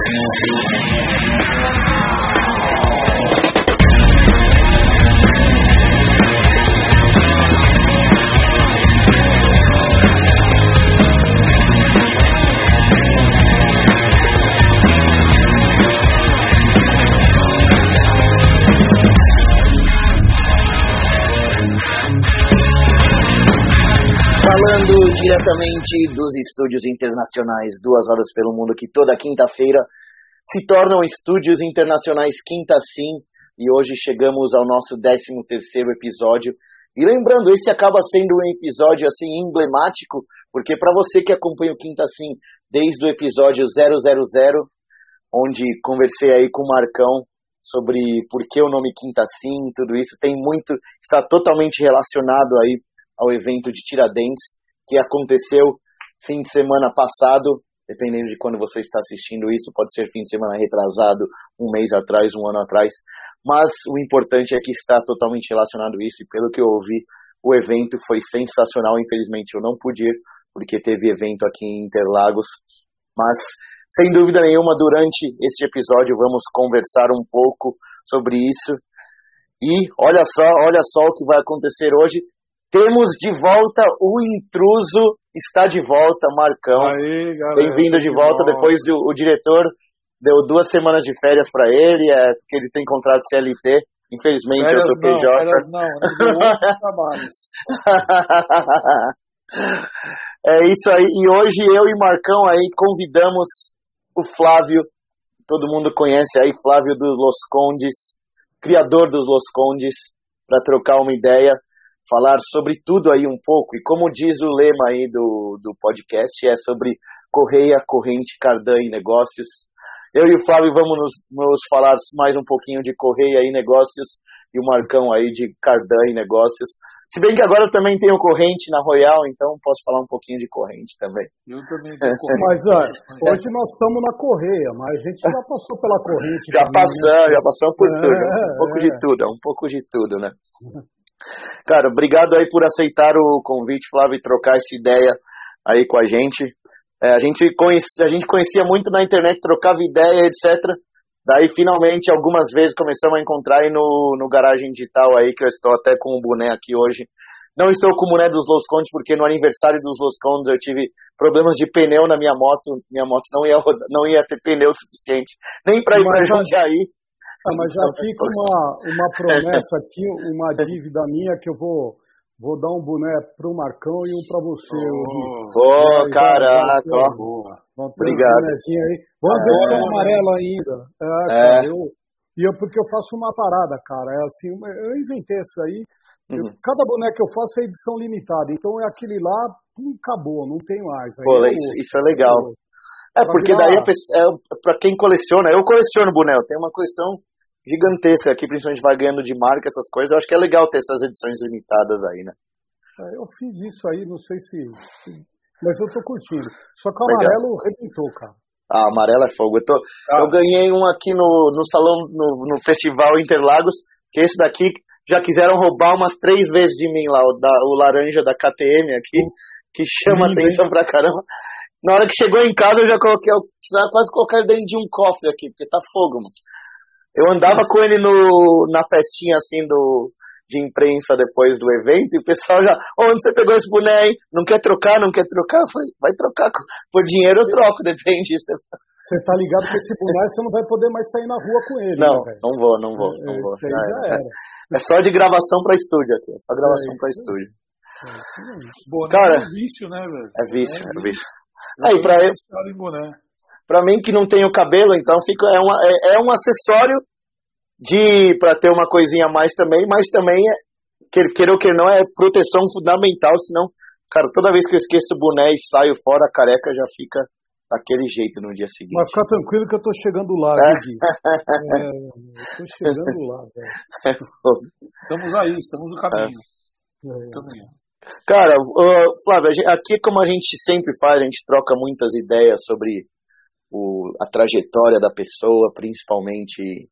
Falando diretamente dos estúdios internacionais, 2 horas pelo mundo, que toda quinta-feira se tornam estúdios internacionais Quinta Sim, e hoje chegamos ao nosso 13º episódio. E lembrando, esse acaba sendo um episódio assim emblemático, porque para você que acompanha o Quinta Sim desde o episódio 000, onde conversei aí com o Marcão sobre por que o nome Quinta Sim, tudo isso está totalmente relacionado aí ao evento de Tiradentes, que aconteceu fim de semana passado, dependendo de quando você está assistindo isso, pode ser fim de semana retrasado, um mês atrás, um ano atrás, mas o importante é que está totalmente relacionado a isso, e pelo que eu ouvi, o evento foi sensacional. Infelizmente eu não pude ir, porque teve evento aqui em Interlagos, mas sem dúvida nenhuma, durante este episódio vamos conversar um pouco sobre isso, e olha só o que vai acontecer hoje. Temos de volta o intruso, está de volta, Marcão. Aí, galera, bem-vindo de volta. Depois o diretor deu 2 semanas de férias para ele, porque ele tem contrato CLT. Infelizmente, eu sou PJ. Férias não, ele deu outros trabalhos. É isso aí. E hoje eu e Marcão aí convidamos o Flávio, todo mundo conhece aí, Flávio dos Los Condes, criador dos Los Condes, para trocar uma ideia. Falar sobre tudo aí um pouco, e como diz o lema aí do podcast, é sobre correia, corrente, cardan e negócios. Eu e o Flávio vamos nos falar mais um pouquinho de correia e negócios, e o Marcão aí de cardan e negócios. Se bem que agora eu também tenho corrente na Royal, então posso falar um pouquinho de corrente também. Eu também tenho corrente. Mas hoje nós estamos na correia, mas a gente já passou pela corrente. Já também, passamos por tudo, um pouco de tudo, né? Cara, obrigado aí por aceitar o convite, Flávio, e trocar essa ideia aí com a gente. A gente conhecia muito na internet, trocava ideia, etc. Daí, finalmente, algumas vezes começamos a encontrar aí no Garagem Digital aí, que eu estou até com o boné aqui hoje. Não estou com o boné dos Los Condes, porque no aniversário dos Los Condes eu tive problemas de pneu na minha moto. Minha moto não ia ter pneu suficiente, nem para ir para Jundiaí. Mas já fica uma promessa aqui, uma dívida minha, que eu vou dar um boné pro Marcão e um para você. Caraca, vamos ter obrigado. Um bonézinho aí. Vamos ver se é amarelo ainda. Cara, porque eu faço uma parada, cara. É assim, eu inventei isso aí. Cada boné que eu faço é edição limitada. Então é aquele lá, acabou, não tem mais. Aí isso é legal. Porque daí para quem coleciona, eu coleciono boné, eu tenho uma coleção gigantesca aqui, principalmente vai ganhando de marca, essas coisas. Eu acho que é legal ter essas edições limitadas aí, né? Eu fiz isso aí, não sei se... Mas eu tô curtindo. Só que o amarelo rebentou, cara. Amarelo é fogo. Eu ganhei um aqui no salão, no Festival Interlagos, que esse daqui já quiseram roubar umas 3 vezes de mim lá, o laranja da KTM aqui, que chama atenção pra caramba. Na hora que chegou em casa, eu precisava quase colocar ele dentro de um cofre aqui, porque tá fogo, mano. Eu andava com ele na festinha, assim, de imprensa depois do evento, e o pessoal já, onde você pegou esse boné aí? Não quer trocar? Eu falei, vai trocar, por dinheiro eu troco, depende disso. Você tá ligado que esse boné você não vai poder mais sair na rua com ele, Não, né, não vou. Já era. É só de gravação pra estúdio aqui, pra estúdio. Boné cara, é vício, né, velho? É vício. Aí, pra mim que não tenho cabelo, então é um acessório pra ter uma coisinha a mais também, mas também queira ou que não, é proteção fundamental, senão, cara, toda vez que eu esqueço o boné e saio fora, a careca já fica daquele jeito no dia seguinte. Mas fica tranquilo que eu tô chegando lá, Gui. Eu tô chegando lá, velho. Estamos no caminho. Cara, Flávio, aqui como a gente sempre faz, a gente troca muitas ideias sobre a trajetória da pessoa, principalmente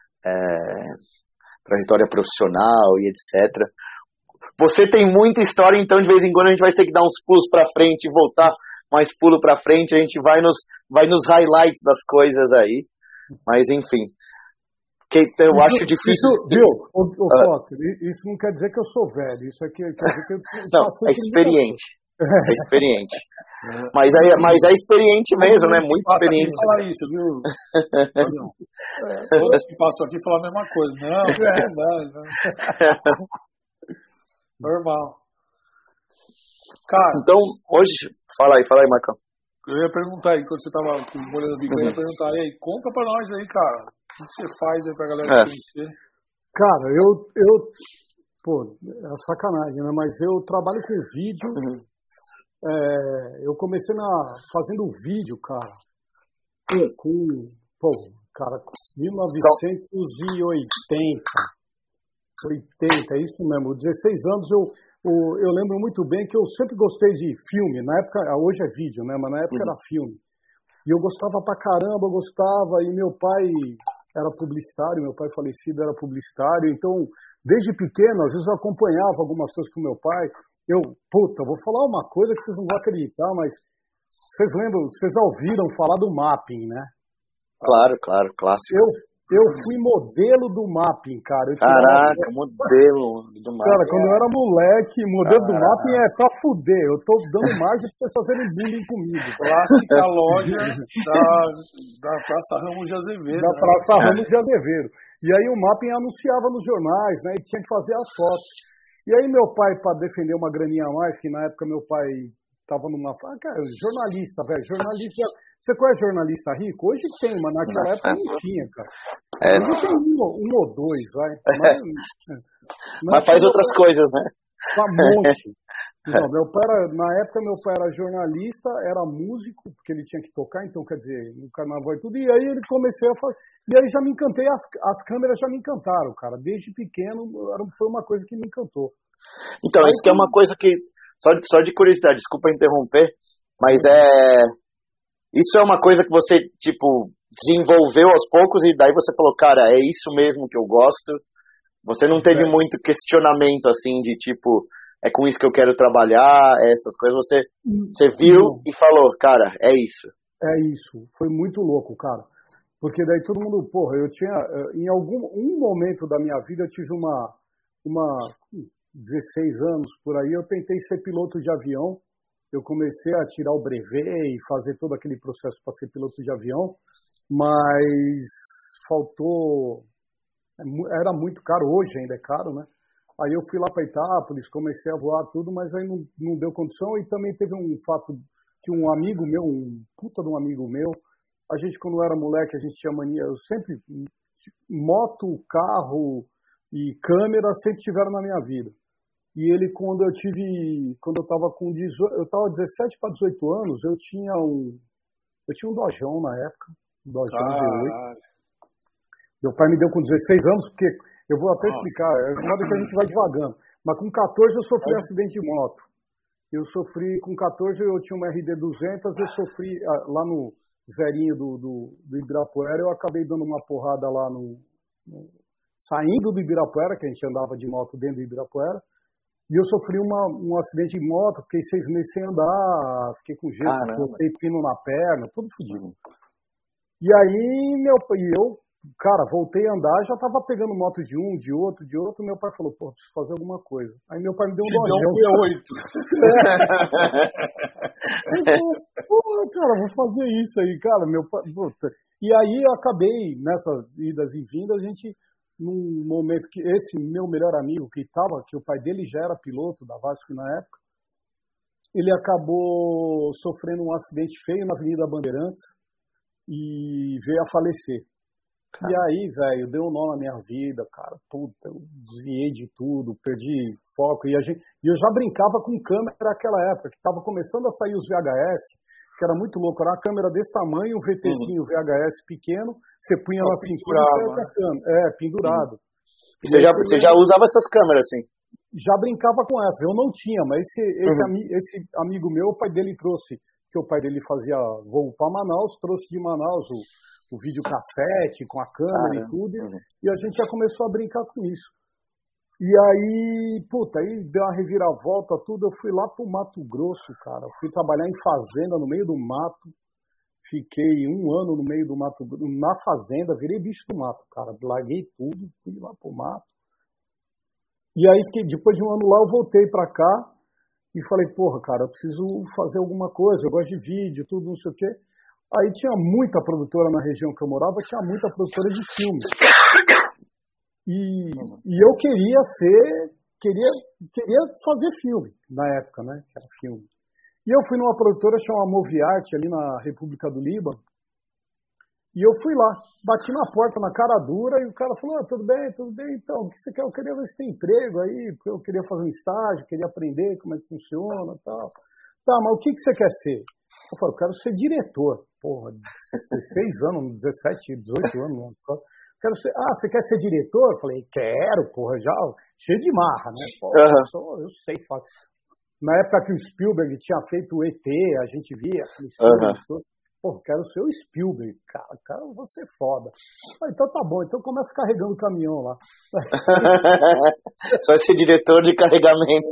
trajetória profissional e etc. Você tem muita história, então de vez em quando a gente vai ter que dar uns pulos pra frente e voltar mais pulo pra frente, a gente vai nos highlights das coisas aí. Mas, enfim. Eu acho difícil... Isso, viu, Foster, isso não quer dizer que eu sou velho. Isso aqui quer dizer que eu não, é experiente. É experiente. Mas é experiente mesmo, né? Muito experiente. Falar isso, viu? Todos que passam aqui falam a mesma coisa. Não. Normal. Cara, então, hoje... Fala aí, Marcão. Eu ia perguntar aí, quando você tava olhando a bico, eu ia perguntar aí, conta pra nós aí, cara. O que você faz aí pra galera conhecer? Cara, pô, é sacanagem, né? Mas eu trabalho com vídeo. Eu comecei fazendo vídeo, cara. Com 1980. 80, é isso mesmo. 16 anos eu lembro muito bem que eu sempre gostei de filme. Na época, hoje é vídeo, né? Mas na época era filme. E eu gostava pra caramba, e meu pai era publicitário, meu pai falecido era publicitário. Então, desde pequeno, às vezes eu acompanhava algumas coisas com meu pai. Vou falar uma coisa que vocês não vão acreditar, mas vocês lembram, vocês já ouviram falar do mapping, né? Claro, clássico. Eu fui modelo do mapping, cara. Caraca, modelo do mapping. Cara, quando eu era moleque, modelo do mapping é pra fuder. Eu tô dando margem pra vocês fazerem bullying comigo. Clássica loja da Praça Ramos de Azevedo. Da Praça Ramos de Azevedo. E aí o mapping anunciava nos jornais, né? E tinha que fazer as fotos. E aí meu pai, para defender uma graninha a mais, que na época meu pai tava numa... cara, jornalista, velho. Jornalista... Você conhece jornalista rico? Hoje tem, mas naquela época não tinha, cara. Hoje tem um ou dois, vai. Mas faz outras coisas, né? Um monte. Não, na época meu pai era jornalista, era músico, porque ele tinha que tocar, então quer dizer, no carnaval e tudo. E aí ele comecei a fazer. E aí já me encantei, as câmeras já me encantaram, cara. Desde pequeno foi uma coisa que me encantou. Então, isso que é uma coisa que. Só de curiosidade, desculpa interromper, mas isso é uma coisa que você, desenvolveu aos poucos e daí você falou, cara, é isso mesmo que eu gosto. Você não teve muito questionamento, assim, de é com isso que eu quero trabalhar, essas coisas. Você viu e falou, cara, é isso. É isso. Foi muito louco, cara. Porque daí todo mundo, eu tinha, em um momento da minha vida, eu tive uma 16 anos por aí, eu tentei ser piloto de avião. Eu comecei a tirar o brevet e fazer todo aquele processo para ser piloto de avião, mas faltou, era muito caro, hoje ainda é caro, né? Aí eu fui lá para Itápolis, comecei a voar tudo, mas aí não deu condição. E também teve um fato que um amigo meu, um puta de um amigo meu, a gente quando era moleque, a gente tinha mania, eu sempre, moto, carro e câmera sempre tiveram na minha vida. E ele, quando eu tava com 18, eu tava 17 para 18 anos, eu tinha um Dojão na época, um Dojão V8. Meu pai me deu com 16 anos, porque eu vou até explicar, é de modo que a gente vai devagando. Mas com 14 eu sofri um acidente de moto. Com 14 eu tinha uma RD 200, eu sofri lá no zerinho do Ibirapuera, eu acabei dando uma porrada lá saindo do Ibirapuera, que a gente andava de moto dentro do Ibirapuera, e eu sofri um acidente de moto, fiquei 6 meses sem andar, fiquei com gesso, botei pino na perna, tudo fodido. E aí eu, cara, voltei a andar, já tava pegando moto de um, de outro, meu pai falou, preciso fazer alguma coisa. Aí meu pai me deu um Dojão. Cara, vou fazer isso aí, cara, meu pai... E aí eu acabei, nessas idas e vindas, a gente... Num momento que esse meu melhor amigo que o pai dele já era piloto da Vasco na época, ele acabou sofrendo um acidente feio na Avenida Bandeirantes e veio a falecer. Cara. E aí, velho, deu um nó na minha vida, cara. Puta, eu desviei de tudo, perdi foco. E eu já brincava com câmera naquela época, que estava começando a sair os VHS, que era muito louco. Era uma câmera desse tamanho, um VTzinho VHS pequeno, você punha na cintura e pendurado. Você já usava essas câmeras, assim? Já brincava com essas. Eu não tinha, mas esse amigo meu, o pai dele trouxe, porque o pai dele fazia voo para Manaus, trouxe de Manaus o videocassete com a câmera e tudo, e a gente já começou a brincar com isso. E aí, puta, aí deu uma reviravolta, tudo. Eu fui lá pro Mato Grosso, cara. Eu fui trabalhar em fazenda, no meio do mato. Fiquei 1 ano no meio do mato, na fazenda, virei bicho do mato, cara. Larguei tudo, fui lá pro mato. E aí, depois de 1 ano lá, eu voltei pra cá e falei, porra, cara, eu preciso fazer alguma coisa. Eu gosto de vídeo, tudo, não sei o quê. Aí tinha muita produtora na região que eu morava, tinha muita produtora de filmes. E eu queria fazer filme na época, né? Que era filme. E eu fui numa produtora chamada Moviarte, ali na República do Líbano. E eu fui lá, bati na porta, na cara dura, e o cara falou, tudo bem, então, o que você quer? Eu queria ver se tem emprego aí, porque eu queria fazer um estágio, queria aprender como é que funciona e tal. Tá, mas o que você quer ser? Eu falei, eu quero ser diretor. Porra, 16 anos, 17, 18 anos. Quero ser... Ah, você quer ser diretor? Eu falei, quero, porra, já cheio de marra, né? Porra, eu sei, faço. Na época que o Spielberg tinha feito o ET, a gente via aqueles filmes todos. Pô, quero ser o Spielberg, cara, eu vou ser foda. Ah, então tá bom, então começa carregando o caminhão lá. Vai ser diretor de carregamento.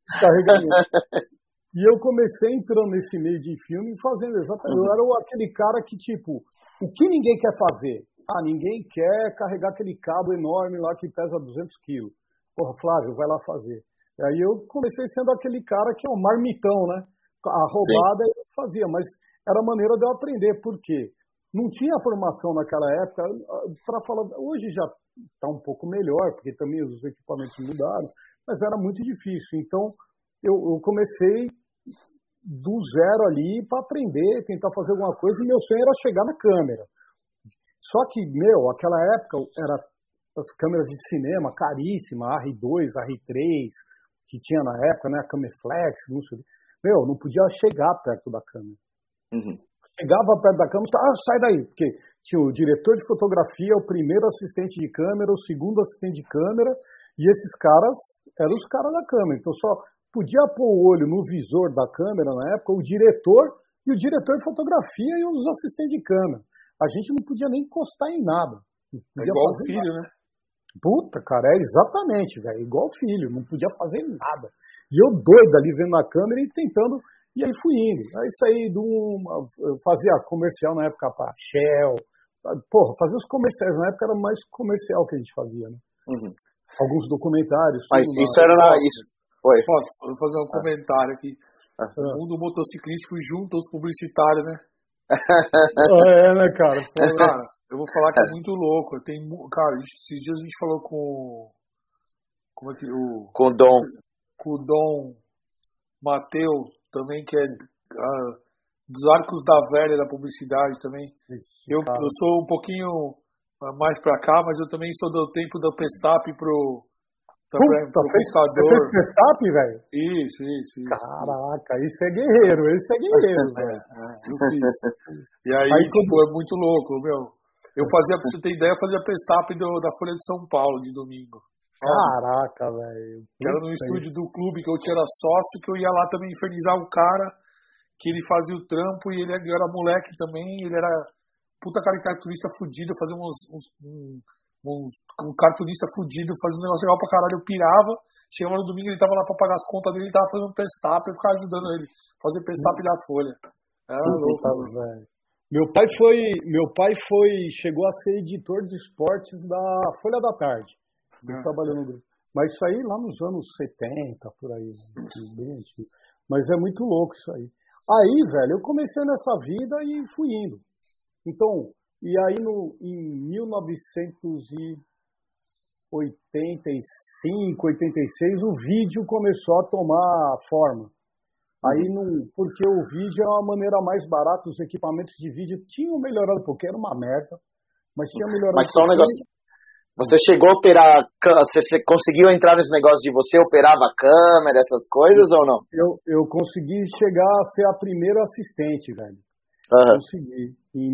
E eu comecei entrando nesse meio de filme e fazendo exatamente. Eu era aquele cara que, tipo, o que ninguém quer fazer? Ah, ninguém quer carregar aquele cabo enorme lá que pesa 200 quilos. Porra, Flávio, vai lá fazer. E aí eu comecei sendo aquele cara que é um marmitão, né? A roubada eu fazia, mas era a maneira de eu aprender, porque não tinha formação naquela época. Para falar, hoje já está um pouco melhor, porque também os equipamentos mudaram, mas era muito difícil. Então eu comecei do zero ali para aprender, tentar fazer alguma coisa, e meu sonho era chegar na câmera. Só que, aquela época era as câmeras de cinema caríssimas, a R2, a R3, que tinha na época, né, a Cameflex, não podia chegar perto da câmera. Chegava perto da câmera, sai daí, porque tinha o diretor de fotografia, o primeiro assistente de câmera, o segundo assistente de câmera, e esses caras eram os caras da câmera. Então só podia pôr o olho no visor da câmera na época o diretor e o diretor de fotografia e os assistentes de câmera. A gente não podia nem encostar em nada. É igual o filho, nada. Né? Puta, cara, exatamente, velho, igual o filho, não podia fazer nada. E eu doido ali vendo na câmera e tentando, e aí fui indo. Aí saí eu fazia comercial na época para Shell, porra, fazia os comerciais, na época era mais comercial que a gente fazia, né? Alguns documentários. Mas isso era na... Oi. Vou fazer um comentário aqui. O mundo motociclístico junta os publicitários, né? Né, cara? Cara, eu vou falar que é muito louco. Cara, esses dias a gente falou com... Como é que... Com o Dom. Com o Dom Mateus, também, que é dos arcos da velha da publicidade também. Eu sou um pouquinho mais pra cá, mas eu também sou do tempo do Pestap pro computador. Você fez Pestap, velho? Isso. Caraca, isso é guerreiro, velho. Eu fiz. E aí tipo, é muito louco, meu. Eu fazia, pra você ter ideia, eu fazia Pestap da Folha de São Paulo de domingo. Caraca, velho. Era no estúdio do clube que eu tinha sócio, que eu ia lá também infernizar um cara, que ele fazia o trampo e ele era moleque também, ele era puta caricaturista fudido, fazia um cartunista fudido, fazia uns negócios legal pra caralho, eu pirava, chegava no domingo, ele tava lá pra pagar as contas dele, ele tava fazendo Pestap, eu ficava ajudando ele, fazer Pestap da Folha. Era louco, velho. Meu pai chegou a ser editor de esportes da Folha da Tarde. Ele trabalhou no grupo. Mas isso aí lá nos anos 70, por aí, bem antigo. Mas é muito louco isso aí. Aí, velho, eu comecei nessa vida e fui indo. Então, e aí em 1985, 86, o vídeo começou a tomar forma. Aí, porque o vídeo é uma maneira mais barata, os equipamentos de vídeo tinham melhorado, porque era uma merda, mas tinha melhorado. Mas só um negócio. Você chegou a operar, você conseguiu entrar nesse negócio de você operava a câmera, essas coisas ou não? Eu consegui chegar a ser a primeira assistente, velho. Consegui. Em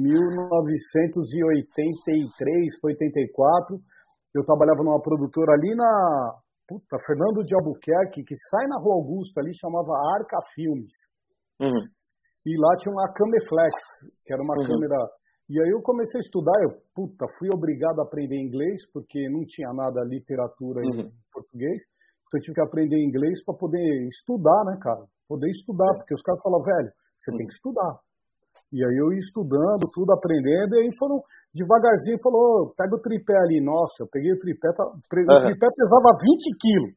1983, 84, eu trabalhava numa produtora ali na Fernando de Albuquerque, que sai na Rua Augusta ali, chamava Arca Filmes. E lá tinha uma Cameflex, que era uma câmera... E aí eu comecei a estudar, fui obrigado a aprender inglês, porque não tinha nada literatura em português. Então eu tive que aprender inglês para poder estudar, né, cara? Poder estudar, porque os caras falam, velho, você tem que estudar. E aí eu ia estudando, tudo aprendendo, e aí foram devagarzinho, falou, pega o tripé ali. Nossa, eu peguei o tripé, o tripé pesava 20 quilos.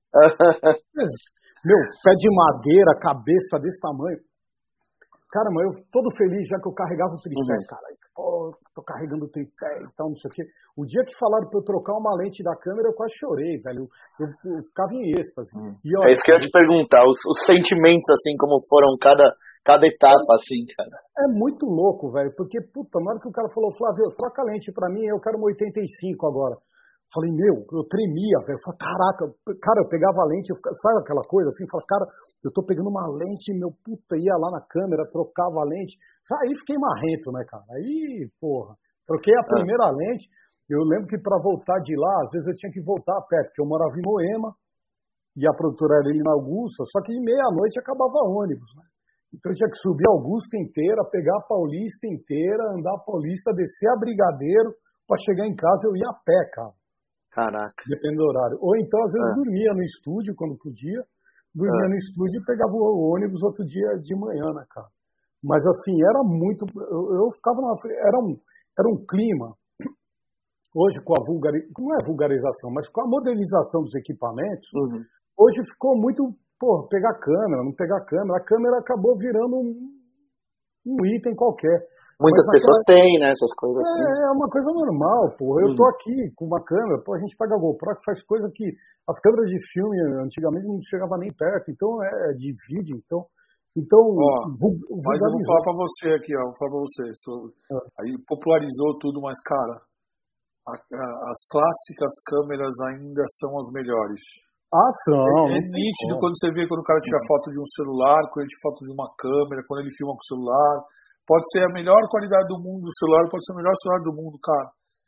Meu, pé de madeira, cabeça desse tamanho. Cara, mas eu todo feliz já que eu carregava o tripé, cara. Pô, tô carregando o tripé e tal, não sei o quê. O dia que falaram pra eu trocar uma lente da câmera, eu quase chorei, velho. Eu ficava em êxtase. E, olha, é isso que eu ia te perguntar, os sentimentos, assim, como foram cada etapa, assim, cara. É muito louco, velho, porque, puta, na hora que o cara falou, Flávio, troca a lente pra mim, eu quero uma 85 agora. Falei, meu, eu tremia, velho. Falei, caraca, cara, eu pegava a lente, sabe aquela coisa assim? Falei, cara, eu tô pegando uma lente, meu puta, ia lá na câmera, trocava a lente. Aí fiquei marrento, né, cara? Aí, porra, troquei a primeira lente. Eu lembro que pra voltar de lá, às vezes eu tinha que voltar a pé, porque eu morava em Moema e a produtora era ali na Augusta, só que de meia-noite acabava ônibus, né? Então eu tinha que subir a Augusta inteira, pegar a Paulista inteira, andar a Paulista, descer a Brigadeiro, pra chegar em casa eu ia a pé, cara. Caraca. Depende do horário. Ou então, às vezes, dormia no estúdio, quando podia. Dormia no estúdio e pegava o ônibus outro dia de manhã, né, cara? Mas, assim, era muito... Eu ficava era um clima. Hoje, com a não é vulgarização, mas com a modernização dos equipamentos, hoje ficou muito... Pô, pegar câmera, não pegar câmera. A câmera acabou virando um item qualquer. Muitas pessoas têm, né, essas coisas assim. É uma coisa normal, pô. Eu tô aqui com uma câmera, pô, a gente pega a GoPro que faz coisa que as câmeras de filme antigamente não chegava nem perto, então de vídeo, então mas eu vou falar pra você aqui, ó, vou falar pra você. Aí popularizou tudo, mas, cara, as clássicas câmeras ainda são as melhores. São. É nítido quando você vê quando o cara tira foto de um celular, quando ele tira foto de uma câmera, quando ele filma com o celular. Pode ser a melhor qualidade do mundo do celular, pode ser o melhor celular do mundo, cara.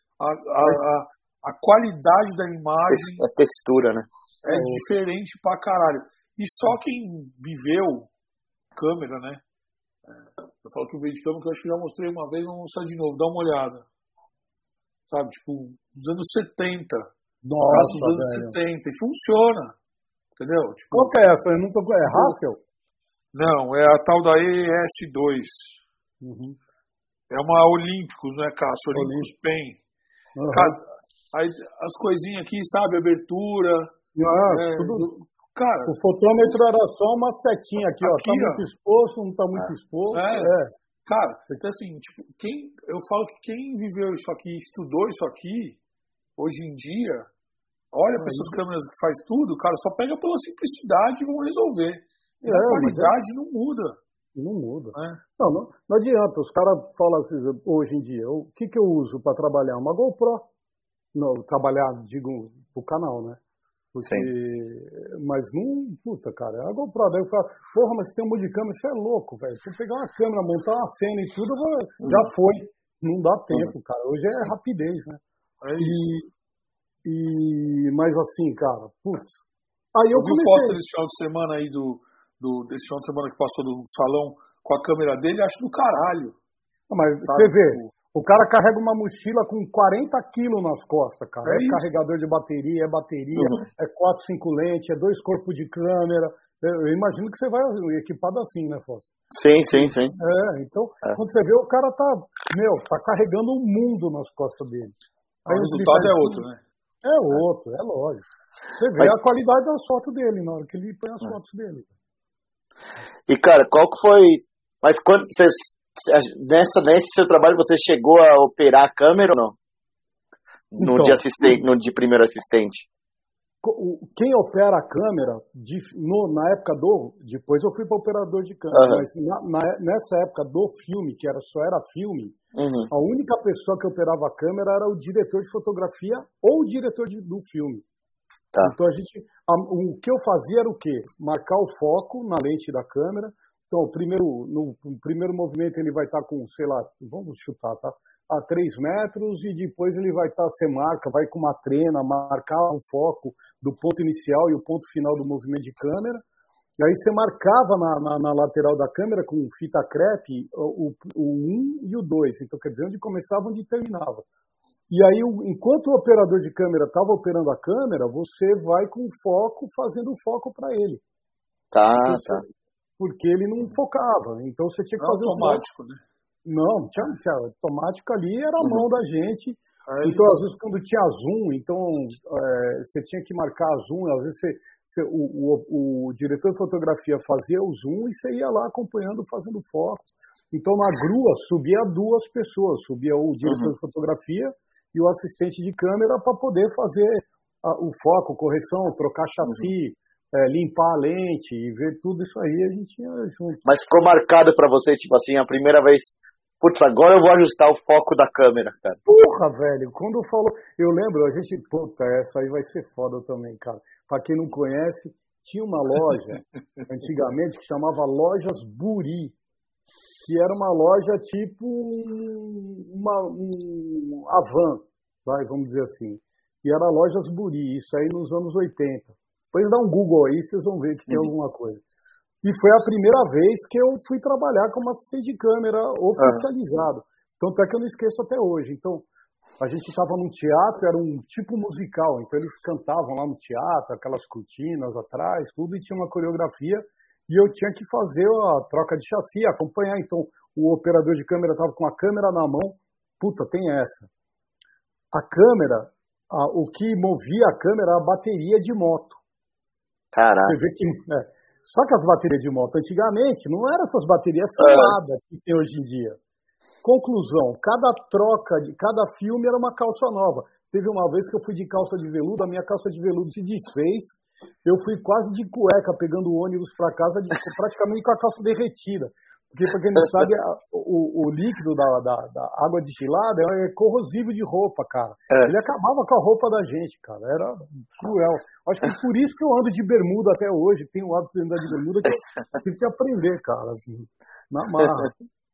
A qualidade da imagem... A textura, né? É diferente pra caralho. E só quem viveu câmera, né? Eu falo que o vídeo de câmera que eu acho que já mostrei uma vez, vou mostrar de novo, dá uma olhada. Sabe, tipo, dos anos 70. Nossa, dos anos 70. E funciona. Entendeu? Tipo, qual que é essa? Eu nunca... É Hassel? Não, é a tal da ES2. É uma Olímpicos, né, Cássio? Olímpicos PEN. Aí, as coisinhas aqui, sabe? Abertura. Tudo. Cara, o fotômetro era só uma setinha aqui, ó. Tá muito exposto, não tá muito exposto. Cara, então assim, tipo, eu falo que quem viveu isso aqui, estudou isso aqui, hoje em dia, olha para essas câmeras que faz tudo, cara, só pega pela simplicidade e vão resolver. E a qualidade não muda. Não muda. Não adianta. Os caras falam assim, hoje em dia, o que eu uso para trabalhar? Uma GoPro. Não, trabalhar, digo, pro canal, né? Porque, mas não, puta, cara, a GoPro, daí eu falo, porra, mas tem um monte de câmera, você é louco, velho. Se eu pegar uma câmera, montar uma cena e tudo, já foi. Não dá tempo, cara. Hoje é rapidez, né? Mas assim, cara, putz. Aí eu vi foto desse final de semana aí desse final de semana que passou do salão com a câmera dele, acho do caralho. Mas você vê, o cara carrega uma mochila com 40 quilos nas costas, cara. É carregador de bateria, é 4, 5 lentes, é 2 corpos de câmera. Eu imagino que você vai equipado assim, né, Fausto? Sim. Então, quando você vê, o cara tá carregando o mundo nas costas dele. Aí o resultado é outro, né? É outro, é lógico. Você vê a qualidade das fotos dele, na hora que ele põe as fotos dele. E, cara, qual que foi... Mas quando nesse seu trabalho você chegou a operar a câmera ou não? No de primeiro assistente? Quem opera a câmera, na época depois eu fui para operador de câmera, mas nessa época do filme, que só era filme, a única pessoa que operava a câmera era o diretor de fotografia ou o diretor do filme. Tá. Então o que eu fazia era o quê? Marcar o foco na lente da câmera. Então, no primeiro movimento ele vai estar com, sei lá, vamos chutar, tá? A 3 metros, e depois ele vai estar, você marca, vai com uma trena, marcar o foco do ponto inicial e o ponto final do movimento de câmera. E aí você marcava na lateral da câmera com fita crepe o 1 e o 2. Então, quer dizer, onde começava, onde terminava. E aí, enquanto o operador de câmera estava operando a câmera, você vai com foco, fazendo o foco para ele. Tá, tá. Porque ele não focava. Então, você tinha que fazer automático, né? Não, tinha automático ali, era a mão da gente. Então, às vezes, quando tinha zoom, então você tinha que marcar zoom, às vezes o diretor de fotografia fazia o zoom e você ia lá acompanhando, fazendo foco. Então, na grua, subia 2 pessoas, subia o diretor de fotografia e o assistente de câmera para poder fazer o foco, correção, trocar chassi, limpar a lente e ver tudo isso aí, a gente ia junto. Mas ficou marcado para você, tipo assim, a primeira vez... Putz, agora eu vou ajustar o foco da câmera, cara. Porra, velho, quando eu falo... Eu lembro, a gente... Puta, essa aí vai ser foda também, cara. Pra quem não conhece, tinha uma loja, antigamente, que chamava Lojas Buri, que era uma loja tipo um Avan, vamos dizer assim. E era Lojas Buri, isso aí nos anos 80. Depois dá um Google aí, vocês vão ver que tem alguma coisa. E foi a primeira vez que eu fui trabalhar como assistente de câmera oficializado. Tanto é que eu não esqueço até hoje. Então, a gente estava num teatro, era um tipo musical. Então, eles cantavam lá no teatro, aquelas cortinas atrás, tudo, e tinha uma coreografia. E eu tinha que fazer a troca de chassi, acompanhar. Então, o operador de câmera estava com a câmera na mão. Puta, tem essa. A câmera, o que movia a câmera era a bateria de moto. Caraca. Você vê que... Só que as baterias de moto antigamente não eram essas baterias seladas que tem hoje em dia. Conclusão, cada filme era uma calça nova. Teve uma vez que eu fui de calça de veludo, a minha calça de veludo se desfez, eu fui quase de cueca pegando o ônibus para casa, praticamente com a calça derretida. Porque, para quem não sabe, o líquido da água destilada é corrosivo de roupa, cara. Ele acabava com a roupa da gente, cara. Era cruel. Acho que por isso que eu ando de bermuda até hoje. Tenho o hábito de andar de bermuda, que eu tive que aprender, cara. Assim, na marra.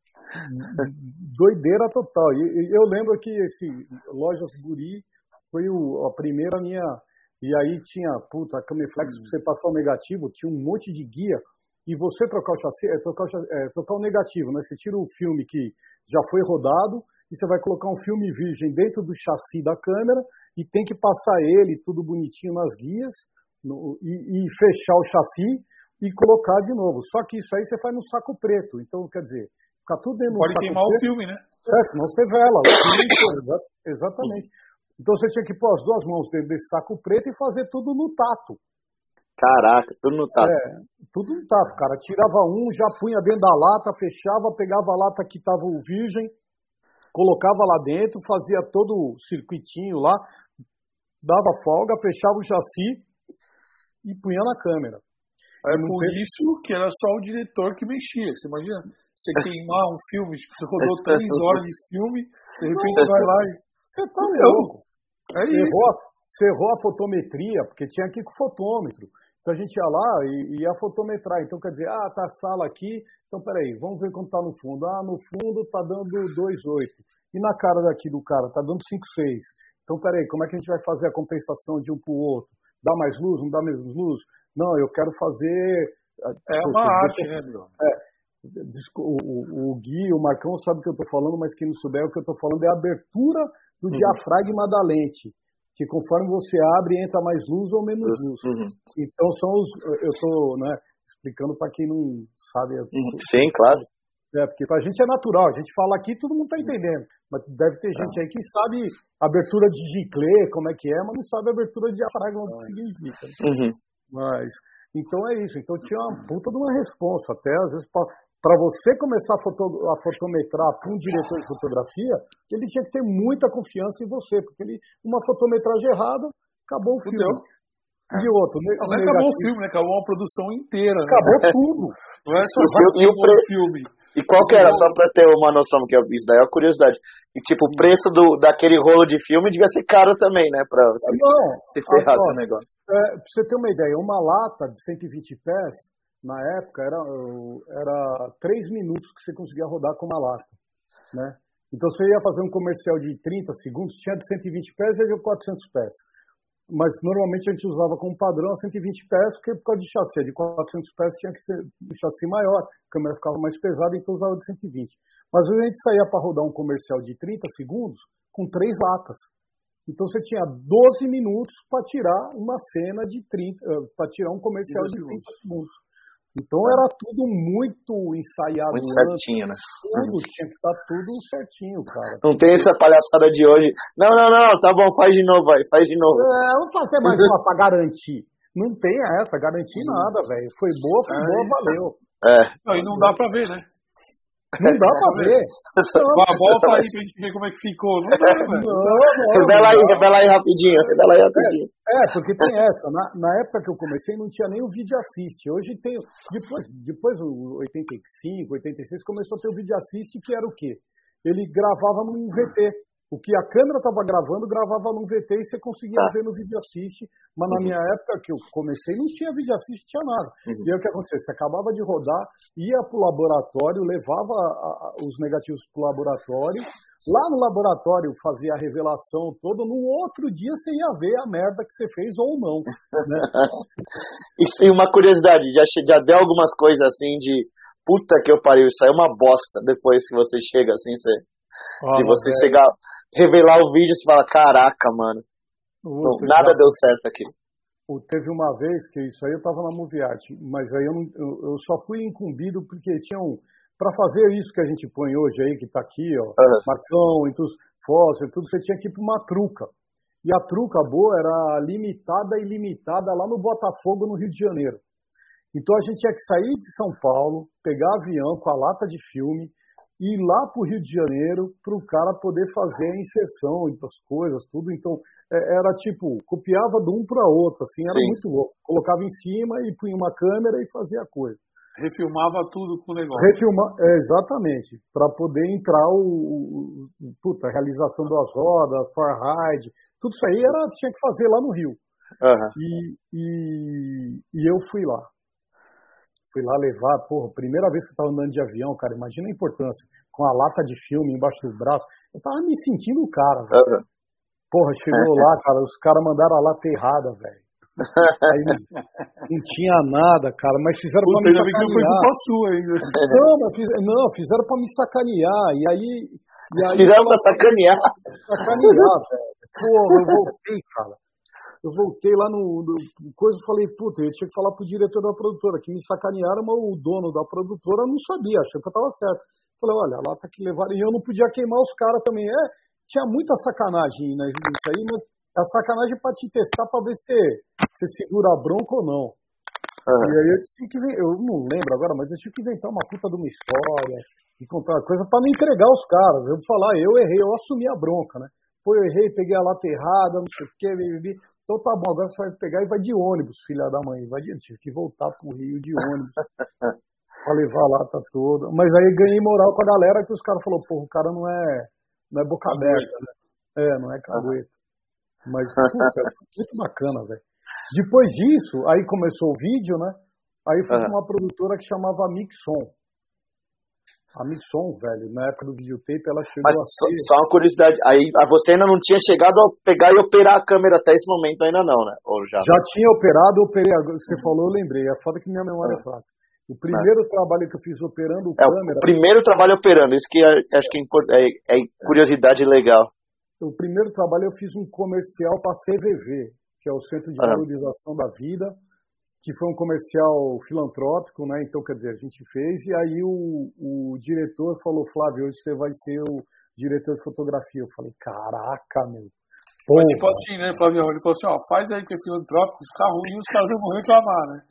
Doideira total. E eu lembro que esse Lojas Guri foi a primeira minha... E aí tinha, a Camiflex, pra você passar o negativo, tinha um monte de guia. E você trocar o chassi, trocar o negativo, né? Você tira o filme que já foi rodado e você vai colocar um filme virgem dentro do chassi da câmera e tem que passar ele tudo bonitinho nas guias e fechar o chassi e colocar de novo. Só que isso aí você faz no saco preto. Então, quer dizer, fica tudo dentro do saco preto. Pode queimar o filme, né? Senão você vela. Exatamente. Então você tinha que pôr as 2 mãos dentro desse saco preto e fazer tudo no tato. Caraca, tudo no tato. Tudo no tato, cara. Tirava já punha dentro da lata, fechava, pegava a lata que estava o virgem, colocava lá dentro, fazia todo o circuitinho lá, dava folga, fechava o chassi e punha na câmera. Por isso que era só o diretor que mexia. Você imagina? Você queimar um filme, você rodou 3 horas de filme, de repente vai lá e... Você tá louco. É isso. Você errou a fotometria, porque tinha aqui com fotômetro. Então a gente ia lá e ia fotometrar. Então quer dizer, tá a sala aqui, então peraí, vamos ver quanto tá no fundo. No fundo tá dando 2,8. E na cara daqui do cara tá dando 5,6. Então peraí, como é que a gente vai fazer a compensação de um pro outro? Dá mais luz, não dá menos luz? Não, eu quero fazer... uma arte, né, Bruno? O Gui, o Marcão sabe o que eu tô falando, mas quem não souber o que eu tô falando é a abertura do diafragma da lente. Que conforme você abre, entra mais luz ou menos luz. Então eu estou explicando para quem não sabe. Sim, claro. Porque para a gente é natural, a gente fala aqui, todo mundo está entendendo. Mas deve ter gente aí que sabe abertura de giclê, como é que é, mas não sabe abertura de diafragma, o que significa. Mas, então é isso. Então tinha uma puta de uma responsa. Até às vezes, para você começar a fotometrar para um diretor de fotografia, ele tinha que ter muita confiança em você, porque uma fotometragem errada, acabou o filme. E outro, não acabou o filme, né? Acabou uma produção inteira. Né? Acabou tudo. Não é só o filme. E qual que era, só para ter uma noção, que isso daí é uma curiosidade. E tipo, o preço daquele rolo de filme devia ser caro também, né? Para se ferrar esse negócio. Pra você ter uma ideia, uma lata de 120 pés, na época, era 3 minutos que você conseguia rodar com uma lata, né? Então, você ia fazer um comercial de 30 segundos, tinha de 120 pés e de 400 pés. mas normalmente a gente usava como padrão a 120 pés, porque por causa de chassi, de 400 pés tinha que ser um chassi maior, a câmera ficava mais pesada, então usava de 120. Mas a gente saía para rodar um comercial de 30 segundos com 3 latas. Então você tinha 12 minutos para tirar uma cena de 30, para tirar um comercial de 30 segundos. Então era tudo muito ensaiado. Muito certinho, né? Tudo, tinha que estar tudo certinho, cara. Não tem essa palhaçada de hoje. Não, tá bom, faz de novo, vai, faz de novo. Vamos fazer mais uma pra garantir. Não tem essa, garantir nada, velho. Foi boa, valeu. Não, e não dá pra ver, né? Não dá pra ver. Volta aí pra gente ver como é que ficou. Não dá, velho. Revela aí rapidinho. Porque tem essa. Na época que eu comecei não tinha nem o vídeo assist. Hoje tem. Depois o 85, 86 começou a ter o vídeo assist, que era o quê? Ele gravava num VT. O que a câmera estava gravando, gravava num VT e você conseguia ver no vídeo assist. Mas na minha época que eu comecei, não tinha vídeo assist, tinha nada. E aí o que acontecia? Você acabava de rodar, ia pro laboratório, levava os negativos pro laboratório. Lá no laboratório fazia a revelação toda. No outro dia você ia ver a merda que você fez ou não. Né? E uma curiosidade, já deu algumas coisas assim de puta que eu pariu, isso aí é uma bosta depois que você chega assim, de você chegar, revelar o vídeo e você fala, caraca, mano, nada deu certo aqui. Teve uma vez que isso aí eu tava na Movie Art, mas aí eu só fui incumbido porque tinha para fazer isso que a gente põe hoje aí, que tá aqui, ó, Marcão, e tudo, fósforo, tudo, você tinha que ir pra uma truca. E a truca boa era limitada e ilimitada lá no Botafogo, no Rio de Janeiro. Então a gente tinha que sair de São Paulo, pegar avião com a lata de filme, ir lá pro Rio de Janeiro para o cara poder fazer a inserção e as coisas, tudo. Então, era tipo, copiava de um para outro, assim, era muito louco. Colocava em cima e punha uma câmera e fazia a coisa. Refilmava tudo com o negócio. Exatamente, para poder entrar a realização das rodas, Farhide, tudo isso aí tinha que fazer lá no Rio. E eu fui lá. Fui lá levar, primeira vez que eu tava andando de avião, cara, imagina a importância, com a lata de filme embaixo do braço, eu tava me sentindo o cara, velho. Chegou lá, cara, os caras mandaram a lata errada, velho. Aí não tinha nada, cara, mas fizeram pra me sacanear. Não foi culpa sua ainda. Não, fizeram pra me sacanear, e aí fizeram pra sacanear? Sacanear, velho. Eu voltei, cara. Eu voltei lá no coisa e falei, puta, eu tinha que falar pro diretor da produtora, que me sacanearam, mas o dono da produtora não sabia, achou que eu tava certo. Falei, olha, lá tá que levaram, e eu não podia queimar os caras também. Tinha muita sacanagem nisso aí, mas a sacanagem pra te testar pra ver se você segura a bronca ou não. E aí eu não lembro agora, mas eu tive que inventar uma puta de uma história e contar uma coisa pra não entregar os caras. Eu falar, eu errei, eu assumi a bronca, né? Eu errei, peguei a lata errada, não sei o que, então tá bom, agora você vai pegar e vai de ônibus, filha da mãe. Eu tive que voltar pro Rio de ônibus pra levar a lata toda. Mas aí ganhei moral com a galera que os caras falaram, o cara não é boca aberta, né? Não é cagueta. Mas, puta, muito bacana, velho. Depois disso, aí começou o vídeo, né? Aí fui pra uma produtora que chamava Mixon. A Mixon, velho, na época do videotape, ela chegou Mas só uma curiosidade, aí você ainda não tinha chegado a pegar e operar a câmera até esse momento ainda não, né? Ou já tinha operado, operei, você falou, eu lembrei, é foda que minha memória é fraca. O primeiro trabalho que eu fiz operando câmera... O primeiro trabalho operando, isso que acho que é curiosidade legal. O primeiro trabalho eu fiz um comercial para CVV, que é o Centro de Valorização da Vida, que foi um comercial filantrópico, né? Então, quer dizer, a gente fez, e aí o diretor falou, Flávio, hoje você vai ser o diretor de fotografia. Eu falei, caraca, meu. Foi tipo assim, né, Flávio? Ele falou assim, faz aí que é filantrópico, ficar ruim, os caras vão reclamar, né?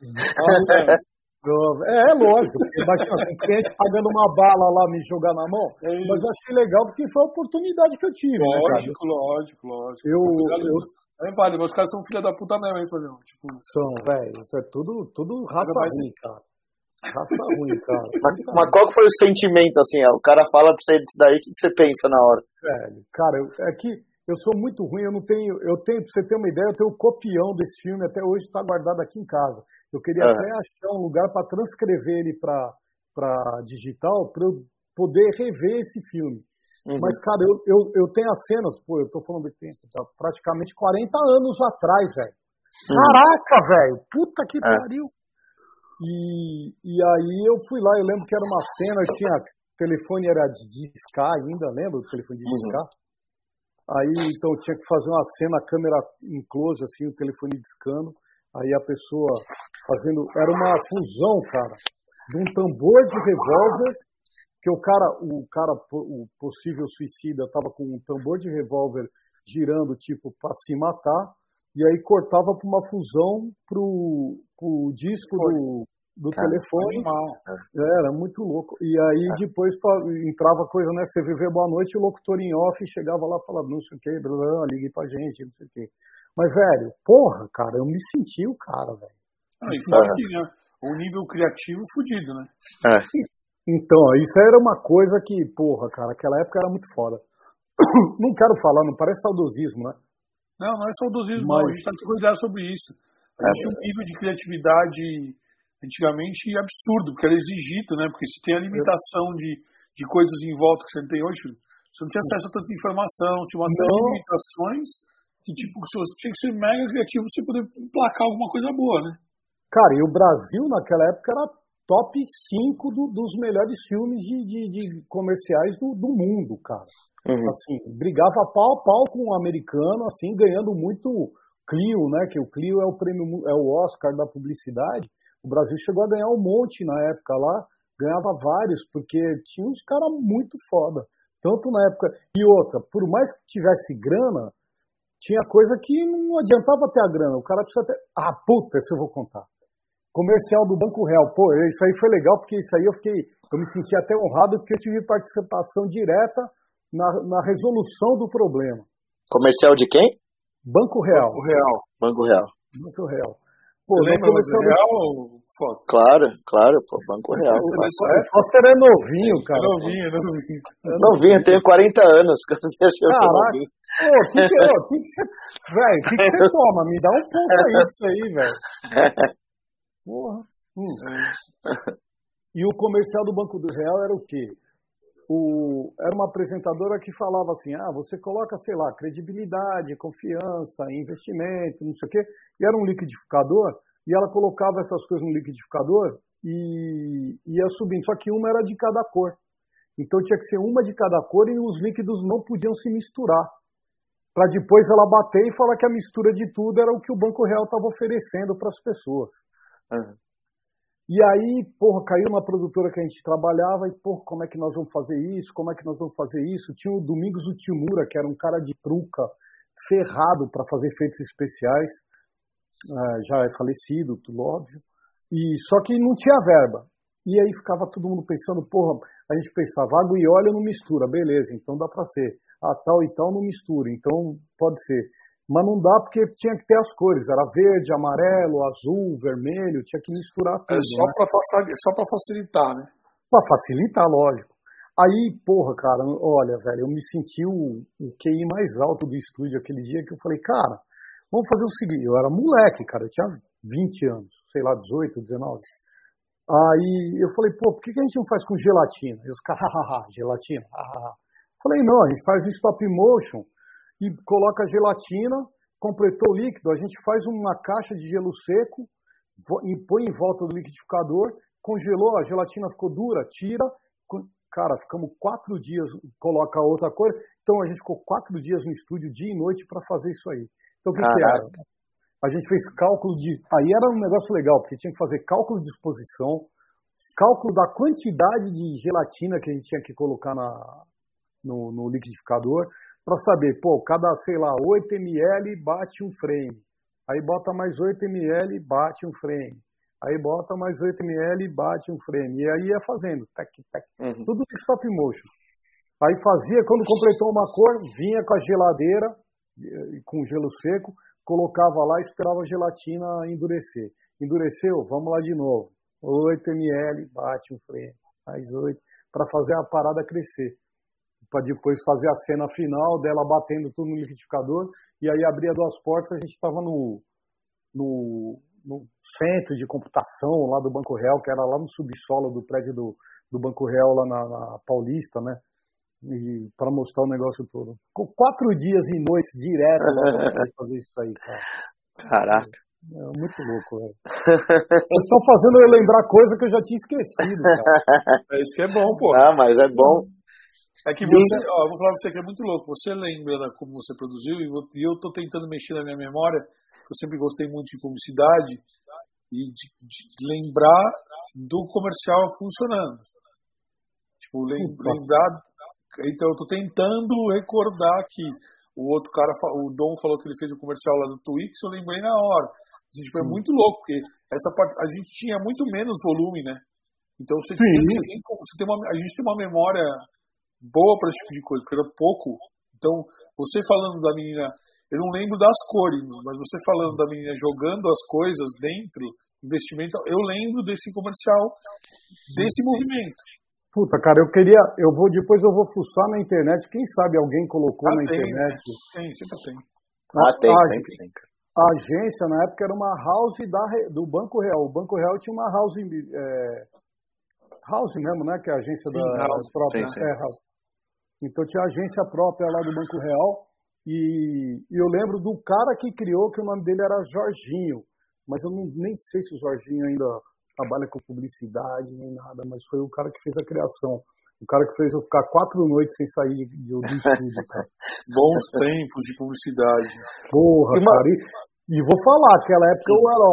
Lógico, porque imagina, um cliente pagando uma bala lá, me jogar na mão, mas eu achei legal porque foi a oportunidade que eu tive. Lógico. Vale, meus caras são filha da puta mesmo, hein, Flávio? Tipo... São, velho, isso é tudo raça ruim, cara. Raça ruim, cara. Mas qual que foi o sentimento, assim, o cara fala pra você disso daí, o que você pensa na hora? Velho, cara, é que eu sou muito ruim, eu tenho, pra você ter uma ideia, eu tenho o copião desse filme, até hoje tá guardado aqui em casa. Eu queria até achar um lugar para transcrever ele pra digital, pra eu poder rever esse filme. Mas, cara, eu tenho as cenas, pô, eu tô falando de tempo, tá, praticamente 40 anos atrás, velho. Caraca, velho, puta que pariu. E aí eu fui lá, eu lembro que era uma cena, eu tinha, o telefone era de discar ainda, lembra do telefone de discar? Aí, então, eu tinha que fazer uma cena, a câmera em close, assim, o telefone discando, aí a pessoa fazendo, era uma fusão, cara, de um tambor de revólver, que o possível suicida estava com um tambor de revólver girando, tipo, para se matar, e aí cortava para uma fusão pro disco do telefone. Era muito louco. E aí depois entrava coisa, né? CVV Boa Noite, o locutor em off chegava lá e falava, não sei o que, ligue pra gente, não sei o que. Mas, velho, porra, cara, eu me senti o cara, velho. E fora que, né? O nível criativo fudido, né? Então, isso era uma coisa que, porra, cara, aquela época era muito foda. Não quero falar, não parece saudosismo, né? Não é saudosismo, não. A gente tá trocando ideia sobre isso. A gente tinha um nível de criatividade antigamente absurdo, porque era exigido, né? Porque se tem a limitação de coisas em volta que você não tem hoje, você não tinha acesso a tanta informação, tinha uma série de limitações que, tipo, se você tinha que ser mega criativo pra você poder emplacar alguma coisa boa, né? Cara, e o Brasil naquela época era top 5 dos melhores filmes de comerciais do mundo, cara. Assim, brigava pau a pau com o americano, assim, ganhando muito Clio, né? Que o Clio é o prêmio, é o Oscar da publicidade. O Brasil chegou a ganhar um monte na época lá, ganhava vários, porque tinha uns caras muito foda. Tanto na época. E outra, por mais que tivesse grana, tinha coisa que não adiantava ter a grana. O cara precisa ter. Ah, puta, isso eu vou contar. Comercial do Banco Real. Pô, isso aí foi legal, porque isso aí eu me senti até honrado, porque eu tive participação direta na resolução do problema. Comercial de quem? Banco Real. Banco Real. Pô, você lembra do Real ou Foster? Claro, pô, Banco Real. O Foster é novinho, cara. Novinho, tenho 40 anos. Caraca. O que você toma? Me dá um pouco aí disso aí, velho. Porra. E o comercial do Banco do Real era o quê? Era uma apresentadora que falava assim, você coloca, sei lá, credibilidade, confiança, investimento, não sei o quê, e era um liquidificador, e ela colocava essas coisas no liquidificador e ia subindo, só que uma era de cada cor. Então tinha que ser uma de cada cor e os líquidos não podiam se misturar. Para depois ela bater e falar que a mistura de tudo era o que o Banco Real estava oferecendo para as pessoas. E aí, porra, caiu uma produtora que a gente trabalhava e, porra, como é que nós vamos fazer isso? Tinha o Domingos Utimura, que era um cara de truca, ferrado para fazer efeitos especiais, já é falecido, tudo óbvio, só que não tinha verba. E aí ficava todo mundo pensando, porra, a gente pensava, água e óleo não mistura, beleza, então dá para ser. Tal e tal não mistura, então pode ser. Mas não dá porque tinha que ter as cores, era verde, amarelo, azul, vermelho, tinha que misturar tudo. Só para facilitar, né? Para facilitar, lógico. Aí, porra, cara, olha, velho, eu me senti o QI mais alto do estúdio aquele dia que eu falei, cara, vamos fazer o seguinte, eu era moleque, cara, eu tinha 20 anos, sei lá, 18, 19. Aí eu falei, pô, por que a gente não faz com gelatina? E os caras, gelatina, Falei, não, a gente faz um stop motion e coloca a gelatina, completou o líquido, a gente faz uma caixa de gelo seco e põe em volta do liquidificador, congelou, a gelatina ficou dura, tira, cara, ficamos 4 dias, coloca outra coisa, então a gente ficou 4 dias no estúdio, dia e noite, para fazer isso aí. Então o que era? A gente fez cálculo aí era um negócio legal, porque tinha que fazer cálculo de exposição, cálculo da quantidade de gelatina que a gente tinha que colocar no liquidificador, para saber, pô, cada, sei lá, 8 ml bate um frame. Aí bota mais 8 ml, bate um frame. Aí bota mais 8 ml, bate um frame. E aí ia fazendo, tudo de stop motion. Aí fazia, quando completou uma cor, vinha com a geladeira, com gelo seco, colocava lá e esperava a gelatina endurecer. Endureceu? Vamos lá de novo. 8 ml, bate um frame. Mais 8, para fazer a parada crescer. Para depois fazer a cena final dela batendo tudo no liquidificador, e aí abria 2 portas, a gente estava no centro de computação lá do Banco Real, que era lá no subsolo do prédio do Banco Real, lá na Paulista, né? para mostrar o negócio todo. Ficou 4 dias e noites direto lá pra fazer isso aí, cara. Caraca. É muito louco, velho. Vocês estão fazendo eu lembrar coisa que eu já tinha esquecido, cara. É isso que é bom, pô. Ah, mas é bom. É que você, eu vou falar pra você que é muito louco. Você lembra como você produziu e eu tô tentando mexer na minha memória, que eu sempre gostei muito de publicidade e de lembrar do comercial funcionando. Tipo, lembrar. Então eu tô tentando recordar que o outro cara, o Dom falou que ele fez o comercial lá do Twix, eu lembrei na hora. Assim, tipo, é muito louco, porque essa parte, a gente tinha muito menos volume, né? Então a gente tem uma memória boa para esse tipo de coisa, porque era pouco. Então, você falando da menina, eu não lembro das cores, mas você falando da menina jogando as coisas dentro, investimento, eu lembro desse comercial, desse movimento. Puta, cara, depois eu vou fuçar na internet, quem sabe alguém colocou na internet. Tem, sempre tem. Sempre tem. A agência, na época, era uma house do Banco Real. O Banco Real tinha uma house, house mesmo, né, que é a agência da própria. Sim. House. Então tinha a agência própria lá do Banco Real, e eu lembro do cara que criou, que o nome dele era Jorginho, mas eu nem sei se o Jorginho ainda trabalha com publicidade nem nada, mas foi o cara que fez a criação. O cara que fez eu ficar 4 noites sem sair do estúdio, cara. Bons tempos de publicidade. Porra, cara. E vou falar, aquela época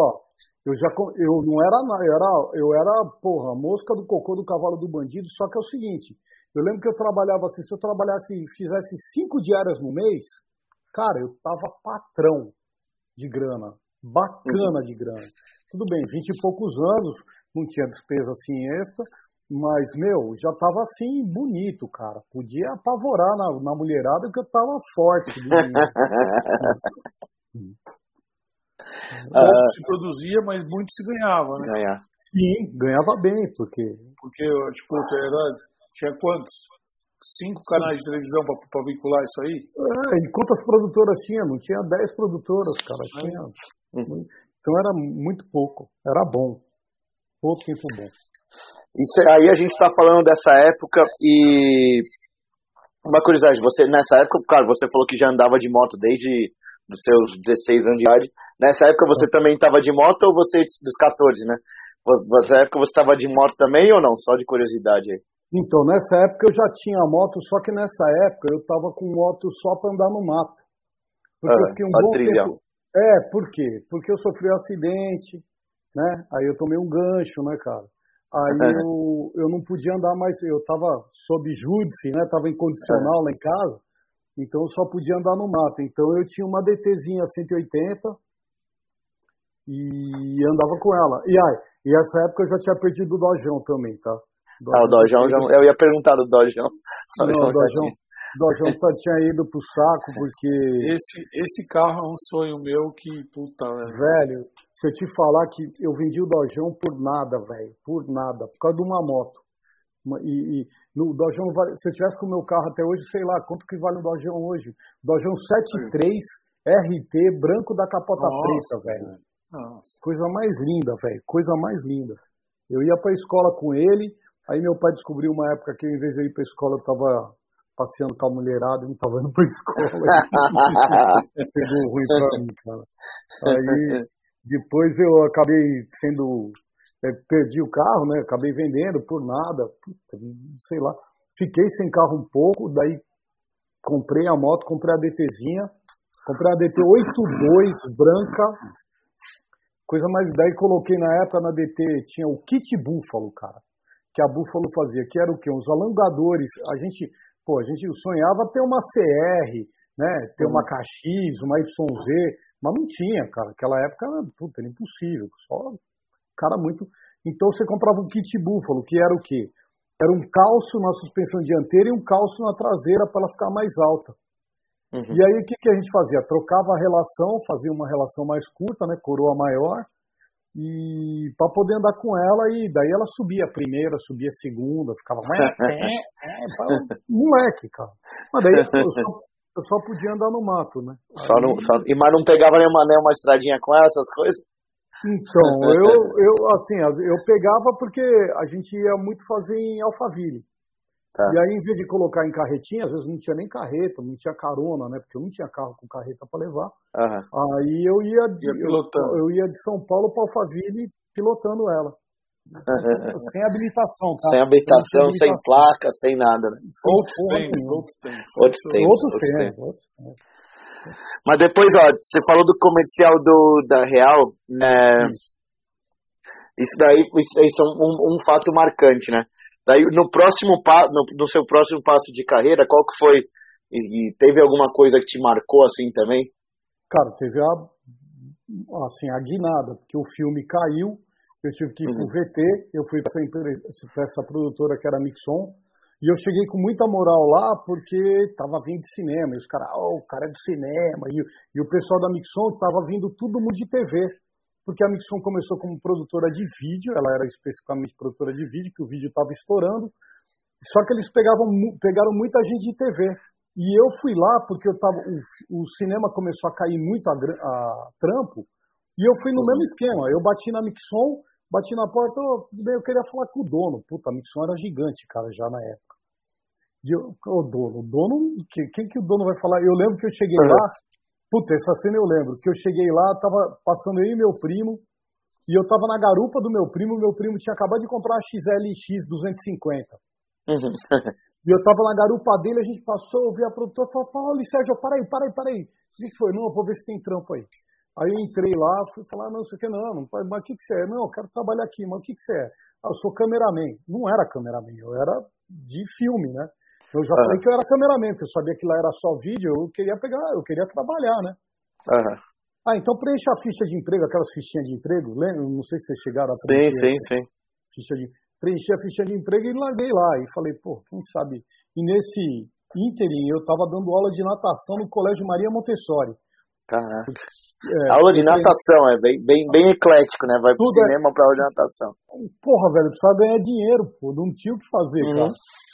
eu era, porra, mosca do cocô do cavalo do bandido, só que é o seguinte, eu lembro que eu trabalhava assim, se eu fizesse 5 diárias no mês, cara, eu tava patrão de grana, bacana de grana. Tudo bem, 20 e poucos anos, não tinha despesa assim extra, mas, já tava assim, bonito, cara. Podia apavorar na mulherada que eu tava forte. Pouco se produzia, mas muito se ganhava, né? Sim, ganhava bem, porque tipo, tinha quantos? 5 canais de televisão para vincular isso aí? E quantas produtoras tinha? Não tinha 10 produtoras, cara. Então era muito pouco. Era bom. Pouco tempo bom. Isso aí a gente está falando dessa época e uma curiosidade, nessa época, claro, você falou que já andava de moto desde os seus 16 anos de idade. Nessa época você também estava de moto ou você dos 14, né? Nessa época você estava de moto também ou não? Só de curiosidade aí. Então, nessa época eu já tinha moto, só que nessa época eu estava com moto só para andar no mato. Porque eu fiquei um bom tempo. Por quê? Porque eu sofri um acidente, né? Aí eu tomei um gancho, né, cara? Aí eu não podia andar mais, eu estava sob júdice, né? Tava incondicional lá em casa, então eu só podia andar no mato. Então eu tinha uma DTzinha 180 e andava com ela. E essa época eu já tinha perdido o Dojão também, tá? O Dojão, eu ia perguntar do Dojão. O Dojão tinha ido pro saco, porque... Esse carro é um sonho meu que, puta, velho, se eu te falar que eu vendi o Dojão por nada, velho, por causa de uma moto. E no Dojão, se eu tivesse com o meu carro até hoje, sei lá, quanto que vale o Dojão hoje? Dojão 73 RT, branco da capota preta, velho. Coisa mais linda, velho, coisa mais linda. Eu ia pra escola com ele, aí meu pai descobriu uma época que, em vez de eu ir pra escola, eu tava passeando com a mulherada e não tava indo pra escola. Pegou ruim pra mim, cara. Aí, depois eu acabei perdi o carro, né? Acabei vendendo por nada. Puta, sei lá. Fiquei sem carro um pouco, daí comprei a moto, comprei a DTzinha. Comprei a DT 82, branca. Coisa mais... Daí coloquei na época na DT, tinha o kit Búfalo, cara. Que a Búfalo fazia, que era o quê? Uns alongadores. A gente sonhava ter uma CR, né? Ter uma KX, uma YZ, mas não tinha, cara. Aquela época era impossível. Só cara muito... Então você comprava um kit Búfalo, que era o quê? Era um calço na suspensão dianteira e um calço na traseira para ela ficar mais alta. E aí o que a gente fazia? Trocava a relação, fazia uma relação mais curta, né? Coroa maior, e para poder andar com ela, e daí ela subia a primeira, subia a segunda, ficava moleque, cara. Mas daí eu só podia andar no mato, né? Mas não pegava nenhuma estradinha com ela, essas coisas? Então, eu pegava porque a gente ia muito fazer em Alphaville. Tá. E aí, em vez de colocar em carretinha, às vezes não tinha nem carreta, não tinha carona, né? Porque eu não tinha carro com carreta para levar. Aí eu ia de São Paulo para Alphaville pilotando ela. Sem habilitação, tá? Sem habilitação, sem placa, sem nada, né? Outros tempos. Mas depois, ó, você falou do comercial da Real, né? Isso é um fato marcante, né? Daí, no seu próximo passo de carreira, qual que foi? E teve alguma coisa que te marcou assim também? Cara, teve a guinada, porque o filme caiu, eu tive que ir pro VT, eu fui para essa produtora que era a Mixon, e eu cheguei com muita moral lá, porque tava vindo de cinema, e os caras, o cara é do cinema, e o pessoal da Mixon tava vindo todo mundo de TV, porque a Mixon começou como produtora de vídeo, ela era especificamente produtora de vídeo, que o vídeo estava estourando, só que eles pegaram muita gente de TV. E eu fui lá porque o cinema começou a cair muito a trampo, e eu fui no mesmo esquema. Eu bati na Mixon, bati na porta, tudo bem, eu queria falar com o dono. Puta, a Mixon era gigante, cara, já na época. E o dono, quem que o dono vai falar? Eu lembro que eu cheguei lá, puta, essa cena eu lembro, que eu cheguei lá, tava passando eu e meu primo, e eu tava na garupa do meu primo tinha acabado de comprar a XLX 250. E eu tava na garupa dele, a gente passou, eu vi a produtora e falou, olha, Sérgio, para aí. O que foi? Não, eu vou ver se tem trampo aí. Aí eu entrei lá, fui falar, não, isso aqui não, mas o que você é? Não, eu quero trabalhar aqui, mas o que você é? Eu sou cameraman. Não era cameraman, eu era de filme, né? Eu já falei que eu era cameraman, porque eu sabia que lá era só vídeo, eu queria trabalhar, né? Então preencha a ficha de emprego, aquelas fichinhas de emprego, lembra? Não sei se vocês chegaram a preencher. Sim. Preenchi a ficha de emprego e larguei lá. E falei, quem sabe? E nesse ínterim, eu estava dando aula de natação no Colégio Maria Montessori. Caraca. Aula de natação, é bem eclético, né? Vai pro cinema pra aula de natação. Porra, velho, precisava ganhar dinheiro, não tinha o que fazer, cara.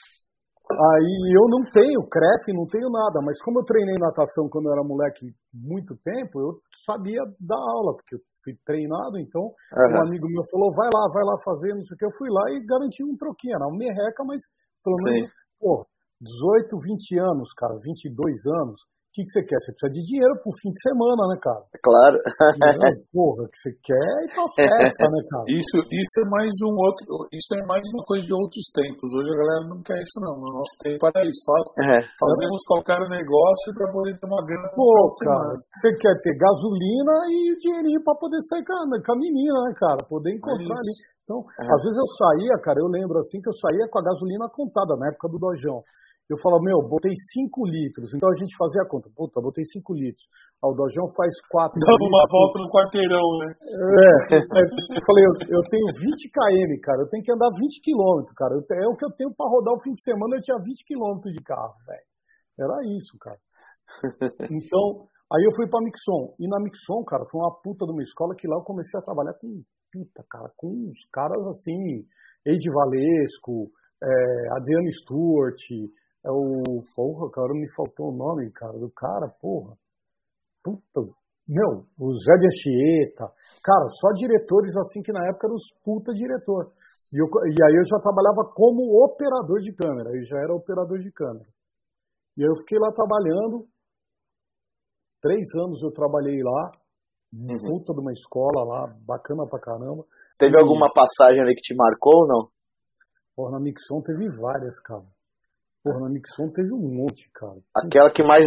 Aí eu não tenho CREF, não tenho nada, mas como eu treinei natação quando eu era moleque muito tempo, eu sabia dar aula, porque eu fui treinado, então um amigo meu falou, vai lá fazer, não sei o que, eu fui lá e garanti um troquinho, era uma merreca, mas pelo menos, 18, 20 anos, cara, 22 anos, o que você quer? Você precisa de dinheiro pro fim de semana, né, cara? Claro. O que você quer é ir pra festa, né, cara? Isso é mais uma coisa de outros tempos. Hoje a galera não quer isso, não. No nosso tempo era isso. Fazemos qualquer negócio pra poder ter uma grana. Cara, você quer ter gasolina e o dinheirinho pra poder sair com a menina, né, cara? Poder encontrar ali. Então, às vezes eu saía, cara, eu lembro assim que eu saía com a gasolina contada na época do Dojão. Eu falava, botei 5 litros. Então a gente fazia a conta. Puta, botei 5 litros. O Dojão faz 4 litros. Dava uma volta no quarteirão, né? Eu falei, eu tenho 20 km, cara. Eu tenho que andar 20 km, cara. É o que eu tenho pra rodar o fim de semana. Eu tinha 20 km de carro, velho. Era isso, cara. Então, aí eu fui pra Mixon. E na Mixon, cara, foi uma puta de uma escola que lá eu comecei a trabalhar com uns caras assim, Eide Valesco, Adriano Stewart, cara, me faltou o nome, cara, do cara, porra. Puta, o Zé de Anchieta. Cara, só diretores assim que na época eram os puta diretor. E aí eu já trabalhava como operador de câmera, eu já era operador de câmera. E aí eu fiquei lá trabalhando, 3 anos eu trabalhei lá, puta de uma escola lá, bacana pra caramba. Teve alguma passagem ali que te marcou ou não? Porra, na Mixon teve várias, cara. Na Mixon teve um monte, cara. Aquela que mais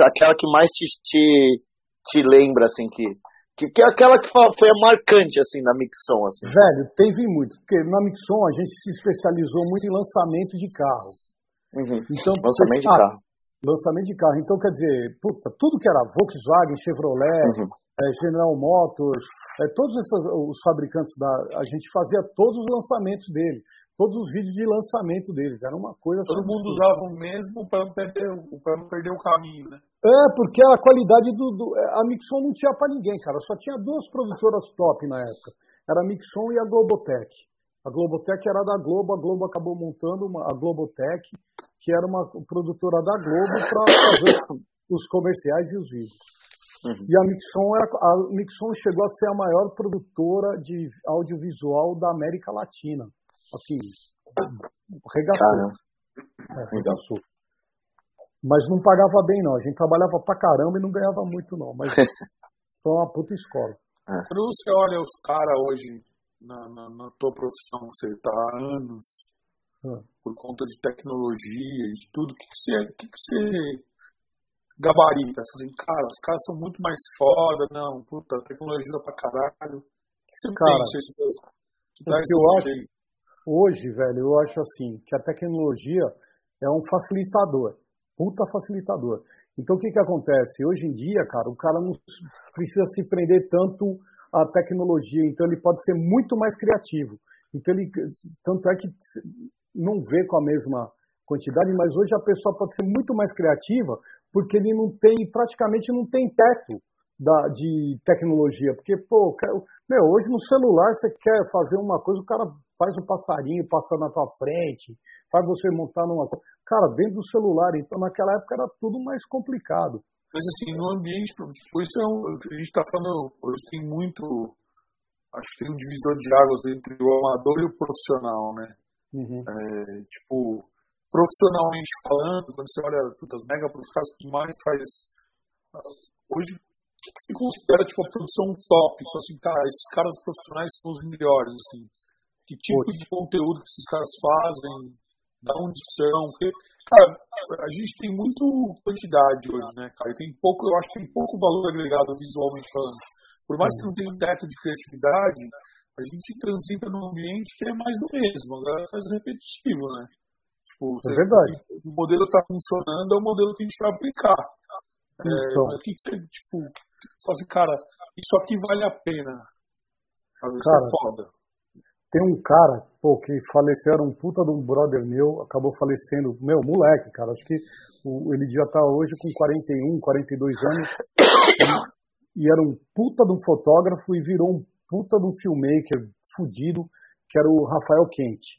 te lembra, assim, que aquela que foi a marcante, assim, na Mixon, assim. Velho, teve muito, porque na Mixon a gente se especializou muito em lançamento de carro. Então, lançamento de carro. Lançamento de carro. Então, quer dizer, tudo que era Volkswagen, Chevrolet, General Motors, todos os fabricantes a gente fazia todos os lançamentos deles. Todos os vídeos de lançamento deles, era uma coisa... Todo mundo usava o mesmo para não perder o caminho, né? Porque a qualidade a Mixon não tinha para ninguém, cara. Só tinha 2 produtoras top na época. Era a Mixon e a Globotech. A Globotech era da Globo, a Globo acabou montando a Globotech, que era uma produtora da Globo para fazer os comerciais e os vídeos. E a Mixon chegou a ser a maior produtora de audiovisual da América Latina. Assim, regatou. Arregaçou. Mas não pagava bem, não. A gente trabalhava pra caramba e não ganhava muito, não. Mas foi uma puta escola. Quando você olha os caras hoje na tua profissão, você tá há anos por conta de tecnologia, de tudo, o que você gabarita? Assim, cara, os caras são muito mais foda, não, puta, tecnologia pra caralho. O que você pensa? Eu acho, hoje, velho, eu acho assim, que a tecnologia é um facilitador, puta facilitador. Então, o que acontece? Hoje em dia, cara, o cara não precisa se prender tanto à tecnologia, então ele pode ser muito mais criativo. Então, tanto é que não vê com a mesma quantidade, mas hoje a pessoa pode ser muito mais criativa, porque ele praticamente não tem teto de tecnologia. Porque, hoje no celular você quer fazer uma coisa, o cara faz um passarinho passando na tua frente, faz você montar numa coisa. Cara, dentro do celular, então naquela época era tudo mais complicado. Mas assim, no ambiente, isso a gente está falando, hoje tem muito, acho que tem um divisor de águas entre o amador e o profissional, né? Profissionalmente falando, quando você olha as mega profissionais que mais faz, hoje, o que você considera tipo a produção top? Só assim, cara, esses caras profissionais são os melhores, assim. Que tipo de conteúdo que esses caras fazem? Da onde são? Porque, cara, a gente tem muito quantidade hoje, né, cara? Eu acho que tem pouco valor agregado visualmente falando. Por mais que não tenha um teto de criatividade, a gente transita num ambiente que é mais do mesmo. Agora faz repetitivo, né? Tipo, é verdade. O modelo está funcionando, é o modelo que a gente vai aplicar. Então, o que você, fala assim, cara, isso aqui vale a pena. Cara, isso é foda. Tem um cara, que faleceu, era um puta de um brother meu, acabou falecendo, moleque, cara, acho que ele já tá hoje com 41, 42 anos, e era um puta de um fotógrafo e virou um puta de um filmmaker fudido, que era o Rafael Quente.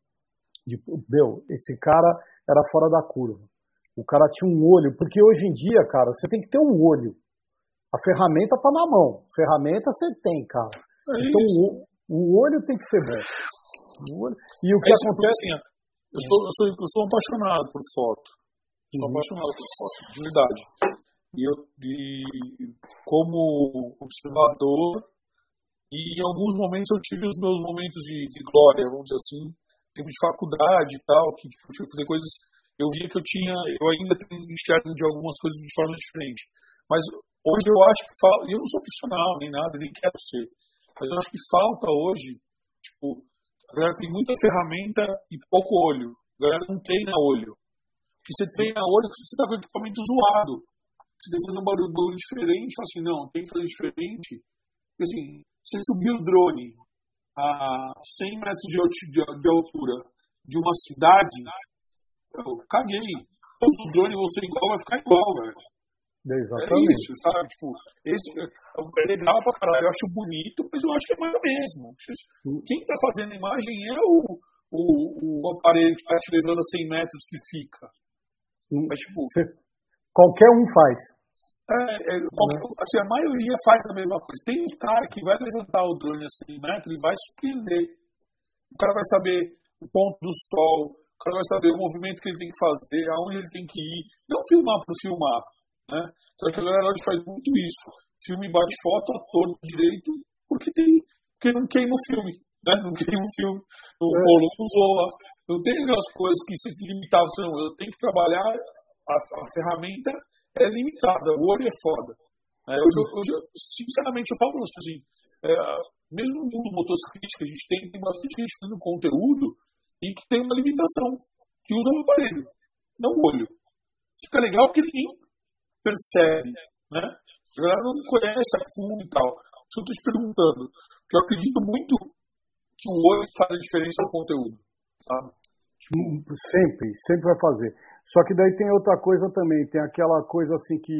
Esse cara era fora da curva. O cara tinha um olho, porque hoje em dia, cara, você tem que ter um olho. A ferramenta tá na mão, ferramenta você tem, cara. Então o olho tem que ser bom. E o que acontece... Assim, eu sou apaixonado por foto. Sou apaixonado por foto, de verdade. E como observador, e em alguns momentos eu tive os meus momentos de glória, vamos dizer assim, tempo de faculdade e tal, que eu fui fazer coisas, eu via que eu ainda tenho enxergo de algumas coisas de forma diferente. Mas hoje eu acho que falta, eu não sou profissional nem nada, nem quero ser, mas eu acho que falta hoje, a galera tem muita ferramenta e pouco olho. A galera não treina olho. Porque você treina olho porque você está com o equipamento zoado. Você tem que fazer um barulho diferente, fala assim, não, tem que fazer diferente. Porque assim, você subir o drone a 100 metros de altura de uma cidade, eu caguei. Todos os drones vão ser igual, vai ficar igual, velho. Exatamente. É isso, sabe? É legal pra caralho. Eu acho bonito, mas eu acho que é mais o mesmo. Quem tá fazendo a imagem é o aparelho que tá te levando a 100 metros que fica. Mas, qualquer um faz. Assim, a maioria faz a mesma coisa. Tem um cara que vai levantar o drone a 100 metros e vai surpreender. O cara vai saber o ponto do sol, o cara vai saber o movimento que ele tem que fazer, aonde ele tem que ir. Não filmar por filmar. Né? Então a galera hoje faz muito isso. Filme bate foto, ator direito, porque não queima o filme. Né? Não queima o filme. Não zoa. Não tem aquelas coisas que se limitavam. Eu tenho que trabalhar, a ferramenta é limitada, o olho é foda. Hoje, sinceramente, eu falo assim, mesmo no mundo motociclístico, a gente tem bastante gente fazendo conteúdo e que tem uma limitação, que usa o aparelho, não o olho. Fica legal porque ninguém percebe, né? A galera não conhece a fundo e tal. Isso eu estou te perguntando, porque eu acredito muito que o olho faz a diferença no conteúdo, sabe? Sempre vai fazer. Só que daí tem outra coisa também, tem aquela coisa assim que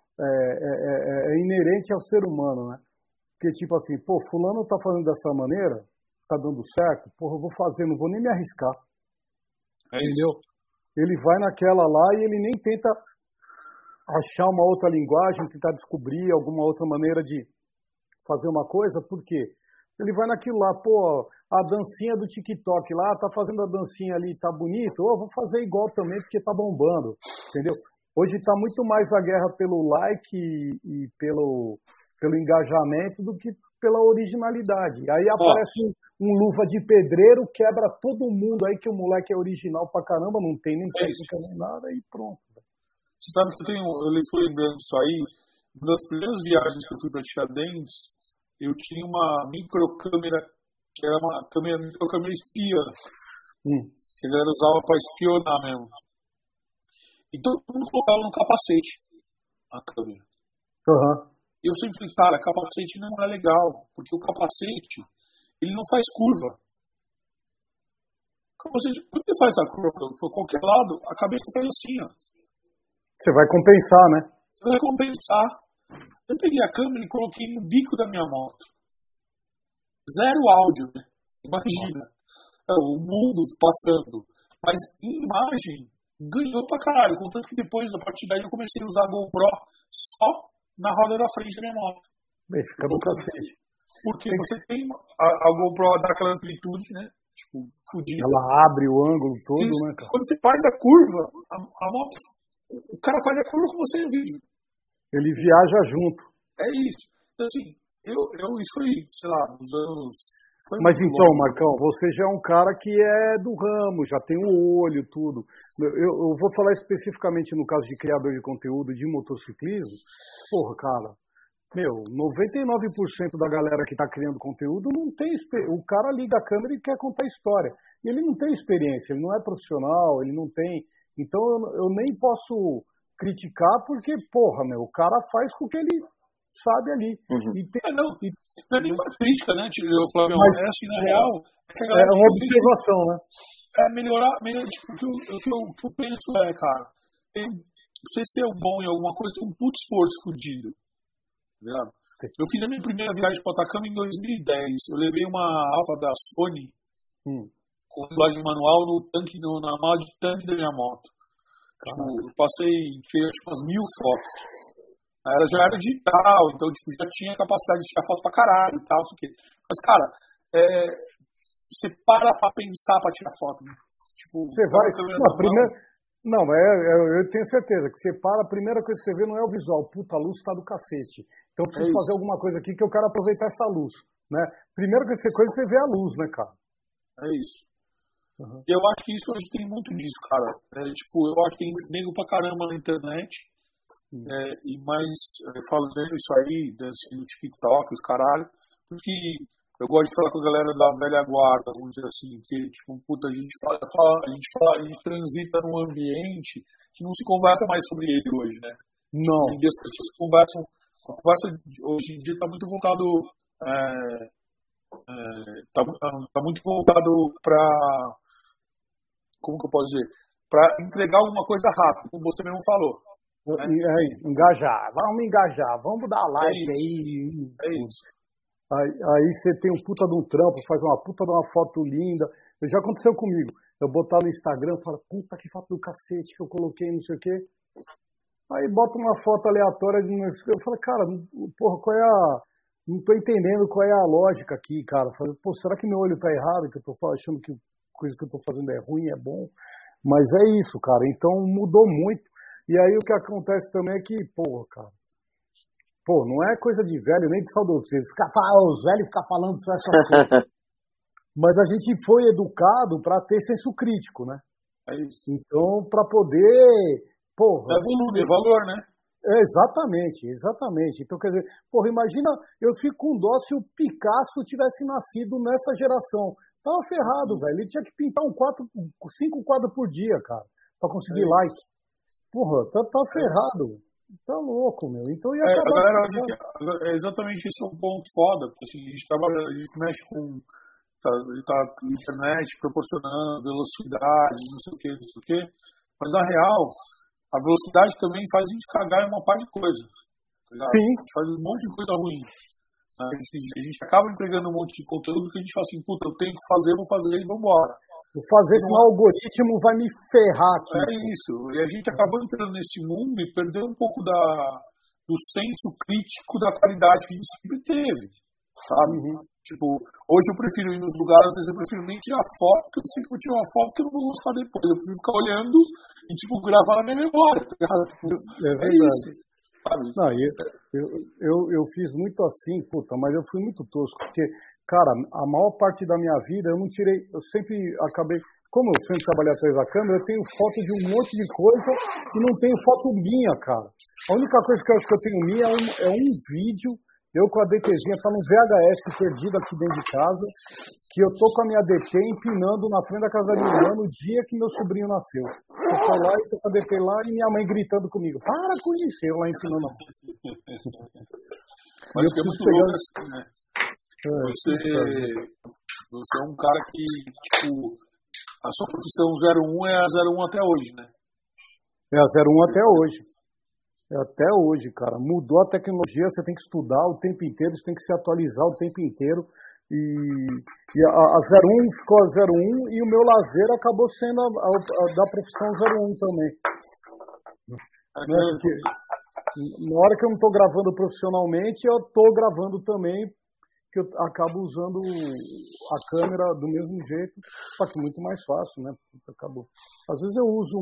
é inerente ao ser humano, né? Porque tipo assim, fulano tá fazendo dessa maneira, tá dando certo, eu vou fazer, não vou nem me arriscar. Entendeu? Ele vai naquela lá e ele nem tenta achar uma outra linguagem, tentar descobrir alguma outra maneira de fazer uma coisa, por quê? Ele vai naquilo lá, a dancinha do TikTok lá, tá fazendo a dancinha ali, tá bonito, vou fazer igual também porque tá bombando, entendeu? Hoje tá muito mais a guerra pelo like e pelo engajamento do que pela originalidade. Aí aparece um luva de pedreiro, quebra todo mundo aí que o moleque é original pra caramba, não tem nem técnica nem nada e pronto. Você sabe que eu fui lembrando disso aí, uma das primeiras viagens que eu fui pra Tiradentes, eu tinha uma microcâmera, que era uma microcâmera espia, que a galera usava pra espionar mesmo. E todo mundo colocava no capacete a câmera. E eu sempre falei, cara, capacete não é legal, porque o capacete, ele não faz curva. Quando você faz a curva por qualquer lado, a cabeça faz assim, ó. Você vai compensar, né? Você vai compensar. Eu peguei a câmera e coloquei no bico da minha moto. Zero áudio, né? Imagina. O mundo passando. Mas em imagem, ganhou pra caralho. Contanto que depois, a partir daí, eu comecei a usar a GoPro só na roda da frente da minha moto. Bem, fica do cacete. Porque você tem a GoPro dá aquela amplitude, né? Tipo, fudida. Ela abre o ângulo todo, isso, né, cara? Quando você faz a curva, a moto, o cara faz a curva com você no vídeo. Ele viaja junto. É isso. Então, assim, isso foi, sei lá, nos anos... Mas então, Marcão, você já é um cara que é do ramo, já tem o olho, tudo. Eu vou falar especificamente no caso de criador de conteúdo de motociclismo. Porra, cara, 99% da galera que tá criando conteúdo não tem... O cara liga a câmera e quer contar história. E ele não tem experiência, ele não é profissional, ele não tem... Então eu nem posso criticar porque, porra, o cara faz com o que ele sabe ali. Não é nenhuma crítica, né, Flávio? Mas, assim, na real... É uma observação, né? É melhorar tipo, o que eu penso cara, você ser bom em alguma coisa tem um puto esforço fudido. Tá? Eu fiz a minha primeira viagem para Atacama em 2010. Eu levei uma Alfa da Sony com linguagem manual na mala de tanque da minha moto. Tipo, eu fiz umas 1000 fotos. Ela já era digital, então tipo, já tinha capacidade de tirar foto pra caralho e tal, não sei o quê. Mas, cara, você para pra pensar pra tirar foto, né? Tipo, você vai. Eu tenho certeza que você para, a primeira coisa que você vê não é o visual. Puta, a luz tá do cacete. Então eu preciso fazer alguma coisa aqui que eu quero aproveitar essa luz, né? Primeira coisa que você vê é a luz, né, cara? É isso. E eu acho que isso hoje tem muito disso, cara. Tipo, eu acho que tem nego pra caramba na internet. Falando isso aí, no TikTok, os caralho, porque eu gosto de falar com a galera da velha guarda, vamos dizer assim, que tipo, puta, a gente transita num ambiente que não se conversa mais sobre ele hoje, né? Não. E as pessoas conversam, a conversa hoje em dia está muito voltado tá muito voltado para, como que eu posso dizer, para entregar alguma coisa rápido, como você mesmo falou. Engajar, vamos engajar, vamos dar like aí. É isso. Aí você tem um puta de um trampo, faz uma puta de uma foto linda. Já aconteceu comigo. Eu botar no Instagram, falo, puta que foto do cacete que eu coloquei, não sei o quê. Aí bota uma foto aleatória, eu falo, cara, porra, não tô entendendo qual é a lógica aqui, cara. Falo, pô, será que meu olho tá errado, que eu tô achando que a coisa que eu tô fazendo é ruim, é bom? Mas é isso, cara. Então mudou muito. E aí o que acontece também é que, porra, cara, não é coisa de velho, nem de saudoso. Os velhos ficam falando só essas coisas. Mas a gente foi educado para ter senso crítico, né? É isso. Então, para poder... Porra, é valor, né? Exatamente. Então, quer dizer, porra, imagina, eu fico com dó se o Picasso tivesse nascido nessa geração. Tava ferrado, velho. Ele tinha que pintar 5 quadros por dia, cara, para conseguir like. Porra, tá ferrado. Tá louco, meu. Então ia acabar. Exatamente esse é um ponto foda, porque assim, a gente mexe com. Tá a internet proporcionando velocidade, não sei o quê. Mas na real, a velocidade também faz a gente cagar em uma parte de coisa. Tá? Sim. A gente faz um monte de coisa ruim. A gente acaba entregando um monte de conteúdo que a gente fala assim, puta, eu tenho que fazer, vou fazer e vambora. Vou fazer, senão o algoritmo vai me ferrar aqui. É isso. E a gente acabou entrando nesse mundo e perdeu um pouco do senso crítico da qualidade que a gente sempre teve. Sabe? Tipo, hoje eu prefiro ir nos lugares, às vezes eu prefiro nem tirar foto, porque eu sei que eu vou tirar uma foto que eu não vou gostar depois. Eu prefiro ficar olhando e, tipo, gravar na minha memória, tá ligado? Tipo, É verdade. isso, sabe? Não, eu fiz muito assim, puta, mas eu fui muito tosco, porque, cara, a maior parte da minha vida eu não tirei, eu sempre acabei, como eu sempre trabalhei atrás da câmera, eu tenho foto de um monte de coisa e não tenho foto minha, cara. A única coisa que eu acho que eu tenho minha é um vídeo, eu com a DTzinha, tá no VHS perdido aqui dentro de casa, que eu tô com a minha DT empinando na frente da casa da minha irmã no dia que meu sobrinho nasceu. Eu tô lá e tô com a DT lá e minha mãe gritando comigo, para com isso, eu lá empinando. Mas que é muito louco assim, né? Você é um cara que, tipo, a sua profissão 01 é a 01 até hoje, né? É a 01 até hoje. É até hoje, cara. Mudou a tecnologia, você tem que estudar o tempo inteiro, você tem que se atualizar o tempo inteiro. E a 01 ficou a 01 e o meu lazer acabou sendo a da profissão 01 também. Né? Porque na hora que eu não estou gravando profissionalmente, eu estou gravando também, que eu acabo usando a câmera do mesmo jeito, só que muito mais fácil, né? Acabou. Às vezes eu uso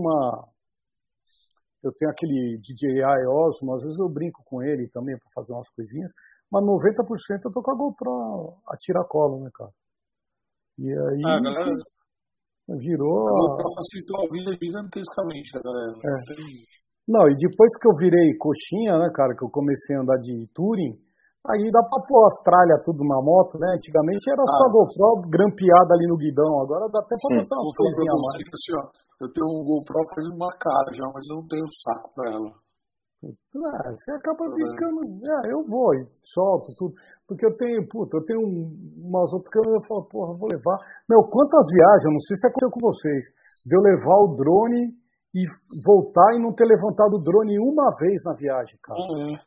eu tenho aquele DJI Osmo, às vezes eu brinco com ele também para fazer umas coisinhas, mas 90% eu tô com a GoPro a tiracolo, né, cara? E aí galera, virou... A GoPro facilitou a vida gigantescamente, galera. Não, e depois que eu virei coxinha, né, cara, que eu comecei a andar de touring, aí dá pra pôr as tralhas tudo na moto, né? Antigamente era só GoPro grampeada ali no guidão, agora dá até pra botar uma coisinha a mais. Assim, ó, eu tenho um GoPro fazendo uma cara já, mas eu não tenho saco pra ela. Você acaba ficando... eu vou e solto tudo. Porque eu tenho umas outras câmeras, eu falo, porra, vou levar. Meu, quantas viagens, eu não sei se aconteceu com vocês, de eu levar o drone e voltar e não ter levantado o drone uma vez na viagem, cara.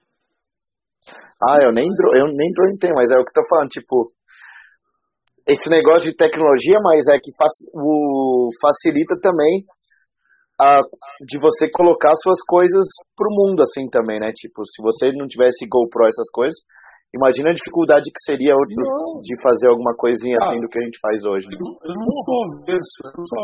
Eu nem drone tenho, mas é o que eu tô falando, tipo, esse negócio de tecnologia, mas é que facilita também de você colocar suas coisas pro mundo, assim, também, né? Tipo, se você não tivesse GoPro, essas coisas, imagina a dificuldade que seria de fazer alguma coisinha assim do que a gente faz hoje. Né? Eu não sou averso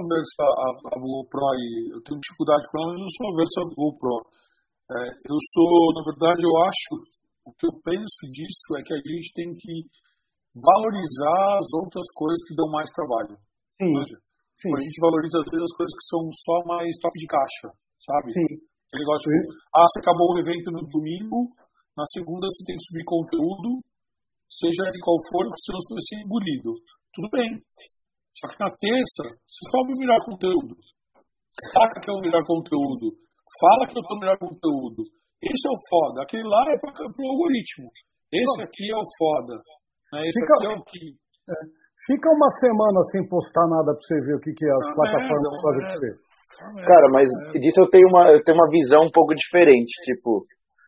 a GoPro e eu tenho dificuldade com ela, mas eu não sou averso a GoPro. Eu sou, na verdade, eu acho, o que eu penso disso é que a gente tem que valorizar as outras coisas que dão mais trabalho. Sim. A gente valoriza às vezes as coisas que são só mais top de caixa, sabe? Sim. Aquele negócio tipo, você acabou o evento no domingo, na segunda você tem que subir conteúdo, seja de qual for, senão você vai ser engolido. Tudo bem. Só que na terça, você sobe o melhor conteúdo. Saca que é o melhor conteúdo. Fala que eu tô o melhor conteúdo. Esse é o foda. Aquele lá é pro algoritmo. Esse aqui é o foda. Esse aqui é o que... Fica uma semana sem postar nada pra você ver o que as plataformas fazem pra você. Cara, mas disso eu tenho uma visão um pouco diferente. Tipo,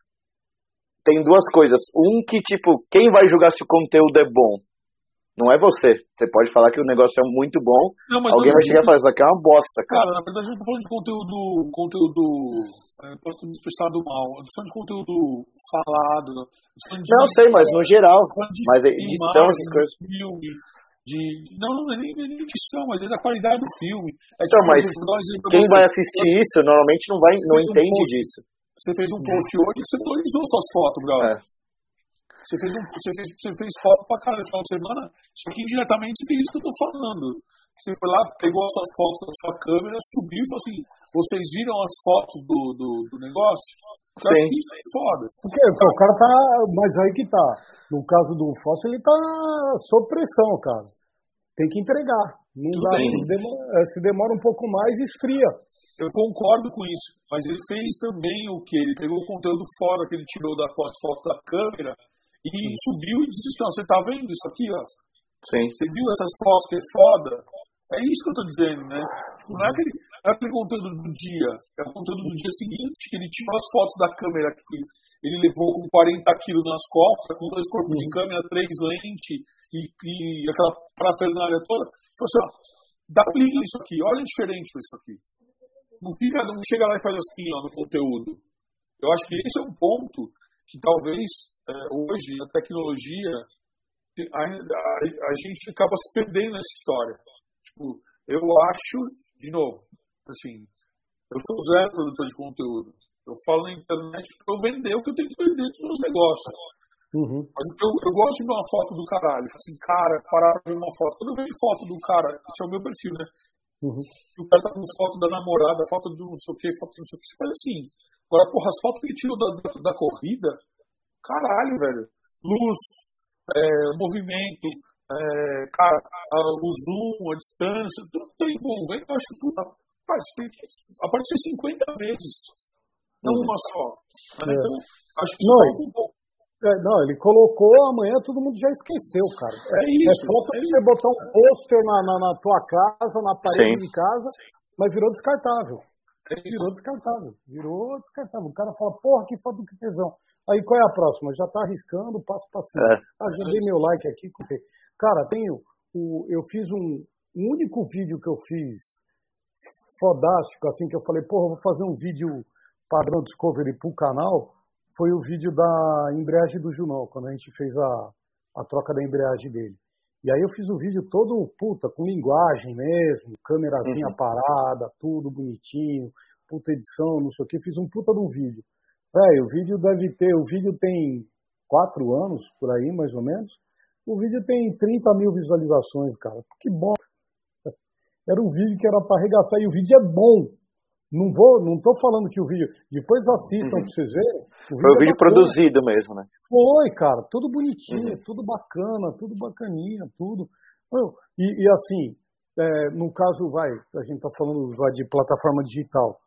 tem duas coisas. Que, tipo, quem vai julgar se o conteúdo é bom? Não é você. Você pode falar que o negócio é muito bom, alguém vai chegar e falar, isso aqui é uma bosta, cara. Na verdade, eu não tô falando de conteúdo posso ter me expressado mal. Eu tô falando de conteúdo falado. Não, sei, mas no geral. Mas edição, essas coisas. Filme, não é nem edição, mas é da qualidade do filme. Então, mas quem vai assistir isso, normalmente não entende disso. Você fez um post hoje que você valorizou suas fotos, brother. Você fez foto pra cara no final de semana, só que indiretamente você fez isso que eu tô falando. Você foi lá, pegou as suas fotos da sua câmera, subiu e falou assim, vocês viram as fotos do negócio? Sim. Isso é foda. Porque o cara tá, mas aí que tá. No caso do Fóssil, ele tá sob pressão, cara. Tem que entregar. Não dá, se demora um pouco mais, esfria. Eu concordo com isso, mas ele fez também o que? Ele pegou o conteúdo fora que ele tirou das fotos da câmera e subiu e disse, não, você tá vendo isso aqui, ó? Sim. Você viu essas fotos que é foda? É isso que eu tô dizendo, né? Não é aquele conteúdo do dia, é o conteúdo do dia seguinte, que ele tirou as fotos da câmera que ele levou com 40 quilos nas costas, com 2 corpos de câmera, 3 lentes e aquela parafernália toda. Falou assim, ó, dá liga isso aqui, olha a diferença disso aqui. Não chega lá e faz assim, ó, no conteúdo. Eu acho que esse é um ponto que talvez hoje a tecnologia a gente acaba se perdendo nessa história. Tipo, eu acho, de novo, assim, eu sou zero produtor de conteúdo. Eu falo na internet para eu vender o que eu tenho que vender dos meus negócios. Mas eu gosto de ver uma foto do caralho. Assim, cara, parar pra ver uma foto. Quando eu vejo foto do cara, esse é o meu perfil, né? E o cara tá com foto da namorada, foto do não sei o que, foto do não sei o que. Você faz assim. Agora, porra, as fotos que ele tirou da corrida, caralho, velho. Luz, movimento, cara, o zoom, a distância, tudo que tá envolvendo, eu acho que tem que aparecer 50 vezes, não uma só. Então, acho que isso um pouco. Não, ele colocou, amanhã todo mundo já esqueceu, cara. Isso. Falta você botar um pôster na tua casa, na parede de casa, mas virou descartável. Virou descartável. O cara fala, porra, que foto que tesão. Aí qual é a próxima? Já tá arriscando, passo pra cima. Já dei meu like aqui. Cara, eu fiz um único vídeo que eu fiz fodástico, assim, que eu falei, porra, vou fazer um vídeo padrão Discovery pro canal. Foi o vídeo da embreagem do Junão, quando a gente fez a troca da embreagem dele. E aí eu fiz o vídeo todo, com linguagem mesmo, câmerazinha parada, tudo bonitinho, puta edição, não sei o que. Fiz um puta de um vídeo. O vídeo tem 4 anos, por aí, mais ou menos. O vídeo tem 30 mil visualizações, cara. Que bom. Era um vídeo que era para arregaçar, e o vídeo é bom. Não tô falando que o vídeo... Depois assistam pra vocês verem. Foi um vídeo produzido mesmo, né? Foi, cara. Tudo bonitinho, tudo bacana, tudo bacaninha, tudo. E assim, no caso, a gente tá falando de plataforma digital.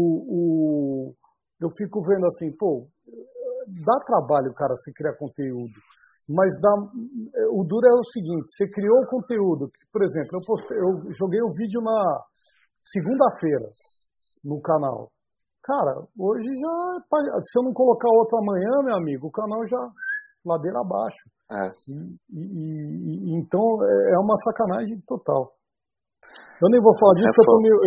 Eu fico vendo assim, dá trabalho, cara, se criar conteúdo. Mas o duro é o seguinte, você criou o conteúdo. Por exemplo, eu joguei o vídeo na segunda-feira no canal. Cara, hoje já, se eu não colocar outro amanhã, meu amigo, o canal já ladeira abaixo. Então é uma sacanagem total. Eu nem vou falar disso,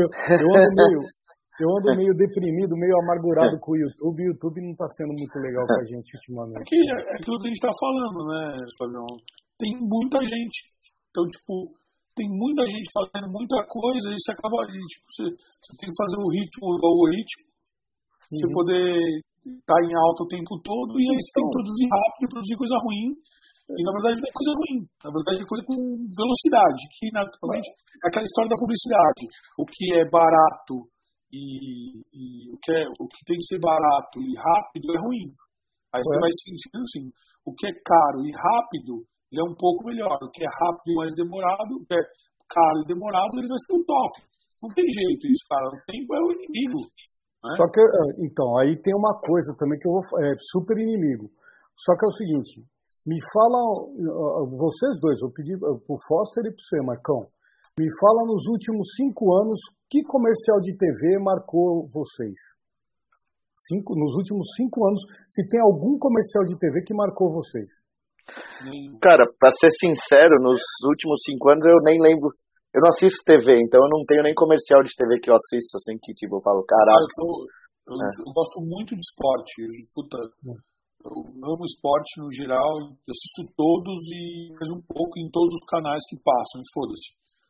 eu ando meio deprimido, meio amargurado com o YouTube, e o YouTube não está sendo muito legal com a gente ultimamente. É aquilo que a gente está falando, né, Fabião? Tem muita gente. Então, tipo, tem muita gente fazendo muita coisa e você acaba ali, tipo, você tem que fazer o ritmo, o algoritmo, você poder estar em alta o tempo todo, e aí você tem que produzir rápido, produzir coisa ruim, e na verdade não é coisa ruim, na verdade é coisa com velocidade, que naturalmente é aquela história da publicidade, o que é barato e o que tem que ser barato e rápido é ruim. Aí você vai sentindo assim, o que é caro e rápido, ele é um pouco melhor. O que é rápido e mais demorado, o que é caro e demorado, ele vai ser um top. Não tem jeito isso, cara. O tempo é o inimigo. Né? Só que, então, aí tem uma coisa também que eu vou... super inimigo. Só que é o seguinte, me fala, vocês dois, eu pedi pro Foster e pro você, Marcão, me fala nos últimos 5 anos, que comercial de TV marcou vocês? Nos últimos 5 anos, se tem algum comercial de TV que marcou vocês? Cara, pra ser sincero, nos últimos 5 anos eu nem lembro. Eu não assisto TV, então eu não tenho nem comercial de TV que eu assisto, assim, que tipo, eu falo, caralho. Eu gosto muito de esporte. Eu amo esporte no geral, eu assisto todos e mais um pouco em todos os canais que passam, foda-se.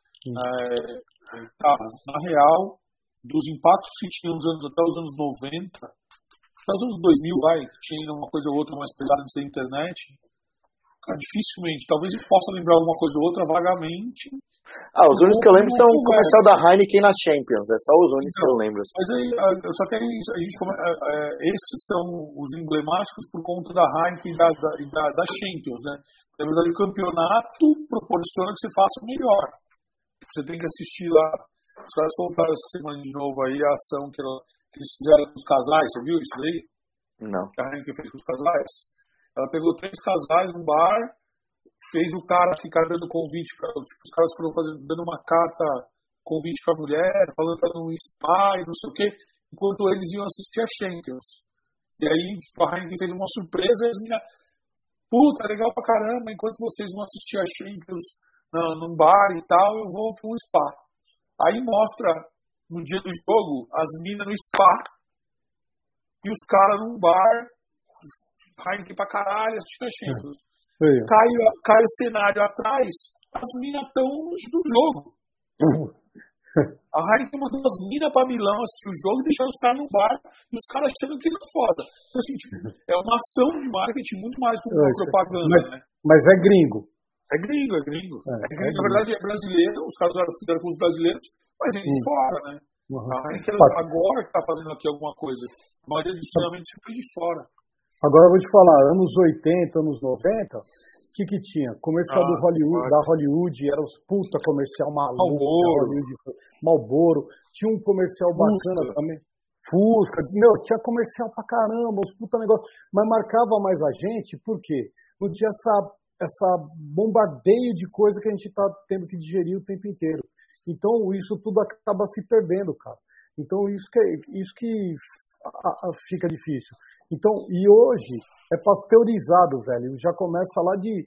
Na real, dos impactos que tinham até os anos 90, até os anos 2000, tinha uma coisa ou outra mais pesada de ser internet. Cara, dificilmente. Talvez eu possa lembrar alguma coisa ou outra vagamente. Os únicos que eu lembro são o comercial da Heineken na Champions. É só os únicos que eu lembro. Mas aí, só que esses são os emblemáticos por conta da Heineken e da Champions, né? Na verdade, o campeonato proporciona que você faça melhor. Você tem que assistir lá. Os caras soltaram essa semana de novo aí a ação que eles fizeram com os casais. Você viu isso daí? Não. Que a Heineken fez com os casais? Ela pegou 3 casais num bar, fez o cara ficar dando convite, os caras foram dando uma carta, convite pra mulher, falando que era um spa e não sei o quê, enquanto eles iam assistir a Champions. E aí a Heineken fez uma surpresa e as meninas, puta, legal pra caramba, enquanto vocês vão assistir a Champions num bar e tal, eu vou pra um spa. Aí mostra, no dia do jogo, as minas no spa e os caras num bar, Heineken pra caralho, assistindo a Champions. cai o cenário atrás, as minas estão no jogo. A Heineken mandou as minas pra Milão assistir o jogo e deixaram os caras no bar e os caras chegam aqui na foda. Então, assim, tipo, é uma ação de marketing muito mais que uma propaganda, né? Mas é gringo. É gringo. Na verdade, é brasileiro, os caras fizeram com os brasileiros, mas é de fora, né? A Heineken agora que tá fazendo aqui alguma coisa. A maioria dos treinamentos foi de fora. Agora eu vou te falar, anos 80, anos 90, o que tinha? Comercial do Hollywood, da Hollywood, era os puta comercial maluco. Marlboro. Tinha um comercial bacana também. Fusca. Tinha comercial pra caramba, os puta negócio. Mas marcava mais a gente, por quê? Não tinha essa bombardeio de coisa que a gente tá tendo que digerir o tempo inteiro. Então, isso tudo acaba se perdendo, cara. Então, isso que fica difícil. Então, e hoje é pasteurizado, velho. Já começa lá de...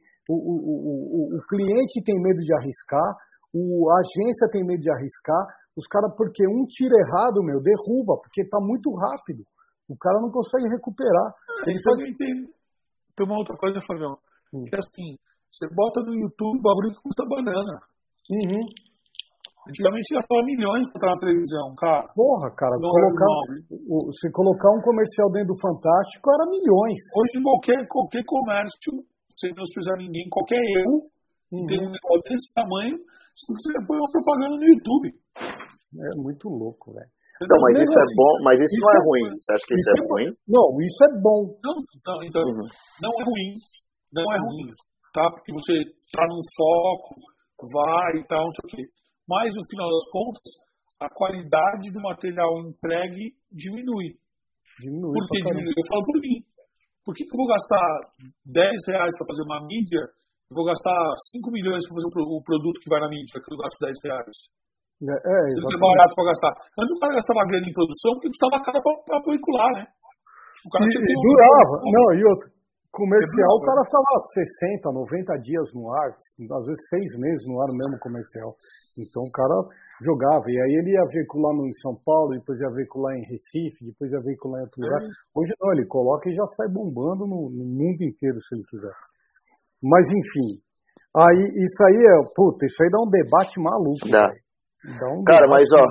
O cliente tem medo de arriscar, a agência tem medo de arriscar, os caras, porque um tiro errado, derruba, porque tá muito rápido. O cara não consegue recuperar. Tem uma outra coisa, Fabião, que é assim, você bota no YouTube o bagulho que custa banana. Antigamente ia falar milhões pra estar na televisão, cara. Porra, cara, se colocar um comercial dentro do Fantástico era milhões. Hoje qualquer comércio, sem menosprezar ninguém, qualquer erro, tem um negócio desse tamanho, você põe uma propaganda no YouTube. É muito louco, velho. Então, mas isso é bom, mas isso não é ruim. Você acha que isso é ruim? Não, isso é bom. Então, não é ruim. Não é ruim, tá? Porque você tá num foco, vai e tal, não sei o quê. Mas, no final das contas, a qualidade do material entregue diminui. Por que diminui? Eu falo por mim. Por que eu vou gastar R$10 para fazer uma mídia e vou gastar 5 milhões para fazer o produto que vai na mídia, que eu gasto R$10? Isso é barato para gastar. Antes o cara gastava grana em produção porque custava caro para veicular, né? O cara durava. Não, e outro. Comercial, o cara estava 60, 90 dias no ar, às vezes 6 meses no ar mesmo comercial. Então o cara jogava. E aí ele ia veicular em São Paulo, depois ia veicular em Recife, depois ia veicular em outro lugar. Hoje não, ele coloca e já sai bombando no mundo inteiro, se ele quiser. Mas enfim, isso aí dá um debate maluco. Dá cara, mas ó,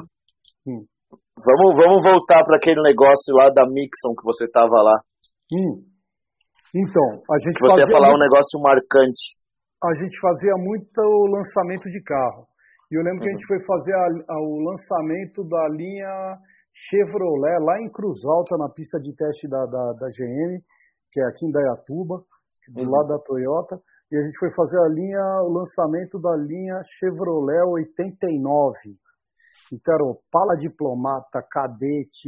vamos voltar para aquele negócio lá da Mixon que você tava lá. Então, a gente Você ia falar um negócio marcante. A gente fazia muito o lançamento de carro. E eu lembro que a gente foi fazer o lançamento da linha Chevrolet lá em Cruz Alta, na pista de teste da GM, que é aqui em Dayatuba, do lado da Toyota. E a gente foi fazer o lançamento da linha Chevrolet 89. Então era Opala Diplomata, Cadete,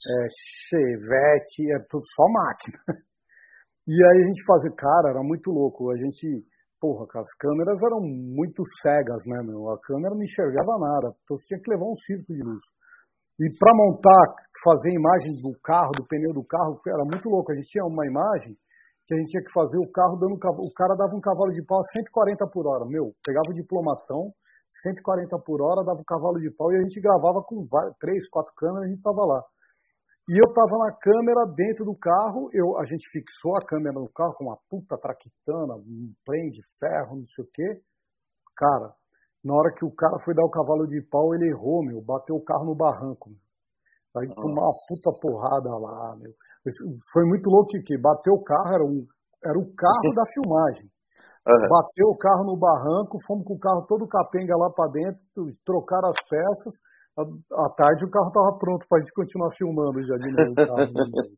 Chevette, tudo só máquina. E aí a gente fazia, cara, era muito louco. A gente, as câmeras eram muito cegas, né, meu? A câmera não enxergava nada. Então você tinha que levar um circo de luz. E para fazer imagens do carro, do pneu do carro, era muito louco. A gente tinha uma imagem que a gente tinha que fazer o carro o cara dava um cavalo de pau a 140 por hora. Pegava o diplomatão, 140 por hora, dava um cavalo de pau e a gente gravava com 3, 4 câmeras, a gente tava lá. E eu tava na câmera dentro do carro, a gente fixou a câmera no carro com uma puta traquitana, um trem de ferro, não sei o quê. Cara, na hora que o cara foi dar o cavalo de pau, ele errou, bateu o carro no barranco. Aí tomou uma puta porrada lá, Foi muito louco que bateu o carro, era o carro da filmagem. Bateu o carro no barranco, fomos com o carro todo capenga lá pra dentro, trocaram as peças. À tarde o carro estava pronto para a gente continuar filmando já de novo o carro.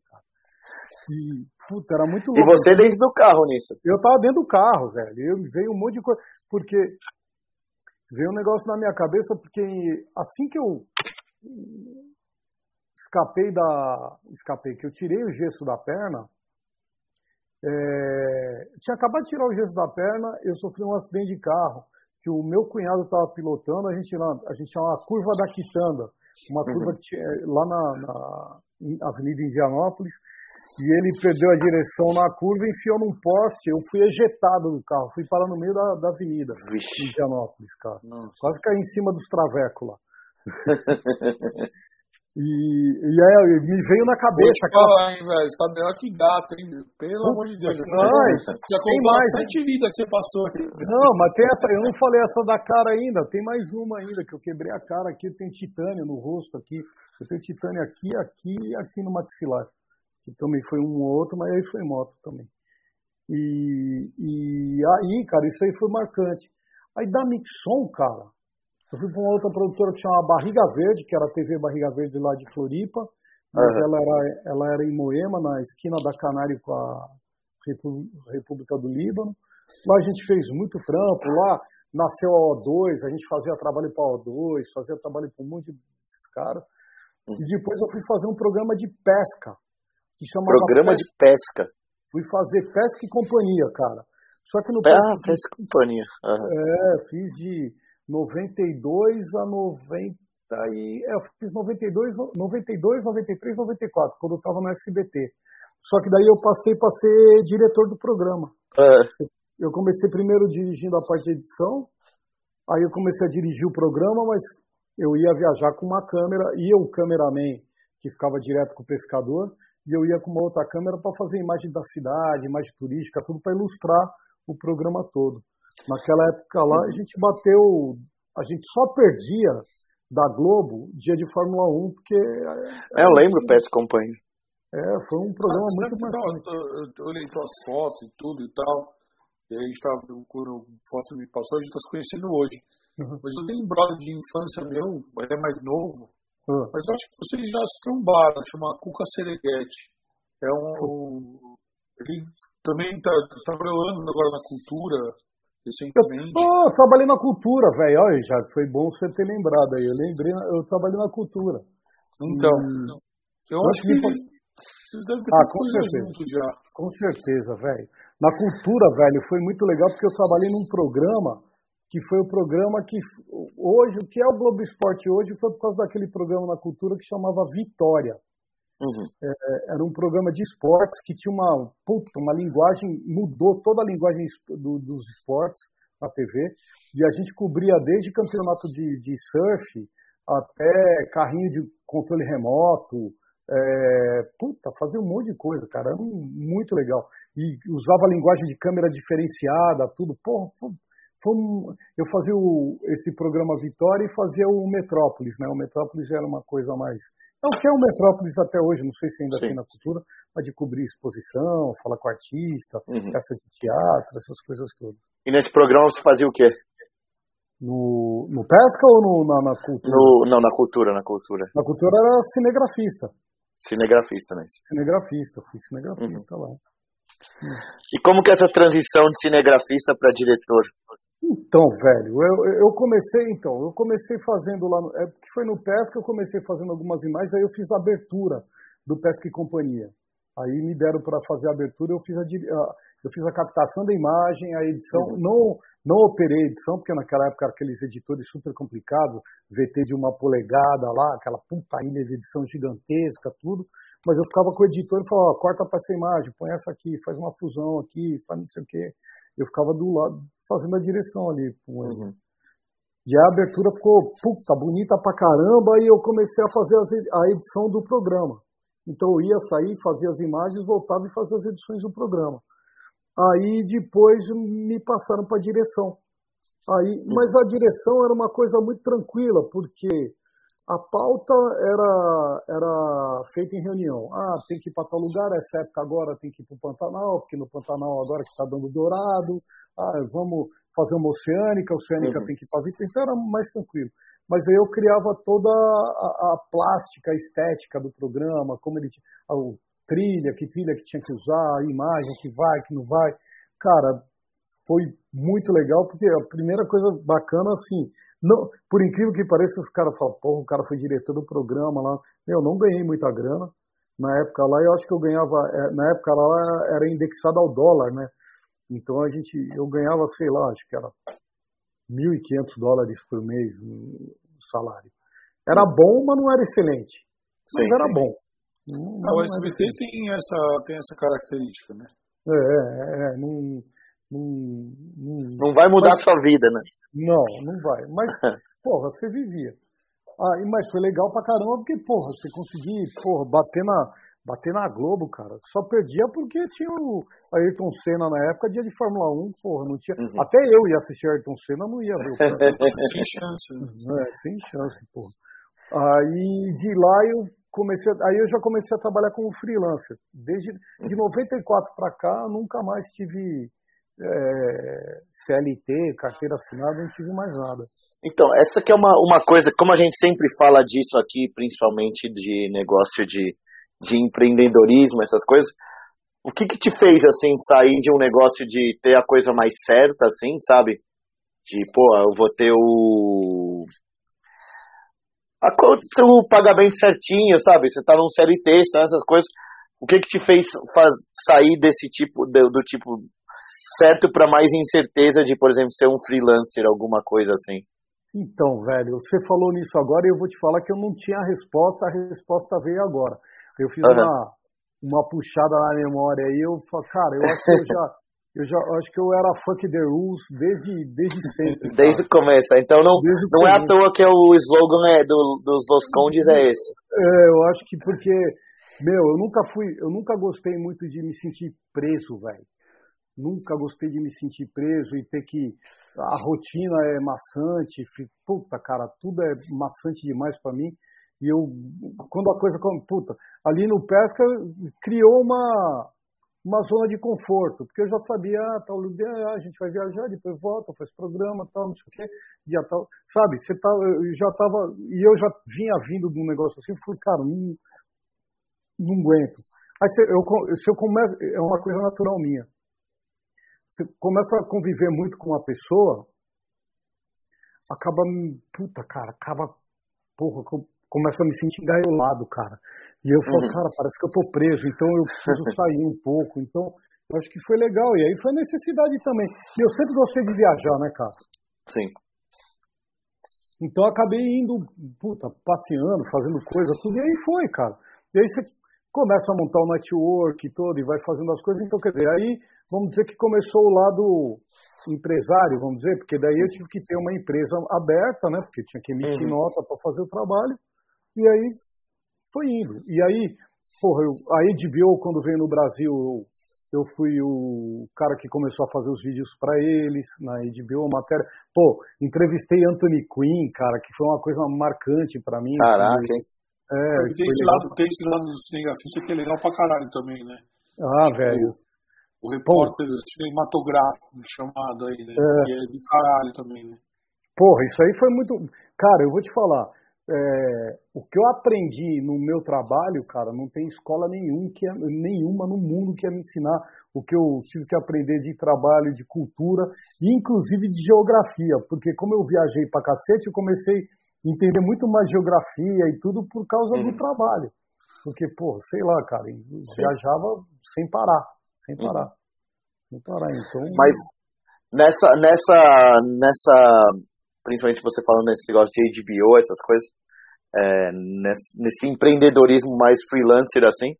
E, era muito louco. E você dentro do carro nisso? Eu estava dentro do carro, velho. Veio um monte de coisa. Porque veio um negócio na minha cabeça, porque assim que eu que eu tirei o gesso da perna, tinha acabado de tirar o gesso da perna, eu sofri um acidente de carro. Que o meu cunhado estava pilotando, a gente tinha uma curva da Quitanda, uma curva que tinha, lá na Avenida Indianópolis, e ele perdeu a direção na curva e enfiou num poste. Eu fui ejetado do carro, fui parar no meio da avenida Indianópolis, cara. Nossa. Quase caí em cima dos travecos lá. E aí me veio na cabeça. Falar, hein, velho? Você tá melhor que gato, hein? Pelo amor de Deus. Já contou as 7 vidas que você passou aqui. Não, mas tem essa, eu não falei essa da cara ainda, tem mais uma ainda, que eu quebrei a cara aqui, tem titânio no rosto aqui, eu tenho titânio aqui e aqui no maxilar, que também foi um ou outro, mas aí foi moto também. E aí, cara, isso aí foi marcante. Aí da Mixon, cara, eu fui para uma outra produtora que chama Barriga Verde, que era a TV Barriga Verde lá de Floripa, mas ela era em Moema, na esquina da Canário com a República do Líbano. Lá a gente fez muito trampo, lá nasceu a O2, a gente fazia trabalho para a O2, fazia trabalho para um monte desses caras. E depois eu fui fazer um programa de pesca, que chamava Programa de pesca? Fui fazer Pesca e Companhia, cara. Só que no Pesca e Companhia. Fiz de 92 a 90 eu fiz 92, 93, 94, quando eu estava no SBT. Só que daí eu passei para ser diretor do programa. Eu comecei primeiro dirigindo a parte de edição, aí eu comecei a dirigir o programa, mas eu ia viajar com uma câmera, ia o cameraman, que ficava direto com o pescador, e eu ia com uma outra câmera para fazer imagem da cidade, imagem turística, tudo para ilustrar o programa todo. Naquela época lá, a gente só perdia da Globo dia de Fórmula 1, porque... eu lembro o Pesca Companhia. Foi um programa muito marcante. Eu olhei suas fotos e tudo e tal, e a gente estava, quando o Fóssil me passou, a gente está se conhecendo hoje. Mas eu tenho um brother de infância meu, ele é mais novo, mas eu acho que vocês já se trombaram, chama Cuca Sereguete. Ele também está trabalhando agora na cultura, recentemente. Eu trabalhei na cultura, velho. Olha, já foi bom você ter lembrado aí. Eu trabalhei na cultura. Então, eu acho que vocês devem ter feito coisa juntos já. Com certeza, velho. Na cultura, velho, foi muito legal porque eu trabalhei num programa que foi o programa que hoje, o que é o Globo Esporte hoje, foi por causa daquele programa na cultura que chamava Vitória. Era um programa de esportes que tinha uma linguagem, mudou toda a linguagem dos esportes na TV, e a gente cobria desde campeonato de surf até carrinho de controle remoto, fazia um monte de coisa, cara, era muito legal. E usava linguagem de câmera diferenciada, tudo. Eu fazia esse programa Vitória e fazia o Metrópolis, né? O Metrópolis era uma coisa mais... É o que é o Metrópolis até hoje, não sei se ainda tem na cultura, mas de cobrir exposição, falar com artista, peça de teatro, essas coisas todas. E nesse programa você fazia o quê? No Pesca ou na cultura? Não, na cultura. Na cultura era cinegrafista. Cinegrafista, né? Fui cinegrafista lá. E como que é essa transição de cinegrafista para diretor? Então, velho, eu comecei fazendo lá, que foi no Pesca, eu comecei fazendo algumas imagens, aí eu fiz a abertura do Pesca e Companhia. Aí me deram para fazer a abertura, eu fiz a captação da imagem, a edição, não operei a edição, porque naquela época eram aqueles editores super complicados, VT de 1 polegada lá, aquela puta ilha de edição gigantesca, tudo, mas eu ficava com o editor e falava, corta para essa imagem, põe essa aqui, faz uma fusão aqui, faz não sei o quê. Eu ficava do lado, fazendo a direção ali com ele. E a abertura ficou, bonita pra caramba, e eu comecei a fazer a edição do programa. Então eu ia sair, fazia as imagens, voltava e fazia as edições do programa. Aí depois me passaram para a direção. Mas a direção era uma coisa muito tranquila, porque a pauta era feita em reunião. Tem que ir para tal lugar, essa época agora tem que ir para o Pantanal, porque no Pantanal agora que está dando dourado. Vamos fazer uma oceânica tem que ir para Vitória. Então era mais tranquilo. Mas aí eu criava toda a plástica, a estética do programa, como ele tinha, que trilha que tinha que usar, a imagem que vai, que não vai. Cara, foi muito legal, porque a primeira coisa bacana, assim, não, por incrível que pareça, os caras falam, o cara foi diretor do programa lá. Eu não ganhei muita grana. Na época lá, eu acho que eu ganhava, na época lá era indexado ao dólar, né? Então eu ganhava, sei lá, acho que era $1.500 por mês no salário. Era bom, mas não era excelente. Mas era bom. O SBT tem essa característica, né? Não vai mudar a sua vida, né? Não vai. Mas, porra, você vivia. Mas foi legal pra caramba, porque, porra, você conseguir, porra, bater na Globo, cara. Só perdia porque tinha o Ayrton Senna na época, dia de Fórmula 1, porra, não tinha. Uhum. Até eu ia assistir Ayrton Senna, não ia ver o cara. Sem chance. Sem chance, porra. Aí de lá aí eu já comecei a trabalhar como freelancer. De 94 pra cá, nunca mais tive CLT, carteira assinada, não tive mais nada. Então, essa que é uma coisa, como a gente sempre fala disso aqui, principalmente de negócio de empreendedorismo, essas coisas, o que te fez, assim, sair de um negócio de ter a coisa mais certa, assim, sabe? De, pô, eu vou ter o pagamento certinho, sabe? Você tá num CLT, essas coisas. O que te fez sair desse tipo, do tipo certo para mais incerteza de, por exemplo, ser um freelancer, alguma coisa assim? Então, velho, você falou nisso agora e eu vou te falar que eu não tinha a resposta veio agora. Eu fiz uma puxada na memória aí, eu falei, cara, eu acho que eu acho que eu era fuck the rules desde sempre. Desde o começo, então não é à toa que o slogan dos Los Condes é esse. Eu acho que porque, eu nunca gostei muito de me sentir preso, velho. Nunca gostei de me sentir preso e ter que... A rotina é maçante, puta, cara, tudo é maçante demais pra mim. E quando a coisa... Puta, ali no Pesca criou uma zona de conforto, porque eu já sabia, tal dia a gente vai viajar, depois volta, faz programa, tal, não sei o quê, dia tal, sabe, eu já tava, e eu já vinha vindo de um negócio assim, fui, cara, não aguento. Aí se eu começo, é uma coisa natural minha, você começa a conviver muito com uma pessoa, começa a me sentir engaiolado, cara. E eu falo, cara, parece que eu tô preso, então eu preciso sair um pouco. Então, eu acho que foi legal. E aí foi necessidade também. E eu sempre gostei de viajar, né, cara? Sim. Então, eu acabei indo, passeando, fazendo coisa, tudo. E aí foi, cara. E aí você começa a montar o network todo e vai fazendo as coisas. Então, quer dizer, aí, vamos dizer que começou o lado empresário, vamos dizer, porque daí eu tive que ter uma empresa aberta, né? Porque tinha que emitir nota para fazer o trabalho. E aí foi indo. E aí, a HBO, quando veio no Brasil, eu fui o cara que começou a fazer os vídeos para eles, na HBO, matéria. Entrevistei Anthony Quinn, cara, que foi uma coisa marcante para mim. Caraca, hein? Tem esse lado do cinegrafista que é legal pra caralho também, né? Velho. O repórter cinematográfico chamado aí, né? E é do caralho também, né? Isso aí foi muito... Cara, eu vou te falar... o que eu aprendi no meu trabalho, cara, não tem escola nenhuma no mundo que ia me ensinar o que eu tive que aprender de trabalho, de cultura, e inclusive de geografia, porque como eu viajei pra cacete, eu comecei a entender muito mais geografia e tudo por causa do trabalho. Porque, sei lá, cara, viajava sem parar. Então... Mas nessa principalmente você falando nesse negócio de HBO, essas coisas, nesse empreendedorismo mais freelancer assim,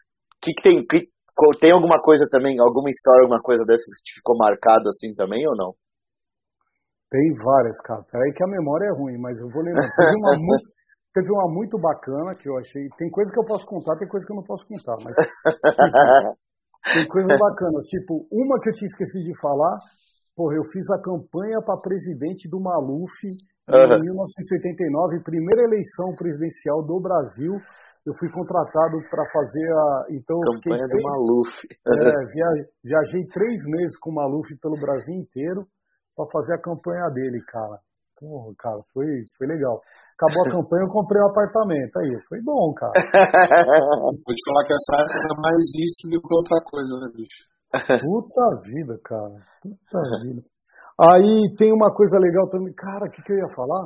tem alguma coisa também, alguma história, alguma coisa dessas que te ficou marcado assim também ou não? Tem várias, cara. Peraí que a memória é ruim, mas eu vou lembrar. Teve uma muito bacana que eu achei. Tem coisa que eu posso contar, tem coisa que eu não posso contar, mas tem coisa bacana. Tipo, uma que eu tinha esquecido de falar. Eu fiz a campanha para presidente do Maluf em 1989, primeira eleição presidencial do Brasil. Eu fui contratado para fazer Então, campanha do Maluf. Viajei 3 meses com o Maluf pelo Brasil inteiro para fazer a campanha dele, cara. Cara, foi legal. Acabou a campanha, eu comprei um apartamento. Aí, foi bom, cara. Vou te falar que essa época era mais isso do que outra coisa, né, bicho? Puta vida, cara. Puta vida. Aí tem uma coisa legal também. Cara, o que eu ia falar?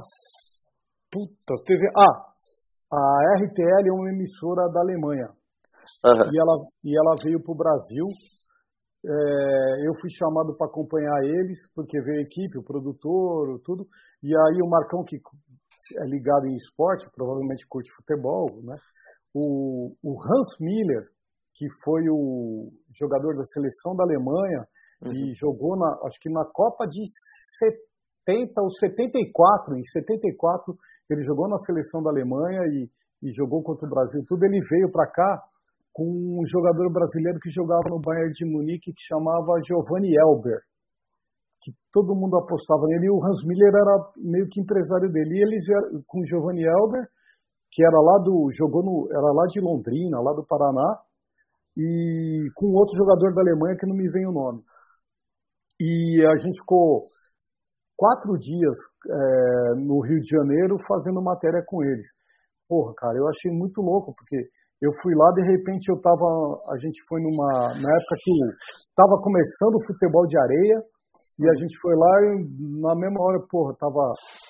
A RTL é uma emissora da Alemanha. E ela veio pro Brasil. Eu fui chamado para acompanhar eles, porque veio a equipe, o produtor, tudo. E aí o Marcão, que é ligado em esporte, provavelmente curte futebol, né? O Hans Miller, que foi o jogador da seleção da Alemanha e jogou, acho que na Copa de 70 ou 74. Em 74, ele jogou na seleção da Alemanha e jogou contra o Brasil, tudo. Ele veio para cá com um jogador brasileiro que jogava no Bayern de Munique, que chamava Giovanni Elber, que todo mundo apostava nele, e o Hans Miller era meio que empresário dele. E eles vieram com o Giovanni Elber, que era era lá de Londrina, lá do Paraná, e com outro jogador da Alemanha que não me vem o nome. E a gente ficou 4 dias no Rio de Janeiro fazendo matéria com eles. Porra, cara, eu achei muito louco, porque eu fui lá, de repente a gente foi na época que estava começando o futebol de areia, e a gente foi lá e na mesma hora, porra, tava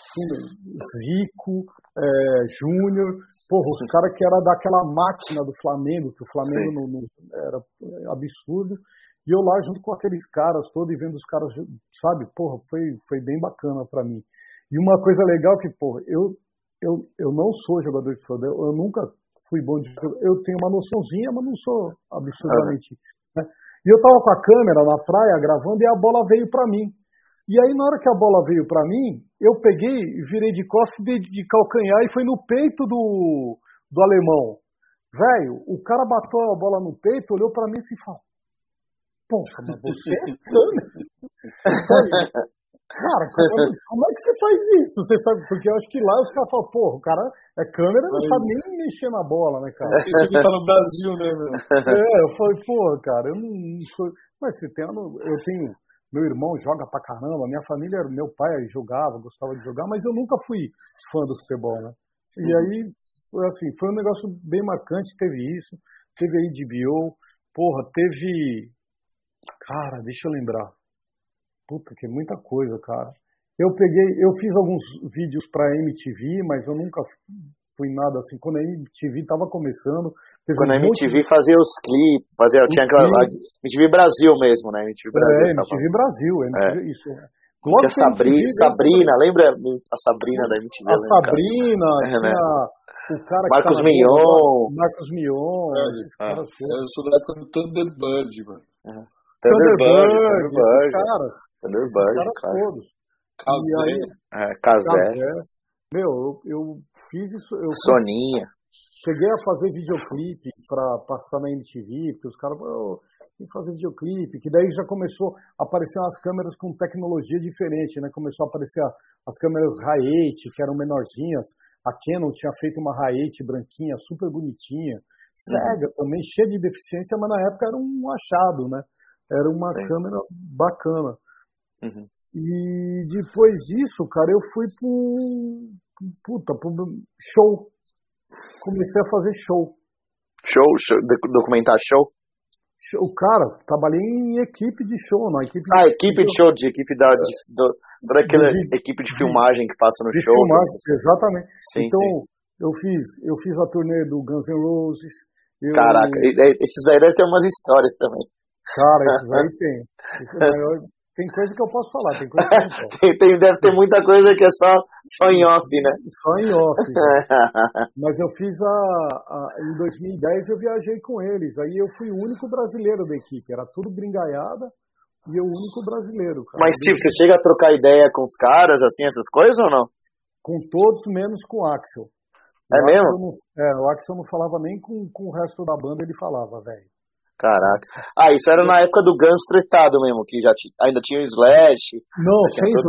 Zico, Júnior, porra, os caras que era daquela máquina do Flamengo, que o Flamengo não era absurdo, e eu lá junto com aqueles caras todos e vendo os caras, sabe, porra, foi bem bacana pra mim. E uma coisa legal que, porra, eu não sou jogador de futebol, eu nunca fui bom de futebol, eu tenho uma noçãozinha, mas não sou absurdamente, né? E eu tava com a câmera na praia gravando e a bola veio pra mim. E aí na hora que a bola veio pra mim, eu peguei, virei de costas de calcanhar e foi no peito do alemão. Velho, o cara bateu a bola no peito, olhou pra mim assim e falou: "Poxa, mas você é câmera." Cara, como é que você faz isso? Você sabe, porque eu acho que lá os caras falam, porra, o cara é câmera e não sabe nem mexer na bola, né, cara? Isso aqui tá no Brasil, né, meu? Eu falei, porra, cara, eu não sou. Mas eu tenho. Meu irmão joga pra caramba, minha família, meu pai jogava, gostava de jogar, mas eu nunca fui fã do futebol, né? E aí, assim, foi um negócio bem marcante, teve isso, teve a HBO, porra, teve. Cara, deixa eu lembrar. Puta, que muita coisa, cara. Eu fiz alguns vídeos pra MTV, mas eu nunca fui nada assim. Quando a MTV tava começando... Quando a MTV fazia os clipes, tinha aquela MTV Brasil mesmo, né? MTV Brasil. MTV Brasil, isso. Tinha Sabrina, lembra a Sabrina da MTV? A Sabrina, tinha o cara Marcos Mion. Marcos Mion, esses caras todos. Eu sou da época do Thunderbird, mano. Thunderbird, Thunderbird, todos. Casé. Meu, eu fiz isso. Soninha. Cheguei a fazer videoclipe pra passar na MTV, porque os caras tem que fazer videoclipe, que daí já começou a aparecer umas câmeras com tecnologia diferente, né? Começou a aparecer as câmeras Hi8, que eram menorzinhas. A Canon tinha feito uma Hi8 branquinha, super bonitinha. Sega também, cheia de deficiência, mas na época era um achado, né? Era uma câmera bacana. Uhum. E depois disso, cara, eu fui pro show. Comecei a fazer show. Documentar show? Cara, trabalhei em equipe de show, na equipe equipe de show, toda aquela equipe de filmagem que passa no show. Filmagem, exatamente. Sim, então, sim. eu fiz a turnê do Guns N' Roses. Caraca, esses aí devem ter umas histórias também. Cara, esses aí tem. Tem coisa que eu posso falar, tem coisa que eu não posso. Deve ter muita coisa que é só em off, né? Só em off. Mas eu fiz em 2010 eu viajei com eles. Aí eu fui o único brasileiro da equipe. Era tudo gringaiada e eu o único brasileiro, cara. Mas, tipo, você chega a trocar ideia com os caras, assim, essas coisas ou não? Com todos, menos com o Axel. Mesmo? O Axel não falava nem com o resto da banda, ele falava, velho. Caraca. Isso era na época do Guns tretado mesmo, que ainda tinha o Slash. Não,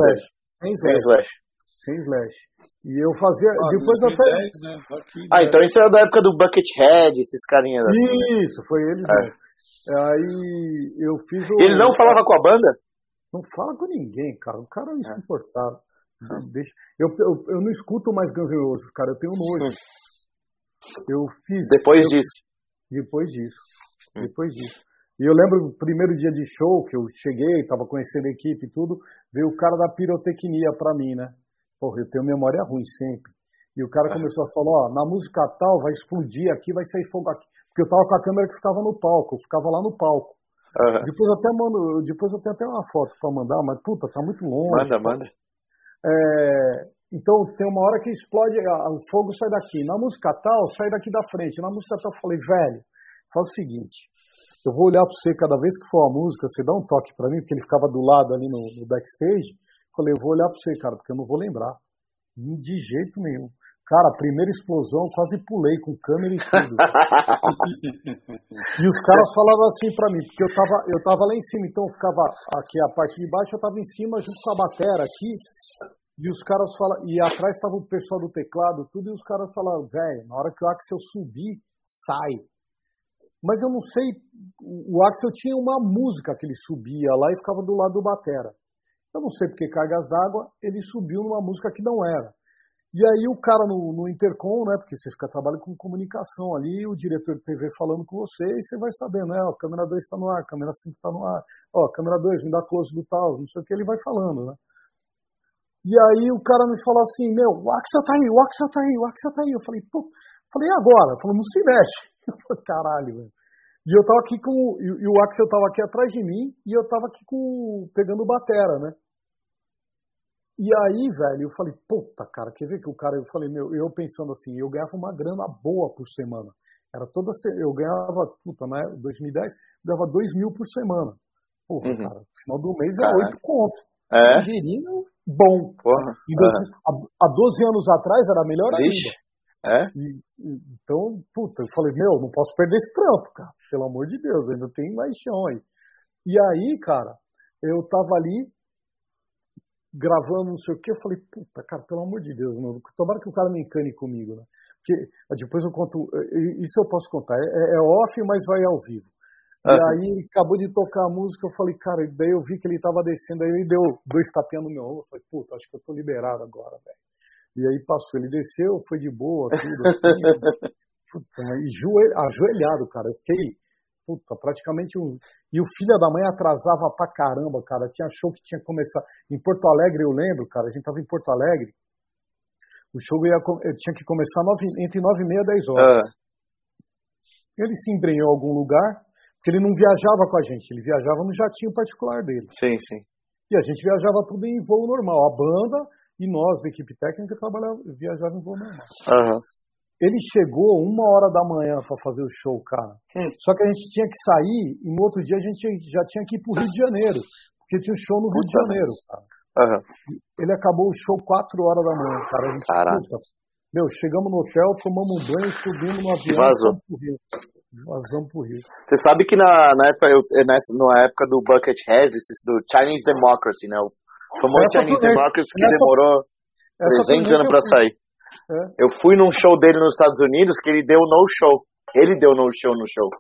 sem Slash. E eu fazia... depois 2010, até... né? Aqui, então isso era da época do Buckethead, esses carinhas assim. Isso, foi eles mesmo. Aí eu fiz o... Ele não falava com a banda? Não fala com ninguém, cara. O cara é insuportável. Eu não escuto mais Guns N' Roses, cara. Eu tenho nojo. Eu fiz... Depois disso. E eu lembro do primeiro dia de show, que eu cheguei, tava conhecendo a equipe e tudo, veio o cara da pirotecnia pra mim, né? Porra, eu tenho memória ruim sempre. E o cara começou a falar, na música tal, vai explodir aqui, vai sair fogo aqui. Porque eu tava com a câmera que ficava no palco, eu ficava lá no palco. Depois eu tenho até uma foto pra mandar, mas puta, tá muito longe. Manda. Então tem uma hora que explode, o fogo sai daqui. Na música tal, sai daqui da frente. Na música tal, eu falei, velho, faz o seguinte, eu vou olhar pra você cada vez que for a música, você dá um toque pra mim, porque ele ficava do lado ali no backstage. Falei, eu vou olhar pra você, cara, porque eu não vou lembrar. De jeito nenhum. Cara, a primeira explosão, quase pulei com câmera e tudo. E os caras falavam assim pra mim, porque eu tava lá em cima, então eu ficava aqui, a parte de baixo, eu tava em cima junto com a batera aqui, e os caras falavam, e atrás tava o pessoal do teclado, tudo, e os caras falavam, velho, na hora que o Axel subir, sai. Mas eu não sei, o Axel tinha uma música que ele subia lá e ficava do lado do batera. Eu não sei porque cargas d'água, ele subiu numa música que não era. E aí o cara no intercom, né, porque você fica trabalhando com comunicação ali, o diretor de TV falando com você, e você vai sabendo, né, ó, câmera 2 está no ar, câmera 5 está no ar, ó, câmera 2, me dá close do tal, não sei o que, ele vai falando, né. E aí o cara me falou assim, meu, o Axel tá aí, o Axel tá aí, o Axel tá aí. Eu falei, pô, falei, e agora? Ele falou, não se mexe. Eu falei, caralho, velho. E eu tava aqui e o Axel tava aqui atrás de mim, e eu tava aqui pegando batera, né. E aí, velho, eu falei, puta, cara, quer ver que o cara, eu falei, meu, eu pensando assim, eu ganhava uma grana boa por semana. Era eu ganhava, puta, né, 2010, eu ganhava 2.000 por semana. Porra, cara, no final do mês é 8 contos. Um dinheirinho bom. Porra. Há 12 anos atrás era melhor ainda. Então, puta, eu falei, meu, não posso perder esse trampo, cara. Pelo amor de Deus, ainda tem mais chão aí. E aí, cara, eu tava ali, gravando, não sei o que, eu falei, puta, cara, pelo amor de Deus, meu, tomara que o cara me encane comigo, né? Porque depois eu conto, isso eu posso contar, é off, mas vai ao vivo. E aí ele acabou de tocar a música, eu falei, cara, daí eu vi que ele tava descendo, aí ele deu 2 tapinhas no meu ombro, eu falei, puta, acho que eu tô liberado agora, velho. E aí passou, ele desceu, foi de boa, tudo assim, puta, e ajoelhado, cara, eu fiquei, puta, praticamente E o filho da mãe atrasava pra caramba, cara. Tinha show que tinha que começar. Em Porto Alegre, eu lembro, cara, a gente tava em Porto Alegre. O show tinha que começar entre 9h30 e 10 horas. Ele se embrenhou em algum lugar, porque ele não viajava com a gente, ele viajava no jatinho particular dele. Sim, sim. E a gente viajava tudo em voo normal. A banda e nós, da equipe técnica, viajava em voo normal. Ele chegou 1h da manhã para fazer o show, cara. Só que a gente tinha que sair e no outro dia a gente já tinha que ir pro Rio de Janeiro, porque tinha um show no Rio de Janeiro, cara. Ele acabou o show 4h da manhã, cara. A gente, meu, chegamos no hotel, tomamos um banho, subimos no avião e vazamos pro Rio. Você sabe que na época do Buckethead, do Chinese Democracy, né? O famoso Chinese Democracy que demorou 300 anos para sair. Eu fui num show dele nos Estados Unidos que ele deu no-show. Ele deu no-show no show.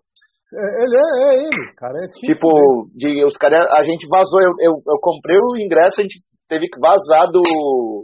Ele, cara. Os caras, a gente vazou. Eu comprei o ingresso, a gente teve que vazar do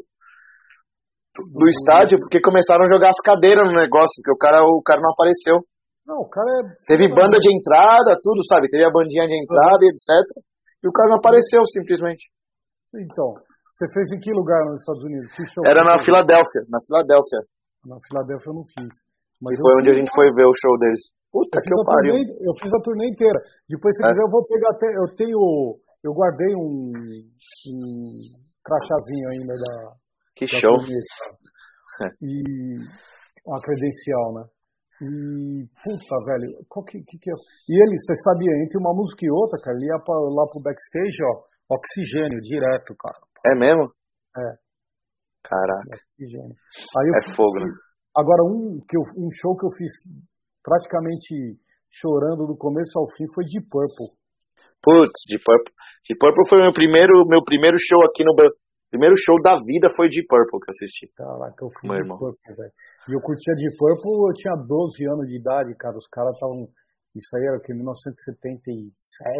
estádio porque começaram a jogar as cadeiras no negócio, porque o cara não apareceu. Não, o cara Teve banda de entrada, tudo, sabe? Teve a bandinha de entrada e etc. E o cara não apareceu, simplesmente. Então. Você fez em que lugar nos Estados Unidos? Era na Filadélfia. Na Filadélfia eu não fiz. Mas foi onde a gente foi ver o show deles. Puta que pariu. Eu fiz a turnê inteira. Depois, se quiser, eu vou pegar até... Eu guardei um crachazinho ainda da... Que show. Turnê, e uma credencial, né? E... Puta, velho. Qual que é? E ele, você sabia, entre uma música e outra, cara, ele ia lá pro backstage, ó, oxigênio, direto, cara. É mesmo? É. Caraca. Aí fogo, né? Agora, um show que eu fiz praticamente chorando do começo ao fim foi Deep Purple. Putz, Deep Purple. Deep Purple foi meu primeiro show aqui no... Primeiro show da vida foi Deep Purple que eu assisti. Caraca, eu fui Deep Purple, velho. E eu curtia Deep Purple, eu tinha 12 anos de idade, cara. Os caras estavam... Isso aí era o que? 1977,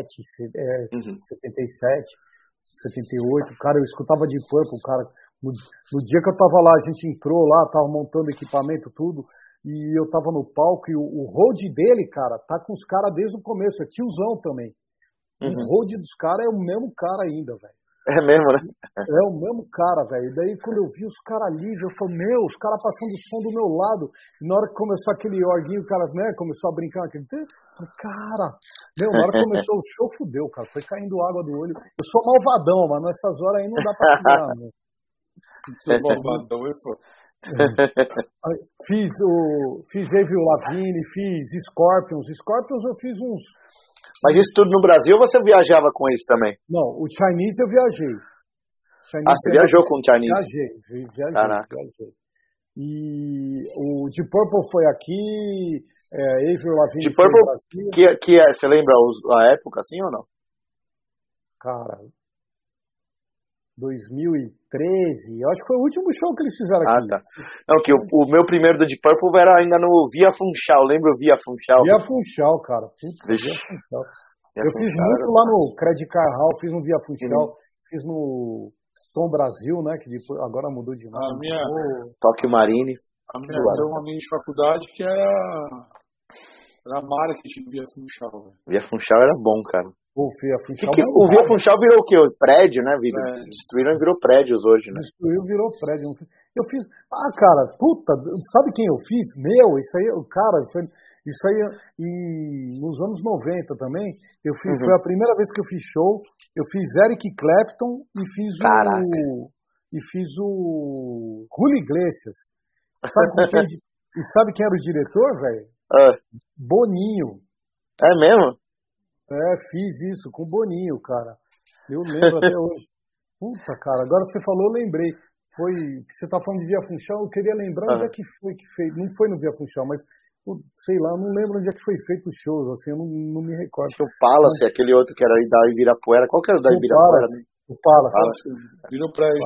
77... 78, cara, eu escutava Deep Purple, cara, no dia que eu tava lá, a gente entrou lá, tava montando equipamento, tudo, e eu tava no palco, e o road dele, cara, tá com os caras desde o começo, é tiozão também. O road dos caras é o mesmo cara ainda, velho. É mesmo, né? É o mesmo cara, velho. Daí quando eu vi os caras ali, eu falei, meu, os caras passando o som do meu lado. E na hora que começou aquele orguinho, o cara, né, começou a brincar aquele... Cara, meu, na hora que começou o show, fudeu, cara. Foi caindo água do olho. Eu sou malvadão, mas nessas horas aí não dá pra segurar, meu. Sou malvadão, eu sou. Fiz Avril Lavigne, fiz Scorpions. Scorpions eu fiz uns... Mas isso tudo no Brasil ou você viajava com eles também? Não, o Chinese eu viajei. Você viajou com o Chinese? Viajei. E o Deep Purple foi aqui, Avril Lavigne Deep foi no Purple, Brasil. você lembra a época, assim, ou não? Cara, 2013, eu acho que foi o último show que eles fizeram aqui. Tá. Não, que o meu primeiro do Deep Purple era ainda no Via Funchal, lembra o Via Funchal? Via Funchal, cara. Via Funchal. Eu fiz muito lá no Credit Car Hall, fiz no Via Funchal, fiz no Tom Brasil, né, que depois, agora mudou de nome. Tóquio Marine. A minha uma amiga de faculdade que era marketing do Via Funchal. Via Funchal era bom, cara. O Via Funchal, o Via Funchal virou o quê? O prédio, né? Destruíram e virou prédios hoje, né? Destruiu, virou prédio. Eu fiz... cara, puta, sabe quem eu fiz? Isso aí, cara, isso aí nos anos 90 também, eu fiz, foi a primeira vez que eu fiz show, eu fiz Eric Clapton e fiz o Julio Iglesias. Sabe quem era o diretor, velho? Boninho. É mesmo? Fiz isso com o Boninho, cara. Eu lembro até hoje. Puta, cara, agora você falou, eu lembrei. Você tá falando de Via Funchal, eu queria lembrar onde é que foi que fez. Não foi no Via Funchal, mas sei lá, não lembro onde é que foi feito os shows, assim, eu não me recordo. Acho que o Palace, aquele outro que era da Ibirapuera. Qual que era o da Ibirapuera? O Palace. Virou prédio.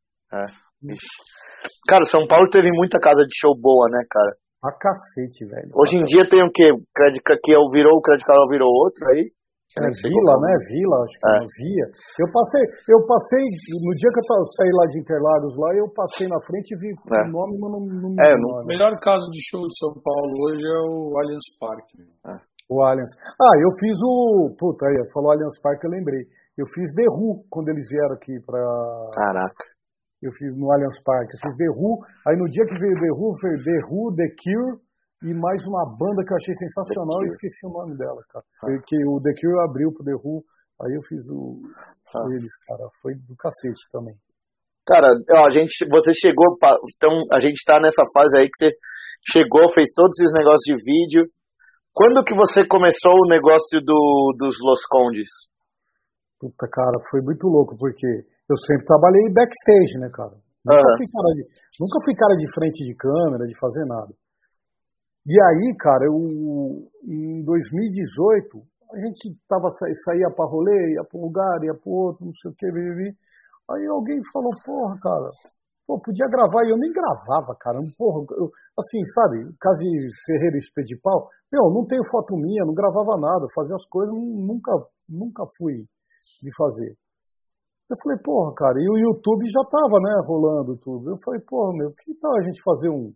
Cara, São Paulo teve muita casa de show boa, né, cara? A cacete, velho. Hoje em dia tem o quê? O Credit Card virou outro aí? Vila, né? Vila, acho que é Via. Eu passei, no dia que eu saí lá de Interlagos, lá, eu passei na frente e vi o nome, mas não me lembro. O melhor caso de show de São Paulo hoje é o Allianz Parque. O Allianz. Eu fiz puta, aí, falou Allianz Parque, eu lembrei. Eu fiz The Who, quando eles vieram aqui pra... Caraca. Eu fiz no Allianz Parque. Eu fiz The Who, aí no dia que veio The Who, foi The Who, The Cure, e mais uma banda que eu achei sensacional, eu esqueci o nome dela, cara. Que o The Cure abriu pro The Who, aí eu fiz eles, cara. Foi do cacete também. Cara, você chegou, então a gente tá nessa fase aí que você chegou, fez todos esses negócios de vídeo. Quando que você começou o negócio dos Los Condes? Puta, cara, foi muito louco, porque eu sempre trabalhei backstage, né, cara? Nunca fui cara de frente de câmera, de fazer nada. E aí, cara, em 2018, a gente saía pra rolê, ia pra um lugar, ia pro outro, não sei o que, aí alguém falou, porra, cara, podia gravar, e eu nem gravava, cara, porra, assim, sabe, Case Ferreira Espelho de Pau, não tenho foto minha, não gravava nada, fazia as coisas, nunca fui de fazer. Eu falei, porra, cara, e o YouTube já tava, né, rolando tudo. Eu falei, porra, que tal a gente fazer um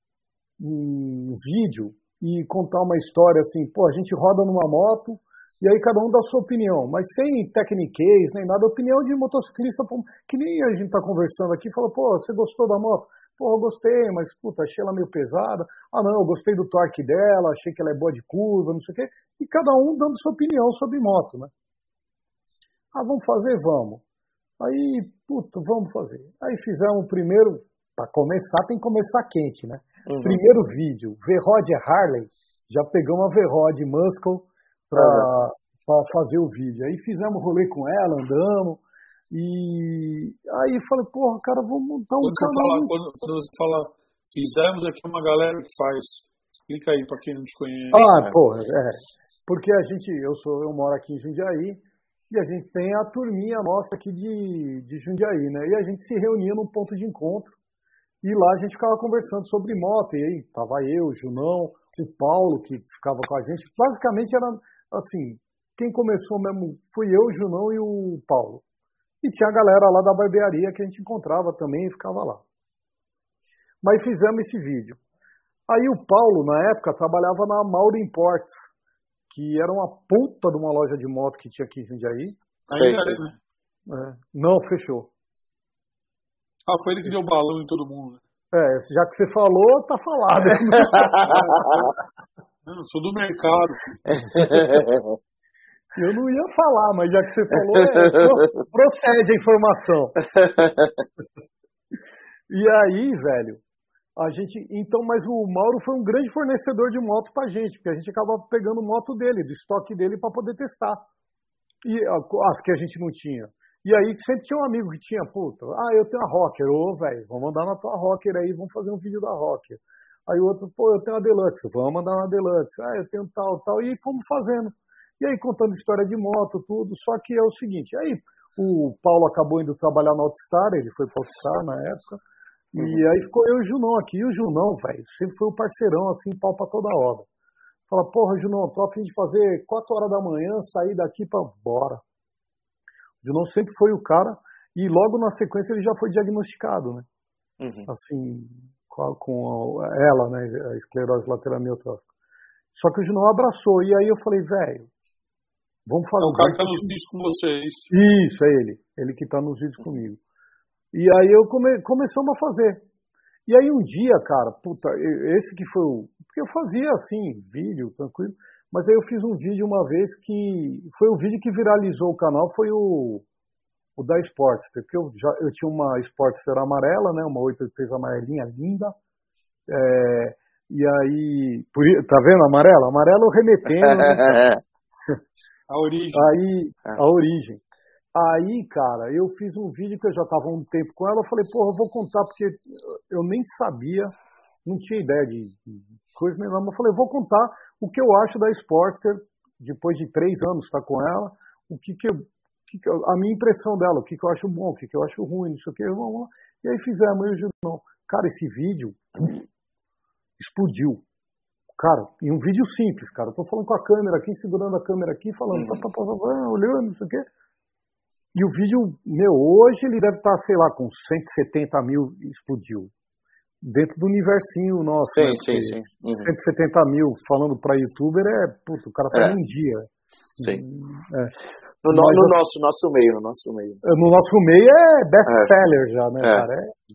vídeo e contar uma história assim, a gente roda numa moto e aí cada um dá a sua opinião, mas sem techniquez, nem nada, opinião de motociclista, que nem a gente tá conversando aqui, fala, você gostou da moto? Eu gostei, mas, achei ela meio pesada. Não, eu gostei do torque dela, achei que ela é boa de curva, não sei o quê, e cada um dando sua opinião sobre moto, né? Vamos fazer? Vamos. Aí, vamos fazer. Aí fizemos o primeiro, para começar, tem que começar quente, né? Primeiro vídeo, V-Rod Harley, já pegamos a V-Rod Muscle para fazer o vídeo. Aí fizemos rolê com ela, andamos, e aí falei, porra, cara, vamos montar um canal. Quando você fala, fizemos aqui uma galera que faz, explica aí para quem não te conhece. Porque eu moro aqui em Jundiaí, e a gente tem a turminha nossa aqui de Jundiaí, né? E a gente se reunia num ponto de encontro. E lá a gente ficava conversando sobre moto. E aí tava eu, o Junão, o Paulo, que ficava com a gente. Basicamente era assim, quem começou mesmo foi eu, o Junão e o Paulo. E tinha a galera lá da barbearia que a gente encontrava também e ficava lá. Mas fizemos esse vídeo. Aí o Paulo, na época, trabalhava na Mauro Imports, que era uma puta de uma loja de moto que tinha aqui em Jundiaí. Não, fechou. Foi ele que deu balão em todo mundo, né? Já que você falou, tá falado. Eu sou do mercado. Eu não ia falar, mas já que você falou, procede a informação. E aí, velho, mas o Mauro foi um grande fornecedor de moto pra gente, porque a gente acabava pegando moto dele, do estoque dele, para poder testar. E as que a gente não tinha. E aí sempre tinha um amigo que tinha, puta, eu tenho uma Rocker, velho, vamos mandar na tua Rocker aí, vamos fazer um vídeo da Rocker. Aí o outro, eu tenho uma Deluxe, vamos mandar uma Deluxe. Eu tenho tal, e fomos fazendo. E aí contando história de moto, tudo, só que é o seguinte, aí o Paulo acabou indo trabalhar na Outstar, ele foi pra Outstar na época, e aí ficou eu e o Junão aqui, e o Junão, velho, sempre foi um parceirão, assim, pau pra toda hora. Fala, porra, Junão, tô a fim de fazer 4 horas da manhã, sair daqui pra bora. O Junão sempre foi o cara, e logo na sequência ele já foi diagnosticado, né? Assim, com ela, né, a esclerose lateral amiotrófica. Só que o Junão abraçou, e aí eu falei, velho, vamos fazer... É o cara que tá nos vídeos com vocês. Isso, é ele que tá nos vídeos comigo. E aí eu começamos a fazer. E aí um dia, cara, puta, esse que foi o... Porque eu fazia, assim, vídeo, tranquilo, mas aí eu fiz um vídeo uma vez que... Foi o vídeo que viralizou o canal, foi o da Sportster, porque eu tinha uma Sportster amarela, né, uma 883 amarelinha, linda, e aí... Tá vendo, amarela? Amarelo remetendo, né? A origem. Aí, a origem. Aí, cara, eu fiz um vídeo que eu já estava há um tempo com ela, eu falei, porra, eu vou contar, porque eu nem sabia, não tinha ideia de coisa nenhuma, mas eu falei, vou contar o que eu acho da Sportster, depois de 3 anos estar com ela, a minha impressão dela, o que eu acho bom, o que eu acho ruim, não sei o que, e aí fizemos, eu e o Junão. Cara, esse vídeo explodiu. Cara, em um vídeo simples, cara, eu tô falando com a câmera aqui, segurando a câmera aqui, falando, olhando, não sei o que. E o vídeo, hoje ele deve estar, sei lá, com 170 mil, explodiu. Dentro do universinho nosso. Sim, né? sim. 170 mil falando pra youtuber o cara tá em um dia. Sim. No nosso meio. No nosso meio é best-seller já, né, cara?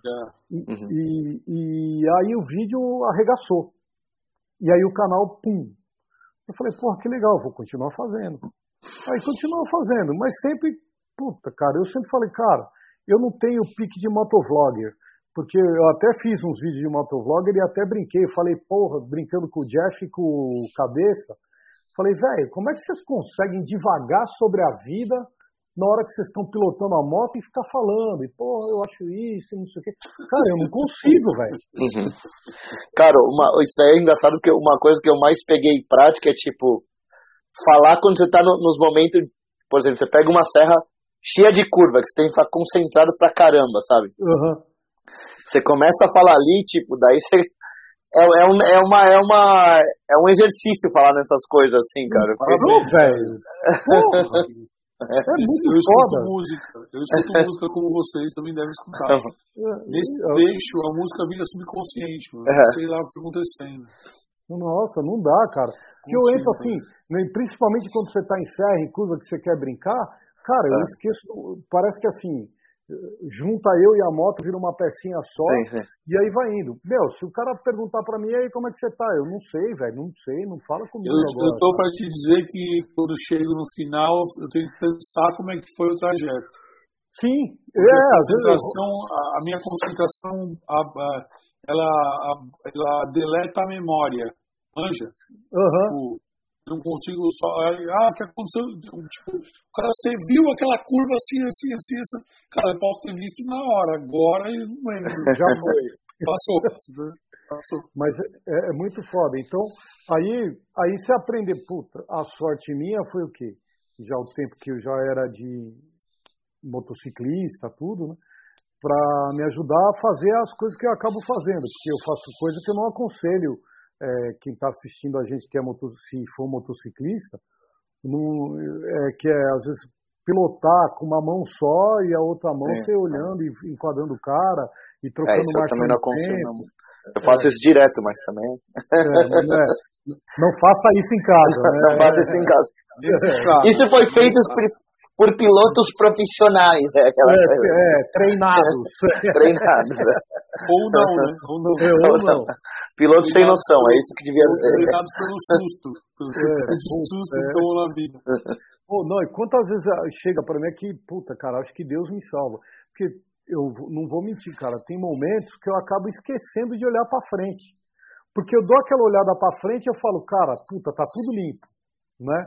E aí o vídeo arregaçou. E aí o canal, pum. Eu falei, porra, que legal, vou continuar fazendo. Aí continuou fazendo, mas sempre... Puta, cara, eu sempre falei, cara, eu não tenho pique de motovlogger, porque eu até fiz uns vídeos de motovlogger e até brinquei, falei, porra, brincando com o Jeff e com o Cabeça, falei, velho, como é que vocês conseguem divagar sobre a vida na hora que vocês estão pilotando a moto e ficar falando, e porra, eu acho isso, não sei o quê. Cara, eu não consigo, velho. Cara, isso daí é engraçado, porque uma coisa que eu mais peguei em prática é, tipo, falar quando você tá nos momentos, por exemplo, você pega uma serra cheia de curva, que você tem que ficar concentrado pra caramba, sabe? Você começa a falar ali, tipo, daí você... É um exercício falar nessas coisas assim, cara. Velho. Eu escuto música como vocês também devem escutar. Nesse trecho, a música vira subconsciente, mano. Sei lá o que tá acontecendo. Nossa, não dá, cara. Porque eu entro assim, principalmente quando você tá em serra, em curva, que você quer brincar, cara, eu esqueço, parece que assim, junta eu e a moto, vira uma pecinha só, e aí vai indo. Se o cara perguntar pra mim, aí como é que você tá? Eu não sei, velho, não fala comigo agora. Eu tô pra te dizer que quando chego no final, eu tenho que pensar como é que foi o trajeto. Sim, a minha concentração, ela deleta a memória, manja? Não consigo só... o que aconteceu? Tipo, cara, você viu aquela curva assim. Cara, eu posso ter visto na hora. Agora eu não lembro. Já foi. Passou. Mas é muito foda. Então, aí você aprende, puta, a sorte minha foi o quê? Já o tempo que eu já era de motociclista, tudo, né? Pra me ajudar a fazer as coisas que eu acabo fazendo. Porque eu faço coisas que eu não aconselho quem está assistindo a gente que se for motociclista, que é às vezes pilotar com uma mão só e a outra mão você olhando e enquadrando o cara e trocando isso marcha. Eu também não aconselho, não. Eu faço isso direto, mas também... Não faça isso em casa. Né? Não faça isso em casa. Isso foi feito por pilotos profissionais. Treinados. Treinados. Ou não. Pilotos sem noção, é isso que devia ser. Treinados pelo susto. Susto que tomou na vida. E quantas vezes chega para mim que, puta, cara, acho que Deus me salva. Porque eu não vou mentir, cara, tem momentos que eu acabo esquecendo de olhar para frente. Porque eu dou aquela olhada para frente e eu falo, cara, puta, tá tudo limpo, né?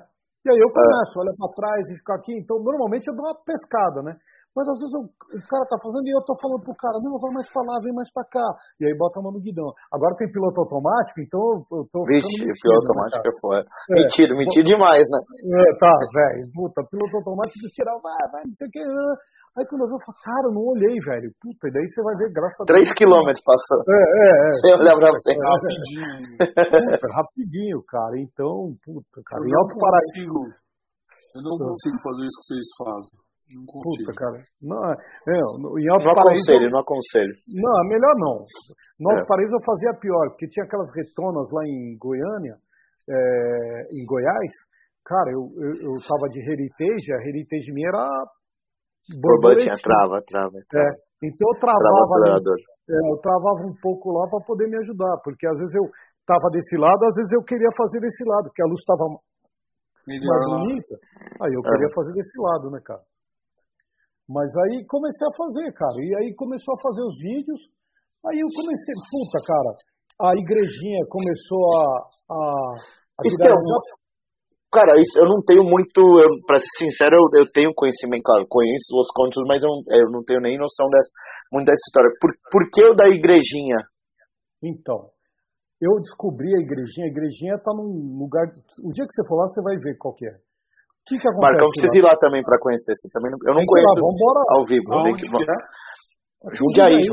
E aí eu começo, olha pra trás e fico aqui. Então, normalmente eu dou uma pescada, né? Mas às vezes o cara tá fazendo e eu tô falando pro cara, não, vai mais pra lá, vem mais pra cá. E aí bota a mão no guidão. Agora tem piloto automático, então eu tô Vixe, ficando metido, piloto né, automático é foda. É, Metido demais, né? tá, velho, puta, piloto automático de tirar, vai, não sei o que. Aí quando eu vi, eu falo, cara, eu não olhei, velho. Puta, e daí você vai ver, graças a Deus. 3 quilômetros passou. Você olha pra frente. Rapidinho. Puta, rapidinho, cara. Então, puta, cara. Em Alto Paraíso. Eu não consigo fazer isso que vocês fazem. Não consigo. Puta, cara. Em Alto Não Paraíso. Não aconselho. Não, melhor não. No Alto Paraíso eu fazia pior, porque tinha aquelas retonas lá em Goiânia, em Goiás. Cara, eu tava de Heritage, a Heritage minha era borboletinha, trava. Então eu travava acelerador. Eu travava um pouco lá para poder me ajudar, porque às vezes eu tava desse lado, às vezes eu queria fazer desse lado, porque a luz estava mais bonita, aí eu queria fazer desse lado, né, cara? Mas aí comecei a fazer, cara, e aí começou a fazer os vídeos, aí eu comecei, puta, cara, a igrejinha começou a viralizar. Cara, isso eu não tenho muito, pra ser sincero, eu tenho conhecimento, claro, conheço os contos, mas eu não tenho nem noção muito dessa história. Por que o da igrejinha? Então, eu descobri a igrejinha tá num lugar, o dia que você for lá, você vai ver qual que é. O que acontece? Marcão, precisa ir lá também pra conhecer, você também eu não conheço ao vivo. Jundiaí.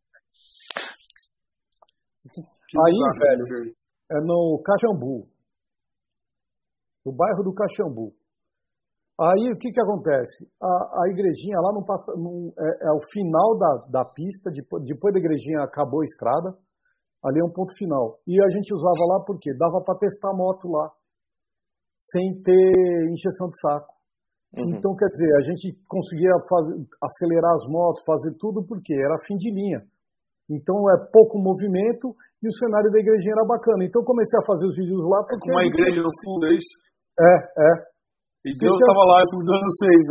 Aí, velho, é no Caxambu. No bairro do Caxambu. Aí o que acontece? A igrejinha lá não passa. É o final da pista, depois da igrejinha acabou a estrada, ali é um ponto final. E a gente usava lá porque dava para testar a moto lá, sem ter injeção de saco. Uhum. Então, quer dizer, a gente conseguia acelerar as motos, fazer tudo porque era fim de linha. Então é pouco movimento e o cenário da igrejinha era bacana. Então eu comecei a fazer os vídeos lá. Porque com uma igreja no fundo, é isso? E Deus estava lá ajudando vocês,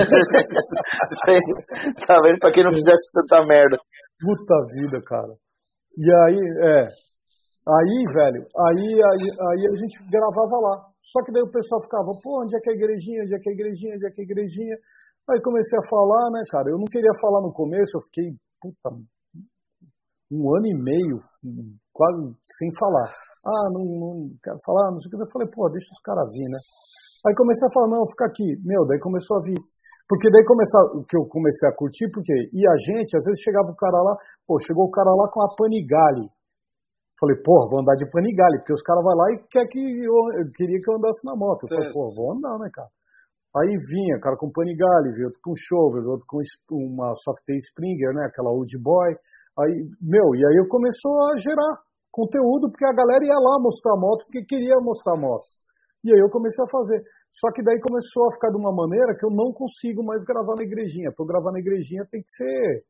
né? Tá vendo? Pra quem não fizesse tanta merda. Puta vida, cara. E aí, aí, velho, aí a gente gravava lá. Só que daí o pessoal ficava, pô, onde é que é a igrejinha? Onde é que é a igrejinha? Onde é que é a igrejinha? Aí comecei a falar, né, cara? Eu não queria falar no começo, eu fiquei, puta, 1 ano e meio, quase sem falar. Não quero falar, não sei o que. Eu falei, pô, deixa os caras vir, né? Aí comecei a falar, não, fica aqui. Daí começou a vir. Porque daí o que eu comecei a curtir, porque e a gente, às vezes chegava o cara lá, chegou o cara lá com a Panigale. Falei, vou andar de Panigale, porque os caras vão lá e queria que eu andasse na moto. Eu falei, vou andar, né, cara? Aí vinha, cara, com Panigale, veio outro com Shovel, outro com uma Softail Springer, né, aquela Old Boy. Aí, e aí eu começou a gerar conteúdo, porque a galera ia lá mostrar a moto, porque queria mostrar a moto. E aí eu comecei a fazer. Só que daí começou a ficar de uma maneira que eu não consigo mais gravar na igrejinha. Para eu gravar na igrejinha tem que ser...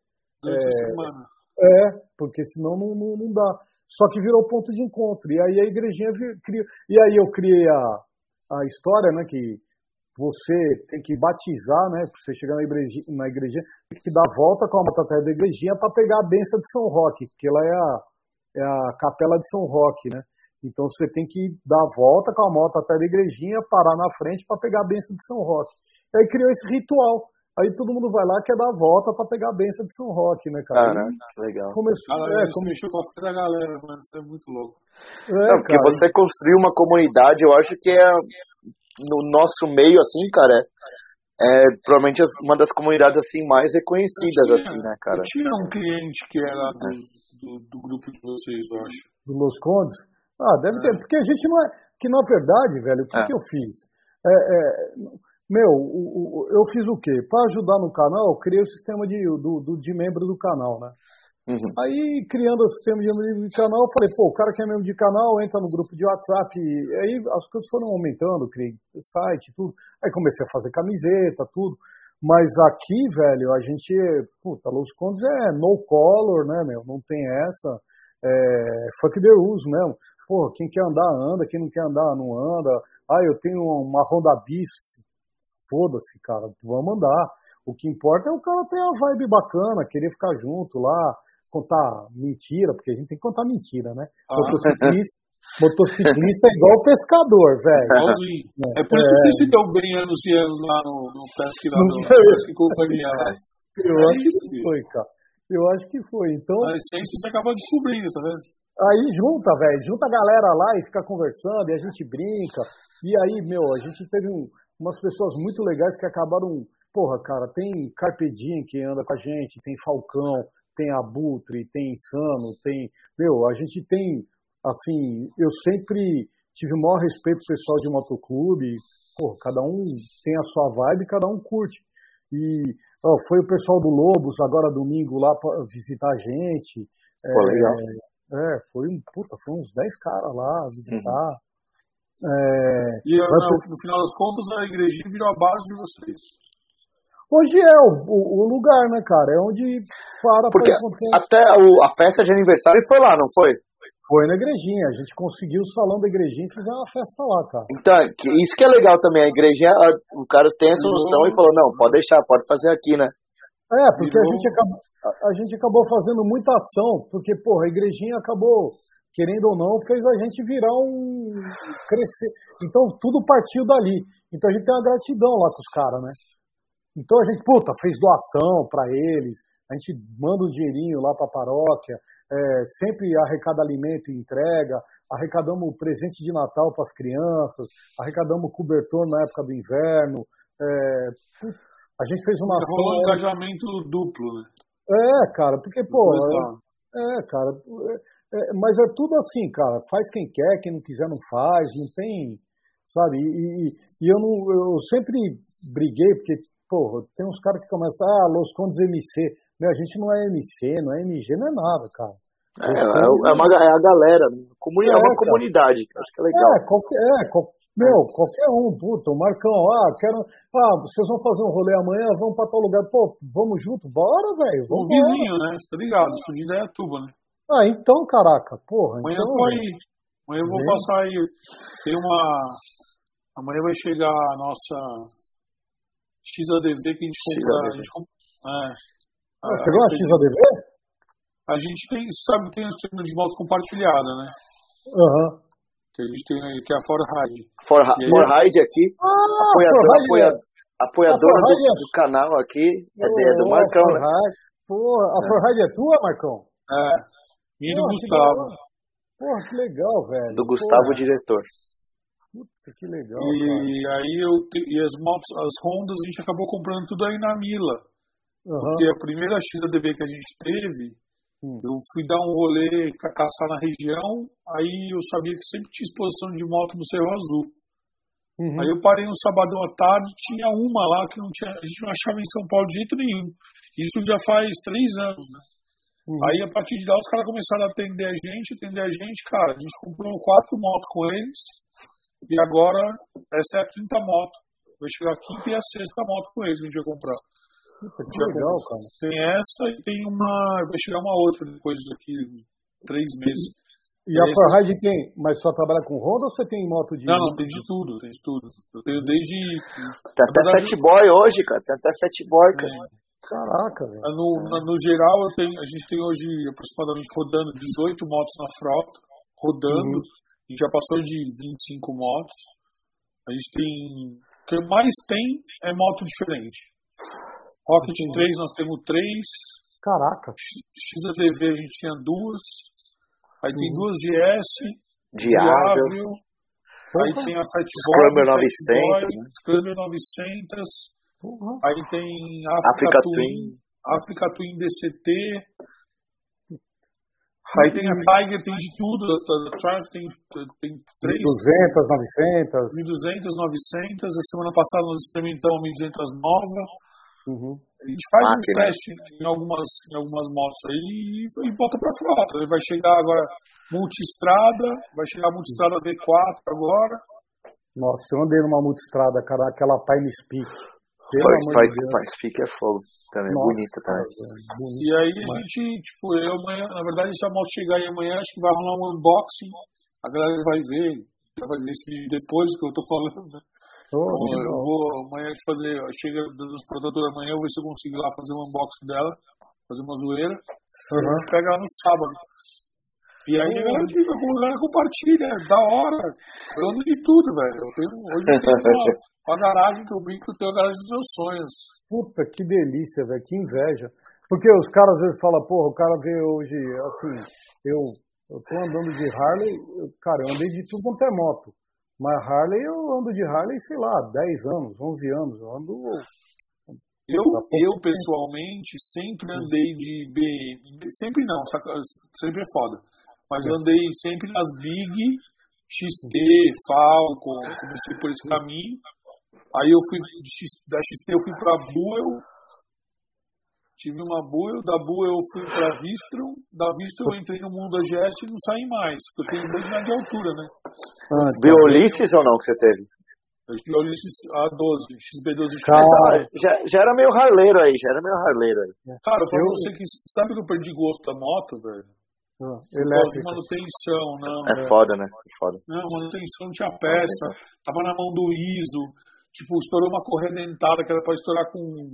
porque senão não dá. Só que virou ponto de encontro. E aí a igrejinha criou... E aí eu criei a história, né, que você tem que batizar, né, para você chegar na igrejinha, tem que dar a volta com a moto atrás da igrejinha para pegar a benção de São Roque, porque ela é a capela de São Roque, né? Então você tem que dar a volta com a moto até a igrejinha, parar na frente para pegar a benção de São Roque. E aí criou esse ritual. Aí todo mundo vai lá quer dar a volta para pegar a benção de São Roque, né, cara? Legal. Mexeu com a fé da galera, mano. Isso é muito louco. Porque você construiu uma comunidade, eu acho que no nosso meio, assim, cara, provavelmente uma das comunidades assim mais reconhecidas, assim, né, cara? Eu tinha um cliente que era do grupo de vocês, eu acho. Do Los Condes? Deve ter, porque a gente não é... Que na verdade, velho, o que eu fiz? Eu fiz o quê? Para ajudar no canal, eu criei o sistema de membro do canal, né? Uhum. Aí, criando o sistema de membro de canal, eu falei, o cara que é membro de canal entra no grupo de WhatsApp. E aí as coisas foram aumentando, criei site, tudo. Aí comecei a fazer camiseta, tudo. Mas aqui, velho, a gente... Los Condes é no color, né, meu? Não tem essa. Fuck the rules mesmo. Quem quer andar, anda. Quem não quer andar, não anda. Eu tenho uma Honda Bis. Foda-se, cara. Vamos andar. O que importa é o cara ter uma vibe bacana, querer ficar junto lá, contar mentira, porque a gente tem que contar mentira, né? Motociclista é igual pescador, velho. Igualzinho. É por isso que você se deu bem anos e anos lá no Pesque Companhia. Eu acho que foi, cara. Eu acho que foi. Então, a essência você acaba descobrindo, tá vendo? Aí junta, velho. Junta a galera lá e fica conversando e a gente brinca. E aí, a gente teve umas pessoas muito legais que acabaram... Porra, cara, tem Carpe Diem que anda com a gente, tem Falcão, tem Abutre, tem Insano, tem... a gente tem... Assim, eu sempre tive o maior respeito pro pessoal de motoclube. Pô, cada um tem a sua vibe, cada um curte. E foi o pessoal do Lobos, agora domingo, lá pra visitar a gente. Pô, legal. Foi uns 10 caras lá visitar. E no final das contas, a igrejinha virou a base de vocês. Hoje é o lugar, né, cara? É onde Porque até a festa de aniversário foi lá, não foi? Foi na igrejinha, a gente conseguiu o salão da igrejinha e fizemos uma festa lá, cara. Então, isso que é legal também, a igrejinha, o cara tem essa noção e falou, não, pode deixar, pode fazer aqui, né? Porque a gente acabou fazendo muita ação, porque, porra, a igrejinha acabou, querendo ou não, fez a gente virar crescer. Então, tudo partiu dali. Então, a gente tem uma gratidão lá com os caras, né? Então, a gente, fez doação pra eles, a gente manda um dinheirinho lá pra paróquia, sempre arrecada alimento e entrega, arrecadamos presente de Natal para as crianças, arrecadamos cobertor na época do inverno, a gente fez uma ação... Rolou um engajamento duplo, né? Cara, porque, cara, mas é tudo assim, cara, faz quem quer, quem não quiser não faz, não tem, sabe, e eu sempre briguei, porque, tem uns caras que começam, Los Condes MC, a gente não é MC, não é MG, não é nada, cara. É a galera, né? É uma comunidade, acho que é legal. Qualquer um, o Marcão, vocês vão fazer um rolê amanhã, vamos pra tal lugar, vamos junto, bora, velho, vamos. O vizinho, né, você tá ligado, sou de Indaiatuba, né? Então, caraca, Amanhã eu vou aí, amanhã eu vou passar aí, amanhã vai chegar a nossa XADV que a gente compra. Pegou a XADV? A gente tem o sistema de moto compartilhada, né? Que a gente tem aí, que é a Forride. Forride aqui, apoiadora do canal aqui, é do Marcão, né? A Forride é tua, Marcão? E do Gustavo. Que legal, velho. Do Gustavo, diretor. Puta, que legal. E aí as motos, as Hondas, a gente acabou comprando tudo aí na Mila. Porque a primeira XADV que a gente teve, eu fui dar um rolê, caçar na região, aí eu sabia que sempre tinha exposição de moto no Cerro Azul. Aí eu parei no sabadão à tarde, tinha uma lá que a gente não achava em São Paulo de jeito nenhum. Isso já faz 3 anos, né? Aí a partir de lá os caras começaram a atender a gente, cara, a gente comprou 4 motos com eles. E agora, essa é a 5ª moto. Vai chegar a 5ª e a 6ª moto com eles que a gente vai comprar. Que legal, cara. Tem essa e tem vai chegar uma outra depois daqui 3 meses. E a Forride tem, mas só trabalha com Honda ou você tem moto de... Não, tem de tudo. Eu tenho desde... Tem até Fat Boy hoje, cara. Tem até Fat Boy, cara. Caraca, velho. No geral, a gente tem hoje aproximadamente rodando 18 motos na frota, rodando. A gente já passou de 25 motos. A gente tem... O que mais tem é moto diferente. Rocket 3 nós temos 3. Caraca. XADV a gente tinha 2. Aí tem 2 GS. Diável. Aí tem a Fat Boy. Scrambler 900. Scrambler 900. Aí tem Africa Twin DCT. Aí tem a Tiger, tem de tudo. A Triumph tem 3. 1200, 900. 1200, 900. A semana passada nós experimentamos a 1200 nova. A gente faz um teste em algumas motos aí e bota pra frota. Ele vai chegar agora multistrada, vai chegar a multistrada V4 agora. Nossa, eu andei numa multistrada, cara, aquela Pine Speak. Pine Speak é fogo também, bonita também. E aí a gente, eu amanhã, na verdade, se a moto chegar aí amanhã, acho que vai rolar um unboxing, a galera vai ver esse vídeo depois que eu tô falando, né? Eu vou amanhã chega nos produtores amanhã, eu vou ver se eu consigo ir lá fazer um unboxing dela, fazer uma zoeira. A gente pega ela no sábado. E aí a galera compartilha, é da hora. Eu ando de tudo, velho. Hoje eu tenho uma garagem que eu brinco, eu tenho a garagem dos meus sonhos. Puta, que delícia, velho, que inveja. Porque os caras às vezes falam, porra, o cara vê hoje, assim, eu tô andando de Harley, cara, eu andei de tudo quanto é moto. Mas Harley, eu ando de Harley, sei lá, 10 anos, 11 anos, eu ando... Eu pessoalmente, sempre andei de sempre não, sempre é foda. Mas eu andei sempre nas Big, XT, Falcon, comecei por esse caminho. Aí eu fui, da XT eu fui pra Buell, tive uma Buell, da Buell eu fui pra Vistron, da Vistron eu entrei no mundo da GS e não saí mais, porque eu tenho 2 metros de altura, né? Viu Ulisses ou não que você teve? Eu tive Ulisses A12, XB12 já era meio harleiro aí, Cara, eu falo pra você que, sabe que eu perdi gosto da moto, velho? De manutenção, não. É foda, né? É foda. Não, manutenção não tinha peça, tava na mão do ISO, tipo, estourou uma correia dentada que era pra estourar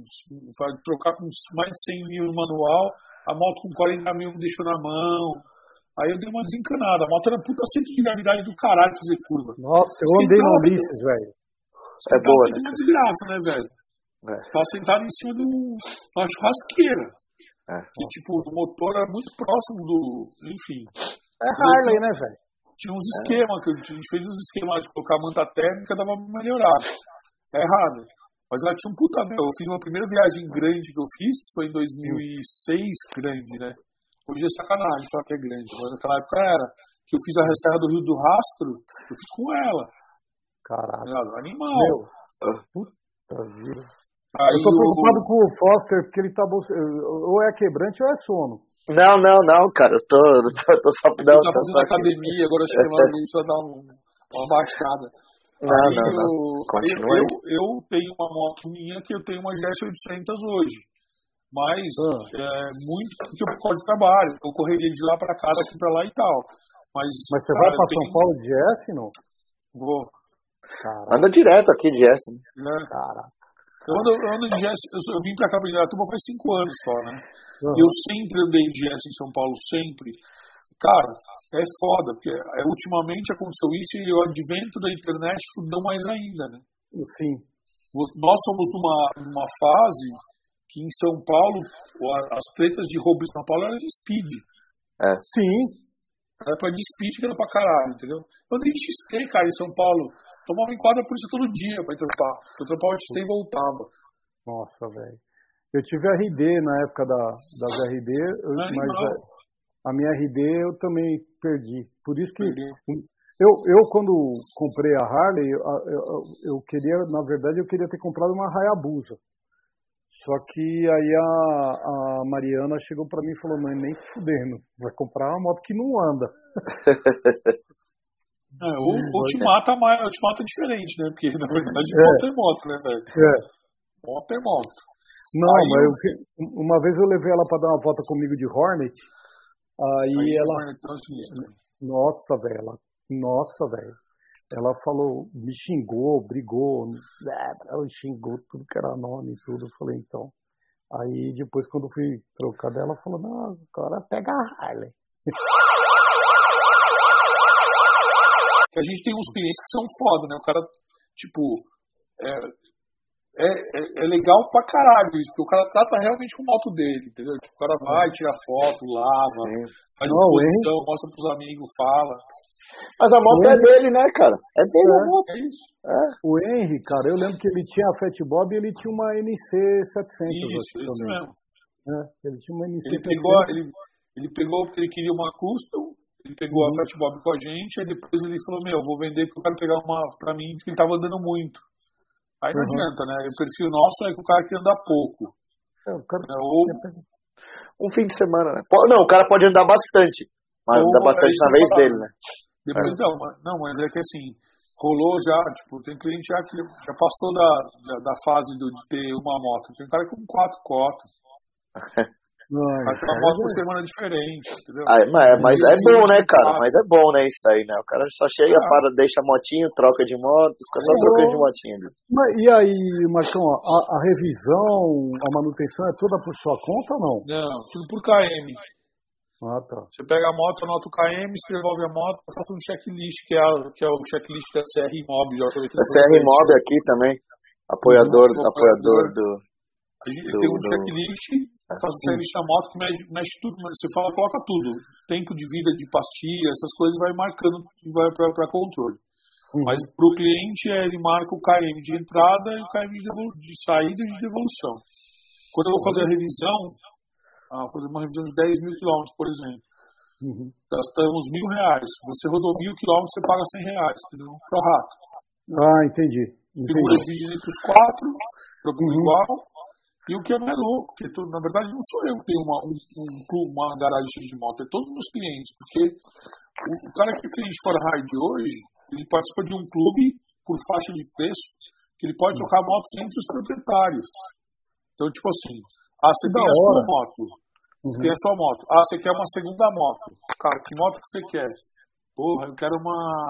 trocar com mais de 100 mil no manual, a moto com 40 mil me deixou na mão. Aí eu dei uma desencanada, a moto era puta centro de gravidade do caralho fazer curva. Nossa, eu andei no Ulisses, velho. É boa, né? Uma desgraça, né, velho? Tava sentado em cima de uma churrasqueira. E, tipo, o motor era muito próximo do... Enfim. É Harley, né, velho? Tinha uns esquemas, que a gente fez uns esquemas de colocar a manta térmica, dava pra melhorar. É errado. Mas ela tinha um puta... Eu fiz uma primeira viagem grande que eu fiz, foi em 2006, grande, né? Hoje é sacanagem falar que é grande, mas naquela época era. Que eu fiz a Serra do Rio do Rastro, eu fiz com ela. Caralho. Animal. Puta vida. Aí eu tô preocupado com o Foster, porque ele tá... Ou é quebrante ou é sono. Não, cara. Eu tô só... Ele tá fazendo academia, agora chamando isso vai dar uma baixada. Não. Continua aí. Eu tenho uma moto minha que eu tenho uma GS 800 hoje. Mas muito porque eu por causa de trabalho. Eu correria de lá pra cá, daqui pra lá e tal. Mas você vai pra São Paulo de GS, não? Vou. Caraca. Anda direto aqui de GS. Né? Caraca. Eu ando de GS, eu vim pra cá pra Indaiatuba faz 5 anos só, né? Eu sempre andei de GS em São Paulo, sempre. Cara, é foda, porque ultimamente aconteceu isso e o advento da internet fudeu mais ainda, né? Sim. Nós somos numa fase que em São Paulo, as tretas de roubo em São Paulo eram de speed. Sim. Era pra de speed que era pra caralho, entendeu? Eu andei de XT, cara, em São Paulo. Tomava enquadra por isso todo dia pra ir trampar. Eu trampava o XT e voltava. Nossa, velho. Eu tive RD na época das RD, mas a minha RD eu também perdi. Por isso que eu quando comprei a Harley, eu queria, na verdade, eu queria ter comprado uma Hayabusa. Só que aí a Mariana chegou pra mim e falou, mãe, nem fudendo, vai comprar uma moto que não anda. Ou te mata diferente, né? Porque na verdade moto é moto, né, velho? Moto é moto. Não, mas uma vez eu levei ela pra dar uma volta comigo de Hornet, aí ela... Nossa, velho. Ela falou, me xingou, brigou, ela xingou tudo que era nome e tudo. Eu falei, então. Aí depois, quando eu fui trocar dela, ela falou, não, agora pega a Harley. A gente tem uns clientes que são foda, né? O cara, tipo, é legal pra caralho isso, porque o cara trata realmente com o moto dele, entendeu? Tipo, o cara vai, tira foto, lava, faz exposição, mostra pros amigos, fala. Mas a moto é dele, né, cara? É dele a moto. É isso. O Henry, cara, eu lembro que ele tinha a Fat Bob e ele tinha uma NC 700. Isso mesmo. Ele tinha uma NC 700. Ele pegou porque ele queria uma custom, ele pegou a Fat Bob com a gente, aí depois ele falou, vou vender porque eu quero pegar uma pra mim, porque ele tava andando muito. Aí não adianta, né? O perfil nosso é que o cara quer andar pouco. Um fim de semana, né? Não, o cara pode andar bastante, mas andar bastante na vez dele, né? Depois, não, mas é que assim, rolou já, tipo, tem cliente já que já passou da fase de ter uma moto. Tem um cara com 4 cotas. Vai ter uma moto por semana diferente, entendeu? Mas é bom, né, cara? Mas é bom, né, isso aí, né? O cara só chega, deixa a motinho, troca de moto, fica só trocando de motinho. E aí, Marcão, a revisão, a manutenção é toda por sua conta ou não? Não, tudo por KM. Ah, tá. Você pega a moto, anota o KM, você devolve a moto, faz um checklist, que é o checklist da CR Mob. A CR Mob aqui também, apoiador do... A gente tem um checklist, faz um checklist na moto que mexe tudo, você coloca tudo. Tempo de vida de pastilha, essas coisas, vai marcando e vai para controle. Mas para o cliente, ele marca o KM de entrada e o KM de saída e de devolução. Quando eu vou fazer a revisão, fazer uma revisão de 10 mil quilômetros, por exemplo, gastamos R$1.000. Você rodou 1.000 quilômetros, você paga R$100, entendeu? Pro rato. Ah, entendi. Segura divide entre os 4, procura igual. E o que é mais louco, porque na verdade não sou eu que tenho uma garagem cheia de moto, é todos os meus clientes, porque o cara que é cliente fora ride hoje, ele participa de um clube por faixa de preço, que ele pode trocar motos entre os proprietários. Então, tipo assim, você tem a sua moto. Você tem a sua moto. Você quer uma segunda moto. Cara, que moto que você quer? Porra, eu quero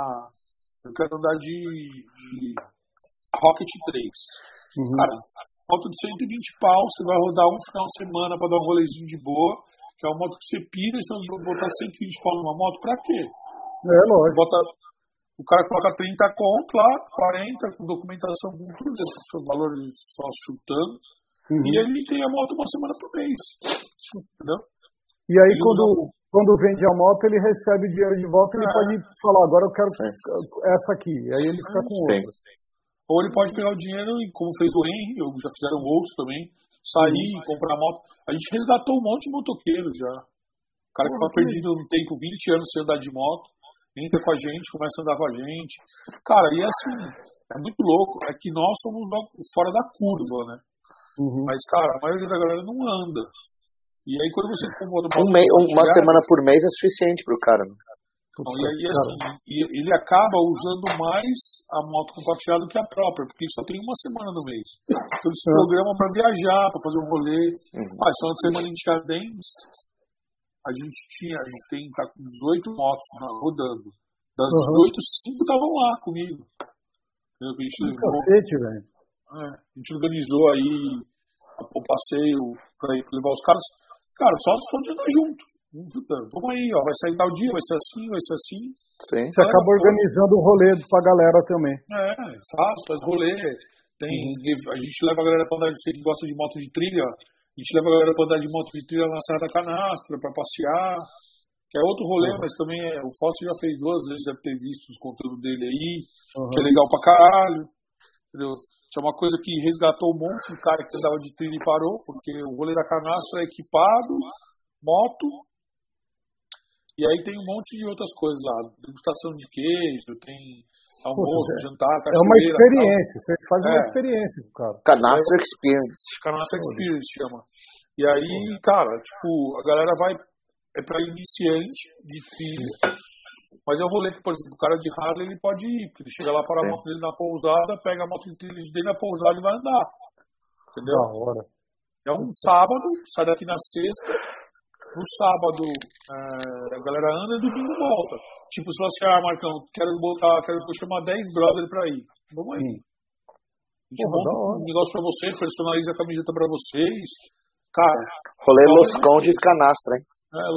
andar de Rocket 3. Cara, moto de 120 pau, você vai rodar um final de semana pra dar um rolezinho de boa, que é uma moto que você pira, e você vai botar 120 pau numa moto, pra quê? Lógico. O cara coloca 30 conto lá, 40, com documentação, com tudo, seu valor só chutando. E ele tem a moto uma semana por mês. Entendeu? E aí, quando vende a moto, ele recebe o dinheiro de volta e ele pode falar, agora eu quero essa aqui. Aí ele fica com outra. Ou ele pode pegar o dinheiro, como fez o Henry, já fizeram outros também, sair, comprar a moto. A gente resgatou um monte de motoqueiros já. O cara que estava perdido no tempo, 20 anos sem andar de moto, entra com a gente, começa a andar com a gente. Cara, e assim, é muito louco. É que nós somos fora da curva, né? Mas, cara, a maioria da galera não anda. E aí, quando você compra uma semana por mês é suficiente pro cara, né? Então, e aí, assim, ele acaba usando mais a moto compartilhada do que a própria, porque ele só tem uma semana no mês. Então, ele se programa para viajar, para fazer um rolê. Só na semana em Tiradentes, a gente tá com 18 motos rodando. Das 18, 5 estavam lá comigo. A gente levou. Velho. A gente organizou aí o passeio para levar os caras. Cara, só nós estamos andando junto. Vamos aí, vai sair tal dia, vai ser assim, vai ser assim. Sim. Você acaba organizando o rolê pra galera também. Faz rolê. A gente leva a galera pra andar, você que gosta de moto de trilha, a gente leva a galera pra andar de moto de trilha na Serra da Canastra, pra passear. Que é outro rolê, mas também o Fausto já fez 2 vezes, deve ter visto os conteúdos dele aí, que é legal pra caralho. Entendeu? Isso é uma coisa que resgatou um monte de cara que andava de trilha e parou, porque o rolê da Canastra é equipado, moto, e aí tem um monte de outras coisas lá, degustação de queijo, tem almoço, jantar, cachoeira. É uma experiência, você faz uma experiência, cara. Canastra Experience. Canastra Experience chama. E aí, cara, tipo, a galera vai, pra iniciante de trilha. Mas é um rolê que, por exemplo, o cara de Harley, ele pode ir, porque ele chega lá para a moto dele na pousada, pega a moto dele na pousada e vai andar. Entendeu? Da hora. É um sábado, sai daqui na sexta, no sábado a galera anda e domingo volta. Tipo, se você, Marcão, quero chamar 10 brothers pra ir. Vamos aí. A gente monta um negócio pra vocês, personaliza a camiseta pra vocês. Cara. Rolê Los Condes Canastra, hein?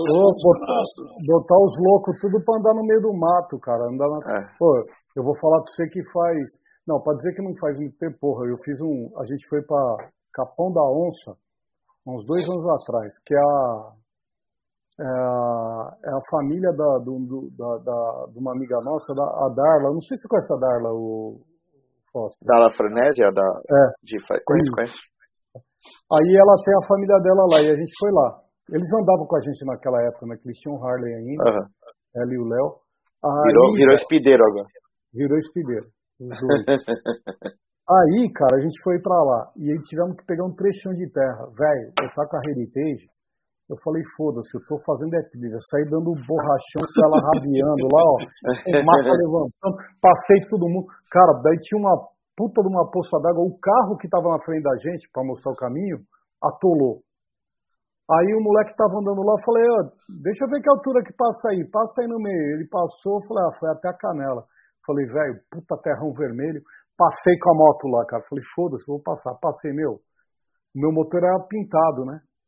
Botar os loucos tudo pra andar no meio do mato, cara. Pô, eu vou falar pra você que faz. Não, pra dizer que não faz muito tempo, porra. A gente foi pra Capão da Onça uns 2 anos atrás, que é a família de uma amiga nossa, a Darla. Não sei se você conhece a Darla, o Fausto. Darla Frenésia? Conhece. Aí ela tem a família dela lá e a gente foi lá. Eles andavam com a gente naquela época, né? Que eles tinham Harley ainda. Ela e o Léo. Virou espideiro agora. Virou espideiro. Os dois. Aí, cara, a gente foi pra lá. E aí tivemos que pegar um trechão de terra. Velho, eu tava com a Heritage. Eu falei, foda-se, eu tô fazendo trilha. Saí dando borrachão com ela rabiando lá, ó. Mata levantando. Passei todo mundo. Cara, daí tinha uma puta de uma poça d'água. O carro que tava na frente da gente, pra mostrar o caminho, atolou. Aí o moleque tava andando lá, eu falei, deixa eu ver que altura que passa aí no meio. Ele passou, eu falei, foi até a canela. Falei, velho, puta terrão vermelho. Passei com a moto lá, cara. Falei, foda-se, vou passar. Passei, o meu motor era pintado, né?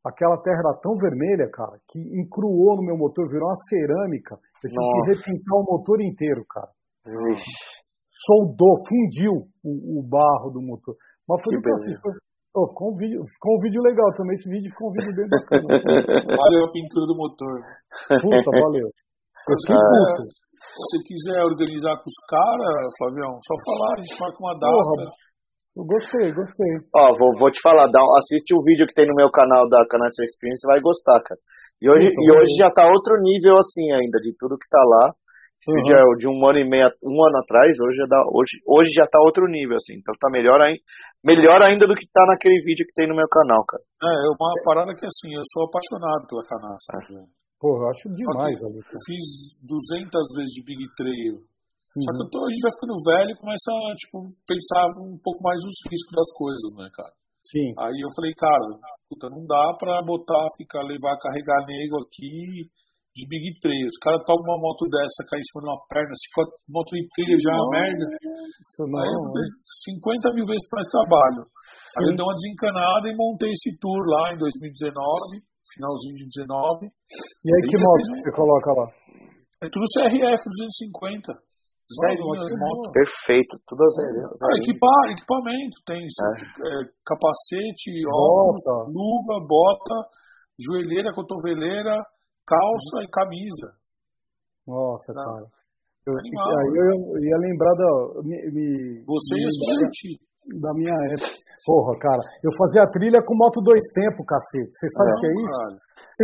aquela terra era tão vermelha, cara, que encruou no meu motor, virou uma cerâmica. Eu tive que repintar o motor inteiro, cara. Soldou, fundiu o barro do motor. Mas foi do que assim, ficou um vídeo legal também. Esse vídeo ficou um vídeo bem bacana. Valeu a pintura do motor. Puta, valeu. Se você quiser organizar com os caras, Flavião, só falar, a gente marca uma data. Porra, eu gostei. Ó, vou te falar, assiste o vídeo que tem no meu canal da Canastra Experience, você vai gostar, cara. E hoje já tá outro nível assim ainda, de tudo que tá lá. Esse vídeo é de 1 ano e meio, 1 ano atrás, hoje já tá outro nível, assim. Então tá melhor ainda do que tá naquele vídeo que tem no meu canal, cara. É uma parada que assim, eu sou apaixonado pela Canastra. Porra, eu acho demais ali. Eu fiz 200 vezes de Big Trail. Só que a gente vai ficando velho e começa a pensar um pouco mais nos riscos das coisas, né, cara? Sim. Aí eu falei, cara, não dá pra carregar nego aqui de Big Trail. Os caras tomam uma moto dessa, cai em cima de uma perna, se for moto de trilha já é uma merda. Aí eu dei 50 mil vezes mais trabalho. Aí eu dei uma desencanada e montei esse tour lá em 2019. Finalzinho de 19. E aí que moto você coloca lá? É tudo CRF 250. Zerinhas, motos. Perfeito, tudo zerinho. Equipamento, tem capacete, óculos, luva, bota, joelheira, cotoveleira, calça e camisa. Nossa, cara. Eu ia lembrar Você ia se divertir. Da minha época. Porra, cara, eu fazia a trilha com moto 2 tempos, cacete. Você sabe o que é isso?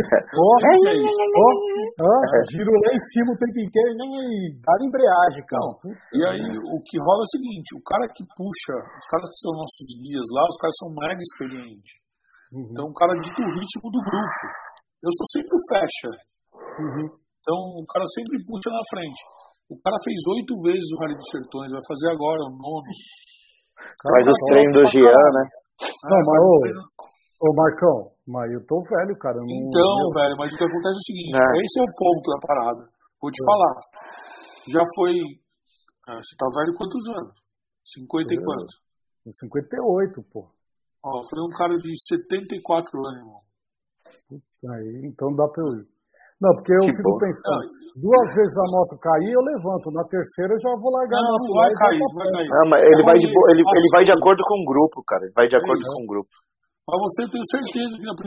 Giro lá em cima o tempo inteiro e dá embreagem, cara. E aí, o que rola é o seguinte, o cara que puxa, os caras que são nossos guias lá, os caras são mega experientes. Então, o cara dita o ritmo do grupo. Eu sou sempre o fecha. Então, o cara sempre puxa na frente. O cara fez 8 vezes o Rally dos Sertões, vai fazer agora o 9º. Faz os treinos do Jean, né? Não, mas ô Marcão, mas eu tô velho, cara. Velho, mas o que acontece é o seguinte, esse é o ponto da parada. Vou te falar. Já foi... Você tá velho quantos anos? 50 e quantos? 58, pô. Ó, foi um cara de 74 anos, irmão. Aí, então dá pra eu ir. Não, porque eu fico pensando, 2 vezes a moto cair, eu levanto. Na terceira eu já vou largar. Não, vai cair. Mas ele vai de acordo com o grupo, cara. Ele vai de acordo com o grupo. Mas você, eu tenho certeza que no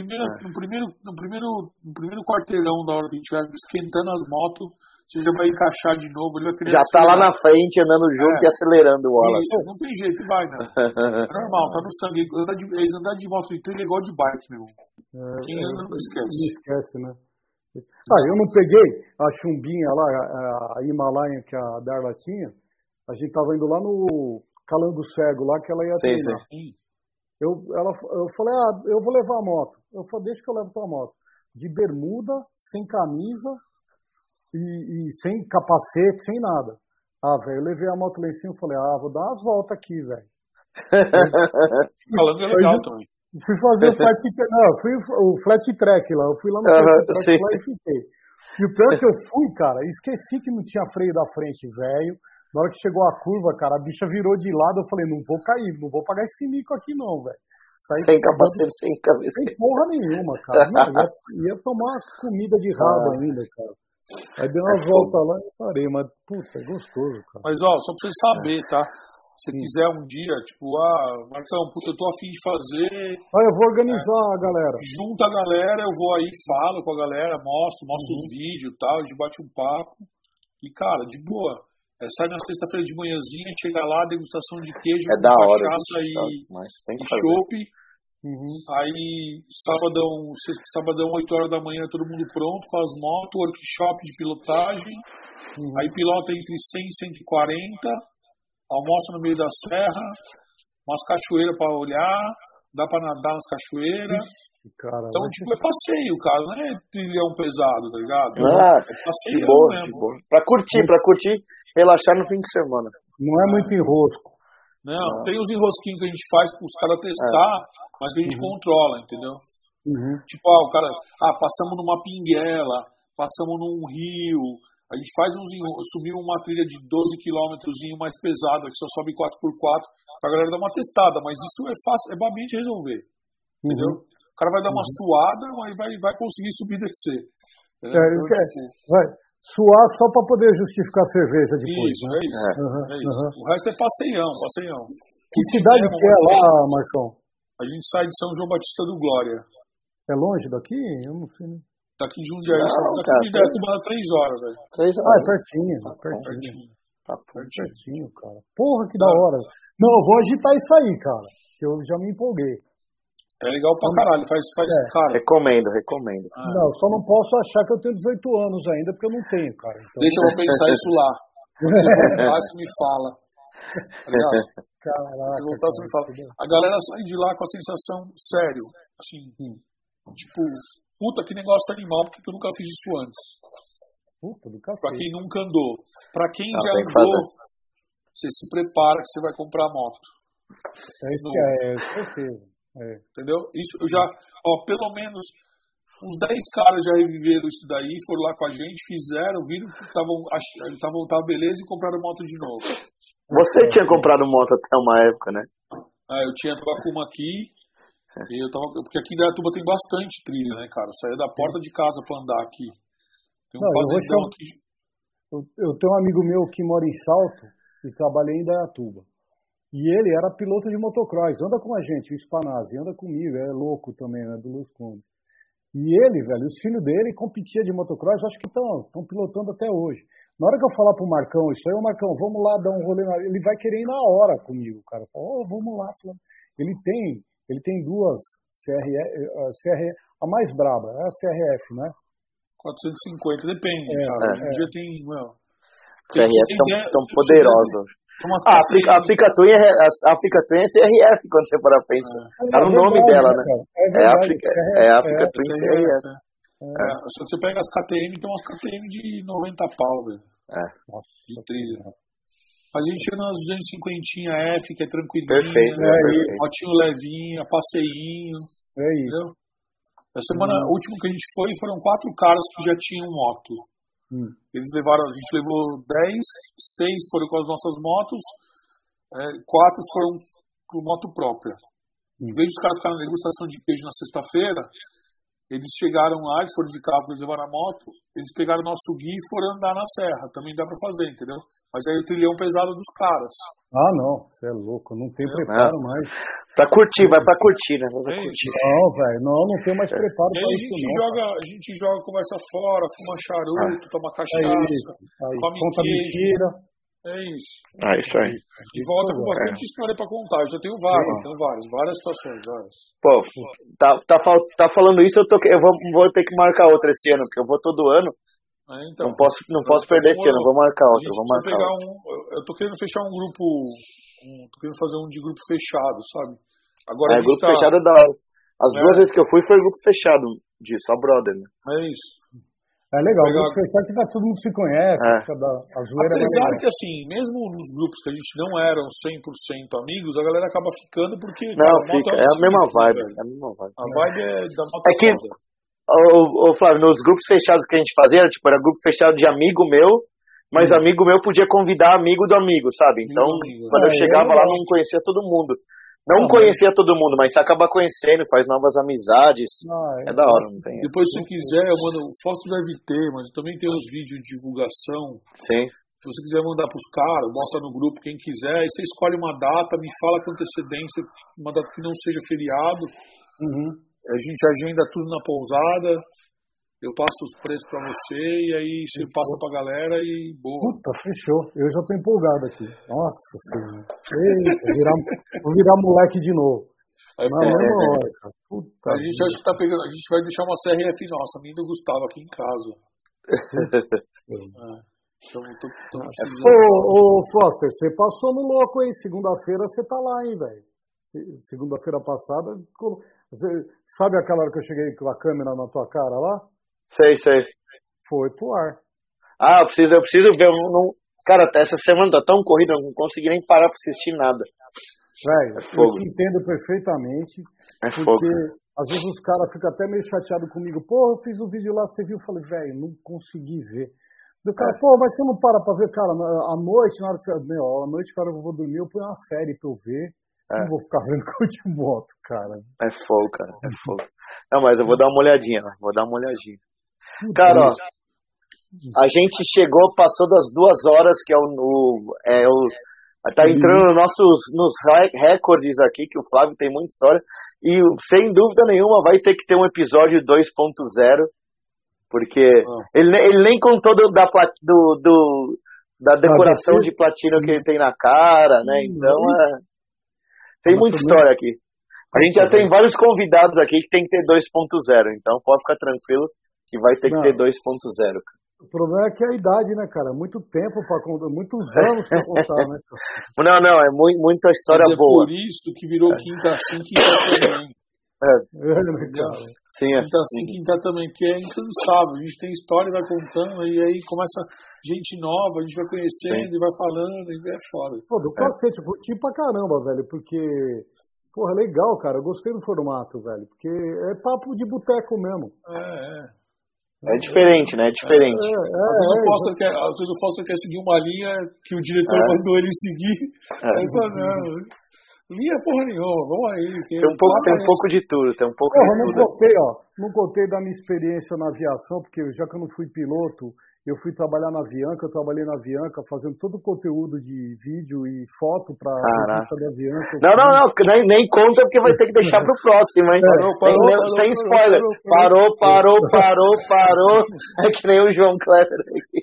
primeiro quarteirão da hora que a gente vai esquentando as motos, você já vai encaixar de novo. Ele vai querer já tá lá na frente, andando junto e acelerando o Wallace. Isso, não tem jeito, vai, né? É normal, tá no sangue. Andar de moto de trilha é igual de bike, meu irmão. Quem anda não esquece. Não esquece, né? Eu não peguei a chumbinha lá, a Himalaia que a Darla tinha. A gente tava indo lá no Calango Cego lá, que ela ia treinar. Eu falei, eu vou levar a moto. Eu falei, deixa que eu levo tua moto. De bermuda, sem camisa e sem capacete, sem nada. Velho, eu levei a moto lá em cima e falei, vou dar umas voltas aqui, velho. Calango é legal também. Fui fazer o flat track lá. Eu fui lá no flat track lá e fiquei. E o pior que eu fui, cara, esqueci que não tinha freio da frente, velho. Na hora que chegou a curva, cara, a bicha virou de lado. Eu falei, não vou cair, não vou pagar esse mico aqui não, velho. Sem capacete, sem cabeça. Sem porra nenhuma, cara. Não, ia tomar comida de rabo ainda, cara. Aí dei umas voltas lá e parei, mas puta, é gostoso, cara. Mas ó, só pra você saber, tá? Se quiser um dia, Marcão, eu tô afim de fazer. Eu vou organizar a galera. Junta a galera, eu vou aí, falo com a galera, mostro os vídeos e tal, a gente bate um papo. E, cara, de boa. Sai na sexta-feira de manhãzinha, chega lá, degustação de queijo, da hora, cachaça e chopp. Aí, sabadão, 8 horas da manhã, todo mundo pronto com as motos, workshop de pilotagem. Aí pilota entre 100 e 140. Almoça no meio da serra, umas cachoeiras pra olhar, dá pra nadar nas cachoeiras. Então, é passeio, cara, não é trilhão pesado, tá ligado? É passeio mesmo. De boa. Pra curtir, relaxar no fim de semana. Não é muito enrosco. Não, tem os enrosquinhos que a gente faz pros caras testar, mas que a gente controla, entendeu? Tipo, o cara, passamos numa pinguela, passamos num rio. A gente subiu uma trilha de 12 quilômetrozinho mais pesada, que só sobe 4x4, pra galera dar uma testada, mas isso é fácil, é babinho de resolver. Entendeu? O cara vai dar uma suada, mas vai conseguir subir e descer. Vai suar só para poder justificar a cerveja depois. Isso, né? É isso. O resto é passeião. Que cidade que é lá, Marcão? A gente sai de São João Batista do Glória. É longe daqui? Eu não sei. Daqui de Jundiaí, daqui de Indaiatuba 3 horas, velho. 3 horas. Ah, é pertinho, cara. Porra, que da hora. Não, eu vou agitar isso aí, cara. Que eu já me empolguei. É legal pra caralho, faz cara. Recomendo. Não, só não posso achar que eu tenho 18 anos ainda, porque eu não tenho, cara. Então... Deixa eu pensar isso lá. Quando você voltar, você me fala. Tá ligado? Caraca. Se voltar, você me fala. A galera sai de lá com a sensação, sério, assim, tipo, puta, que negócio animal, porque eu nunca fiz isso antes. Puta do cacete. Pra quem nunca andou. Pra quem já andou, você se prepara que você vai comprar a moto. É certeza. Entendeu? Isso eu já, pelo menos uns 10 caras já reviveram isso daí, foram lá com a gente, fizeram, viram que tava beleza e compraram moto de novo. Você tinha comprado moto até uma época, né? Eu tinha Tubacuma aqui, porque aqui em Indaiatuba tem bastante trilha, né, cara? Eu saía da porta de casa pra andar aqui. Tem um fazendão aqui. Eu tenho um amigo meu que mora em Salto e trabalha em Indaiatuba. E ele era piloto de motocross, anda com a gente, o Spanazzi, anda comigo, é louco também, né, do Luz Conde. E ele, velho, os filhos dele competiam de motocross, acho que estão pilotando até hoje. Na hora que eu falar pro Marcão isso aí, Marcão, vamos lá dar um rolê, ele vai querer ir na hora comigo, cara. Fala, vamos lá. Ele tem duas CRF, a mais braba, é a CRF, né? 450, depende, cara. Hoje em dia tem, CRF tão poderosos. A Africa Twin é CRF, quando você para pensar. Tá no nome dela, né? É Africa Twin CRF. Se você pega as KTM, tem umas KTM de 90 pau, velho. De trilha. Mas a gente ia nas 250 F, que é tranquilinha. Perfeito. Motinho levinha, passeinho. Entendeu? A semana última que a gente foram 4 caras que já tinham moto. Eles levaram, a gente levou 10, 6 foram com as nossas motos, 4 foram com moto própria. Em vez de os caras ficarem na degustação de queijo na sexta-feira, eles chegaram lá, eles foram de carro, eles levaram a moto, eles pegaram o nosso guia e foram andar na serra. Também dá pra fazer, entendeu? Mas aí o trilhão pesado dos caras. Ah, não, você é louco, não tem preparo mais. Pra curtir, vai pra curtir, né? Não, velho, não tem mais preparo pra isso, não. A gente joga conversa fora, fuma charuto, toma cachaça, come queijo. É isso. Isso aí. E volta com bastante história pra contar. Eu já tenho várias situações, várias. Pô, tá falando isso, eu vou ter que marcar outra esse ano, porque eu vou todo ano. Então, não posso perder esse ano, vou marcar outra. Eu tô querendo fechar um grupo, tô querendo fazer um de grupo fechado, sabe? Agora grupo fechado é da hora. As 2 vezes que eu fui foi grupo fechado, só brother, né? É isso. É legal, grupo fechado que todo mundo se conhece, a zoeira. Apesar que assim, mesmo nos grupos que a gente não eram 100% amigos, a galera acaba ficando porque... Não, fica, é a mesma vibe. A vibe é da moto. É que, Flávio, nos grupos fechados que a gente fazia, era grupo fechado de amigo meu, mas amigo meu podia convidar amigo do amigo, sabe? Então, quando eu chegava lá, não conhecia todo mundo. Não conhecia todo mundo, mas você acaba conhecendo, faz novas amizades. É da hora, não tem. Depois, se quiser, o Fausto deve ter, mas também tem uns vídeos de divulgação. Sim. Se você quiser mandar pros caras, bota no grupo quem quiser, aí você escolhe uma data, me fala com antecedência, uma data que não seja feriado. A gente agenda tudo na pousada, eu passo os preços pra você e aí você passa pra galera e boa. Puta, fechou. Eu já tô empolgado aqui. Nossa senhora. Vou virar moleque de novo. Na mesma hora, cara. Puta, a gente acha que tá pegando, a gente vai deixar uma CRF nossa, minha e do Gustavo aqui em casa. Então, ô, Foster, você passou no louco, hein? Segunda-feira você tá lá, hein, velho? Segunda-feira passada, você sabe aquela hora que eu cheguei com a câmera na tua cara lá? Sei. Foi pro ar. Eu preciso ver. Cara, até essa semana tá tão corrida, eu não consegui nem parar pra assistir nada. Velho, eu te entendo perfeitamente. Porque às vezes os caras ficam até meio chateados comigo. Pô, eu fiz um vídeo lá, você viu? Eu falei, velho, não consegui ver. O cara, mas você não para pra ver, cara, à noite, na hora que você. À noite, cara, eu vou dormir, eu ponho uma série pra eu ver. Não vou ficar vendo coisa de moto, cara. É fogo, cara. É fogo. Não, mas eu vou dar uma olhadinha. Cara, ó, a gente chegou, passou das 2 horas, que tá entrando nos recordes aqui, que o Flávio tem muita história, e sem dúvida nenhuma vai ter que ter um episódio 2.0, porque ele nem contou da decoração de platino que ele tem na cara, né? Então tem muita história aqui. A gente já tem vários convidados aqui que tem que ter 2.0, então pode ficar tranquilo que vai ter que ter 2.0. O problema é que é a idade, né, cara? Muito tempo para contar, muitos anos para contar, né, cara? Não, é muita história boa. É por isso que virou quinta assim, quinta também. Sim, quinta assim, quinta também, porque é incansável. A gente tem história, vai contando, e aí começa gente nova, a gente vai conhecendo e vai falando, e é foda. Pô, do cacete, eu curti pra caramba, velho, porque, porra, é legal, cara. Eu gostei do formato, velho, porque é papo de boteco mesmo. É diferente, né? É diferente. Às vezes o Foster quer seguir uma linha que o diretor mandou ele seguir. Aí fala, não, linha porra nenhuma, vamos aí. Tem um pouco de tudo, tem um pouco de tudo. Não contei da minha experiência na aviação, porque já que eu não fui piloto, eu fui trabalhar na Avianca, eu trabalhei na Avianca fazendo todo o conteúdo de vídeo e foto pra revista da Avianca. Não, nem conta porque vai ter que deixar pro próximo, hein? Sem spoiler. Parou. É que nem o João Kleber.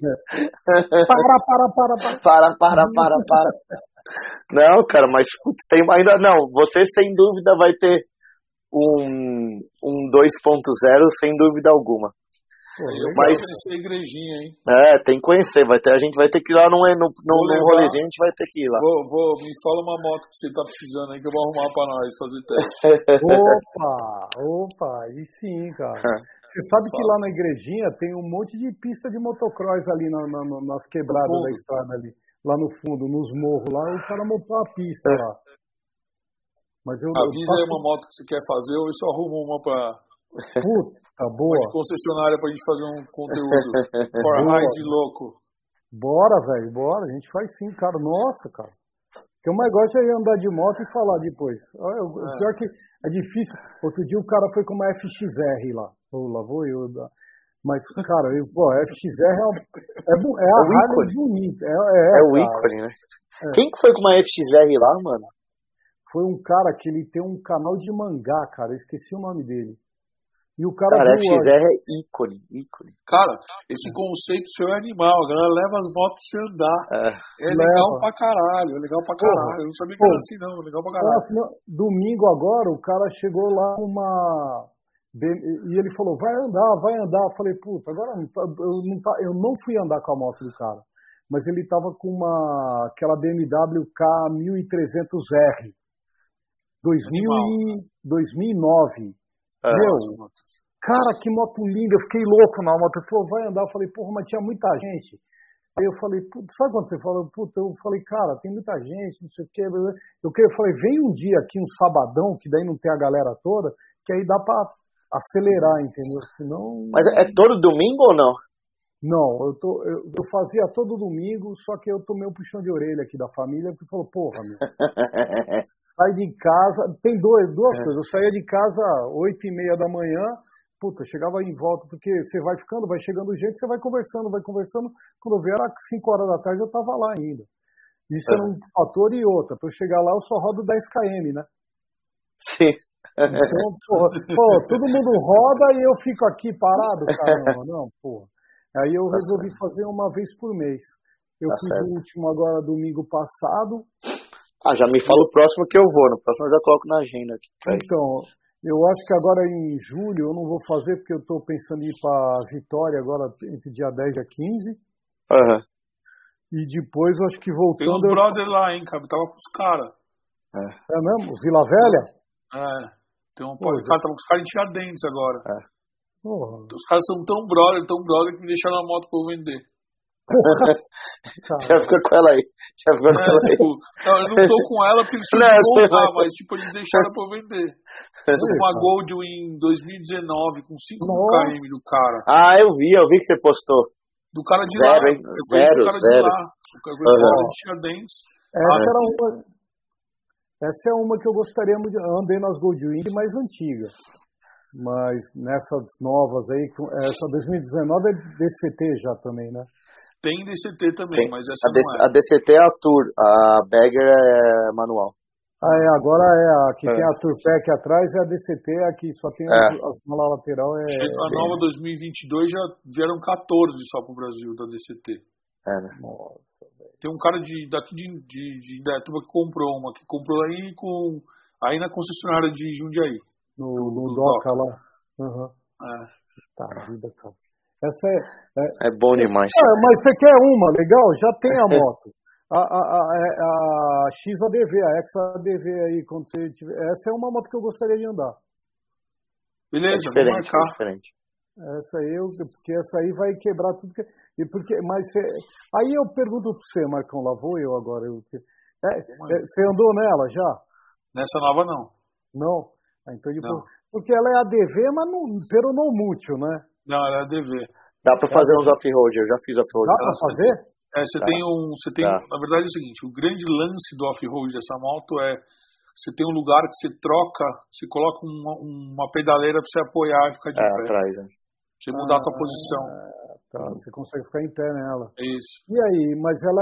Para. Não, cara, mas putz, tem ainda não. Você sem dúvida vai ter um 2.0 sem dúvida alguma. Mas conhecer a igrejinha, hein? Tem que conhecer. A gente vai ter que ir lá num rolezinho, a gente vai ter que ir lá. Me fala uma moto que você tá precisando aí que eu vou arrumar pra nós fazer teste. Opa, aí sim, cara. Você sabe que lá na igrejinha tem um monte de pista de motocross ali nas quebradas da estrada ali. Lá no fundo, nos morros lá, o cara montou a pista lá. Mas avisa aí uma moto que você quer fazer, ou eu só arrumo uma pra... Puta, boa. Uma concessionária pra gente fazer um conteúdo. For ride louco. Bora, velho, bora. A gente faz sim, cara. Nossa, cara. O que eu mais gosto é andar de moto e falar depois. Pior que é difícil. Outro dia o cara foi com uma FXR lá. Lá vou eu. Mas, cara, FXR é a Harley bonita. É o ícone, né? Quem que foi com uma FXR lá, mano? Foi um cara que ele tem um canal de mangá, cara. Eu esqueci o nome dele. E o cara FXR é ícone. Cara, esse conceito seu é animal. A galera leva as motos pra você andar. Legal pra caralho. Eu não sabia que era assim, não. Legal pra caralho. Domingo agora, o cara chegou lá e ele falou, vai andar. Eu falei, puta, agora eu não fui andar com a moto do cara. Mas ele tava com aquela BMW K1300R 2009. Meu, cara, que moto linda, eu fiquei louco na moto. Ele falou, vai andar. Eu falei, porra, mas tinha muita gente. Aí eu falei, sabe quando você fala, eu falei, cara, tem muita gente, não sei o quê. Eu falei, vem um dia aqui, um sabadão, que daí não tem a galera toda, que aí dá pra acelerar, entendeu? Senão... Mas é todo domingo ou não? Não, eu fazia todo domingo, só que eu tomei um puxão de orelha aqui da família, porque falou, porra, meu, sai de casa, tem duas coisas, eu saía de casa às 8h30 da manhã, puta, chegava em volta, porque você vai chegando gente, você vai conversando, quando eu vi era 5 horas da tarde, eu tava lá ainda. Isso era um fator e outra, pra eu chegar lá eu só rodo 10 km, né? Sim. Então, todo mundo roda e eu fico aqui parado, caramba, não, porra. Aí eu resolvi fazer uma vez por mês. Eu fiz o último agora domingo passado. Já me fala o próximo que eu vou. No próximo eu já coloco na agenda aqui. Então, eu acho que agora em julho eu não vou fazer porque eu estou pensando em ir para Vitória agora entre dia 10 e 15. E depois eu acho que voltando... Tem uns brother lá, hein, cara. Eu tava com os caras. É mesmo? Vila Velha? Tem um cara, tava com os caras em Tiradentes agora. Os caras são tão brother que me deixaram a moto pra eu vender. Já fica com ela aí. Eu não tô com ela porque eles precisam voltar, mas eles deixaram pra eu vender. Eu tô com uma Goldwing em 2019 com 5 km do cara. Eu vi que você postou. Do cara de zero, lá. Hein? Zero. O cara de Tiradentes. Essa é uma que eu gostaria muito. Andei nas Goldwing mais antigas. Mas nessas novas aí, essa 2019 é DCT já também, né? Tem DCT também, mas essa não é. A DCT é a Tour, a Bagger é manual. Agora a que tem a Tour Pack atrás é a DCT, aqui só tem a mala lateral. A nova 2022 já vieram 14 só pro Brasil da DCT. Né? Nossa, tem um cara daqui de Indaiatuba que comprou uma, que comprou aí na concessionária de Jundiaí. No Doca lá. Uhum. Tá, vida, cara. Essa é bom demais. Mas você quer uma, legal? Já tem a moto. A XADV, a XADV aí, quando você tiver. Essa é uma moto que eu gostaria de andar. Beleza, vou marcar. Diferente. Essa aí, porque essa aí vai quebrar tudo. Aí eu pergunto pra você, Marcão, lá vou eu agora. Você andou nela já? Nessa nova não. Não? Então depois, não. Porque ela é ADV, mas pero não mútil, né? Não, ela é ADV. Dá pra fazer uns off-road, eu já fiz off-road. Dá pra fazer? Você tem na verdade é o seguinte, o grande lance do off-road dessa moto é você tem um lugar que você troca, você coloca uma pedaleira pra você apoiar e ficar de pé. Atrás, né? Você mudar a tua posição. Tá, você consegue ficar em pé nela. Isso. E aí, mas ela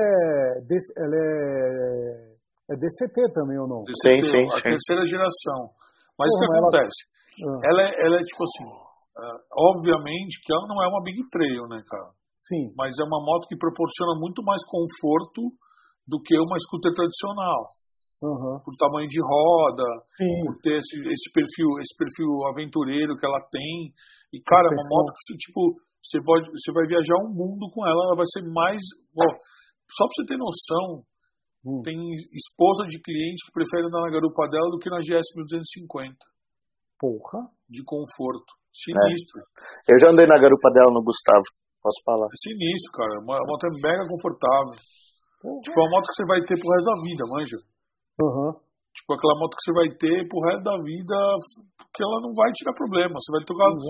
é DCT também ou não? DCT, sim. Terceira geração. Mas o que acontece? Ela é tipo assim, obviamente que ela não é uma Big Trail, né, cara? Sim. Mas é uma moto que proporciona muito mais conforto do que uma scooter tradicional. Por tamanho de roda, sim. Por ter esse perfil aventureiro que ela tem. E, cara, é uma moto que você vai viajar um mundo com ela, ela vai ser mais... só pra você ter noção, tem esposa de cliente que prefere andar na garupa dela do que na GS 1250. Porra. De conforto. Sinistro. Eu já andei na garupa dela no Gustavo, posso falar. É sinistro, cara. A moto é mega confortável. Tipo, é uma moto que você vai ter pro resto da vida, manja. Tipo, aquela moto que você vai ter pro resto da vida, porque ela não vai tirar problema. Você vai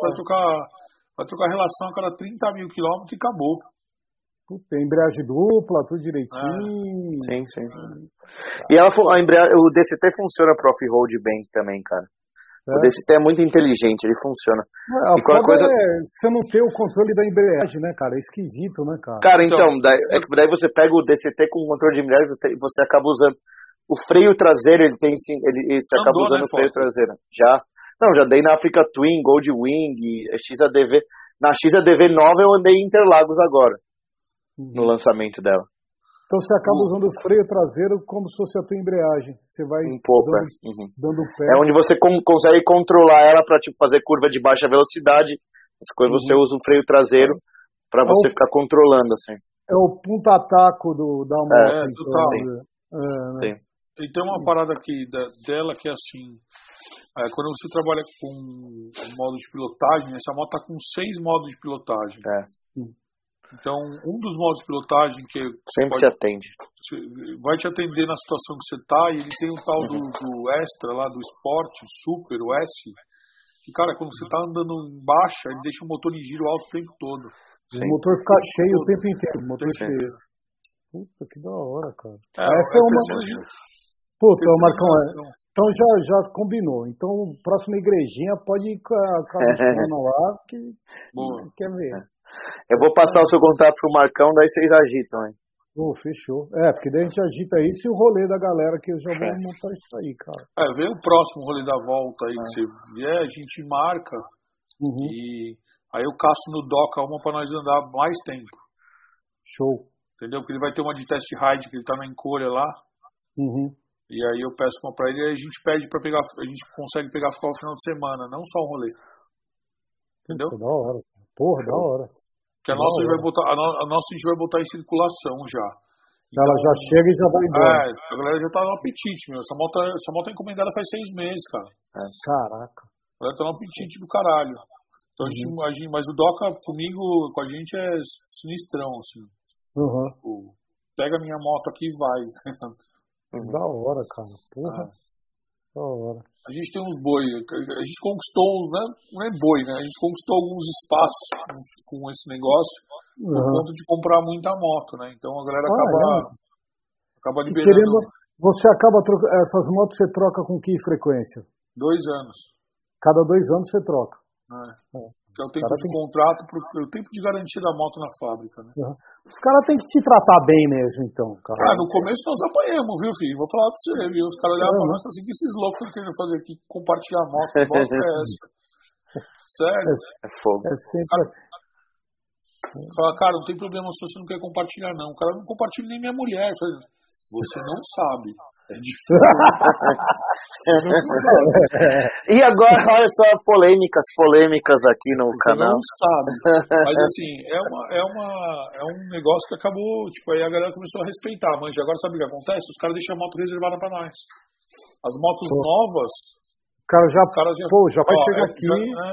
trocar relação a cada 30 mil quilômetros e acabou. Tem embreagem dupla, tudo direitinho. Sim. E o DCT funciona pro off-road bem também, cara. O DCT é muito inteligente, ele funciona. E qualquer coisa você não ter o controle da embreagem, né, cara? É esquisito, né, cara? Cara, então daí você pega o DCT com o controle de embreagem e você acaba usando o freio traseiro, você acaba usando o freio traseiro. Já dei na Africa Twin, Goldwing, XADV. Na XADV nova eu andei em Interlagos agora, no lançamento dela. Então você acaba usando o freio traseiro como se fosse a tua embreagem. Você vai um pouco, dando o pé. É onde você consegue controlar ela para fazer curva de baixa velocidade. Quando você usa o freio traseiro para você ficar controlando assim. É o punta-taco da moto. Total. Sim. E tem uma parada aqui dela que é assim, quando você trabalha com modo de pilotagem, essa moto tá com 6 modos de pilotagem. Então, um dos modos de pilotagem que sempre te atende. Vai te atender na situação que você tá, e ele tem o tal do extra lá, do Sport, Super, o S. E, cara, quando você tá andando em baixa, ele deixa o motor em giro alto o tempo todo. O motor fica cheio o tempo inteiro. O motor cheio. Puta, que da hora, cara. Essa é uma... Puta, Marcão, então já combinou. Então, próxima igrejinha pode ir com a lá, que quer ver. Eu vou passar o seu contato pro Marcão, daí vocês agitam, hein? Fechou. Porque daí a gente agita isso e o rolê da galera, que eu já vou montar isso aí, cara. Vem o próximo rolê da volta aí que você vier, a gente marca e aí eu caço no Doca uma pra nós andar mais tempo. Show. Entendeu? Porque ele vai ter uma de test ride, que ele tá na encolha lá. E aí eu peço uma pra ele e a gente pede pra pegar, a gente consegue ficar o final de semana, não só um rolê. Entendeu? Da hora. Porra, da hora. Que a nossa a gente vai botar em circulação já. Então, ela já chega e já vai embora. A galera já tá no apetite, meu. Essa moto é encomendada faz 6 meses, cara. Caraca. A galera tá no apetite do caralho. Então mas o Doca comigo, com a gente é sinistrão, assim. Pega a minha moto aqui e vai. Da hora, cara. Porra. Da hora. A gente tem uns boi. A gente conquistou, né? Não é boi, né? A gente conquistou alguns espaços com esse negócio por conta de comprar muita moto, né? Então a galera acaba liberando. Você acaba essas motos você troca com que frequência? 2 anos. Cada 2 anos você troca. Que é o tempo de contrato, o tempo de garantia da moto na fábrica, né? Os caras têm que te tratar bem mesmo, então, cara. No começo nós apanhamos, viu, filho? Vou falar pra você, viu? Os caras olhavam pra nós assim, que esses loucos estão querendo fazer aqui, compartilhar a moto, que bosta é essa? Sério? É fogo. É sempre... Fala, cara, não tem problema se você não quer compartilhar, não. O cara não compartilha nem minha mulher. Você não sabe. É difícil. E agora, olha só, polêmicas aqui no canal. Não sabe. Mas assim, é um negócio que acabou, tipo, aí a galera começou a respeitar. Mas agora sabe o que acontece? Os caras deixam a moto reservada pra nós. As motos novas. O cara já vai chegar aqui.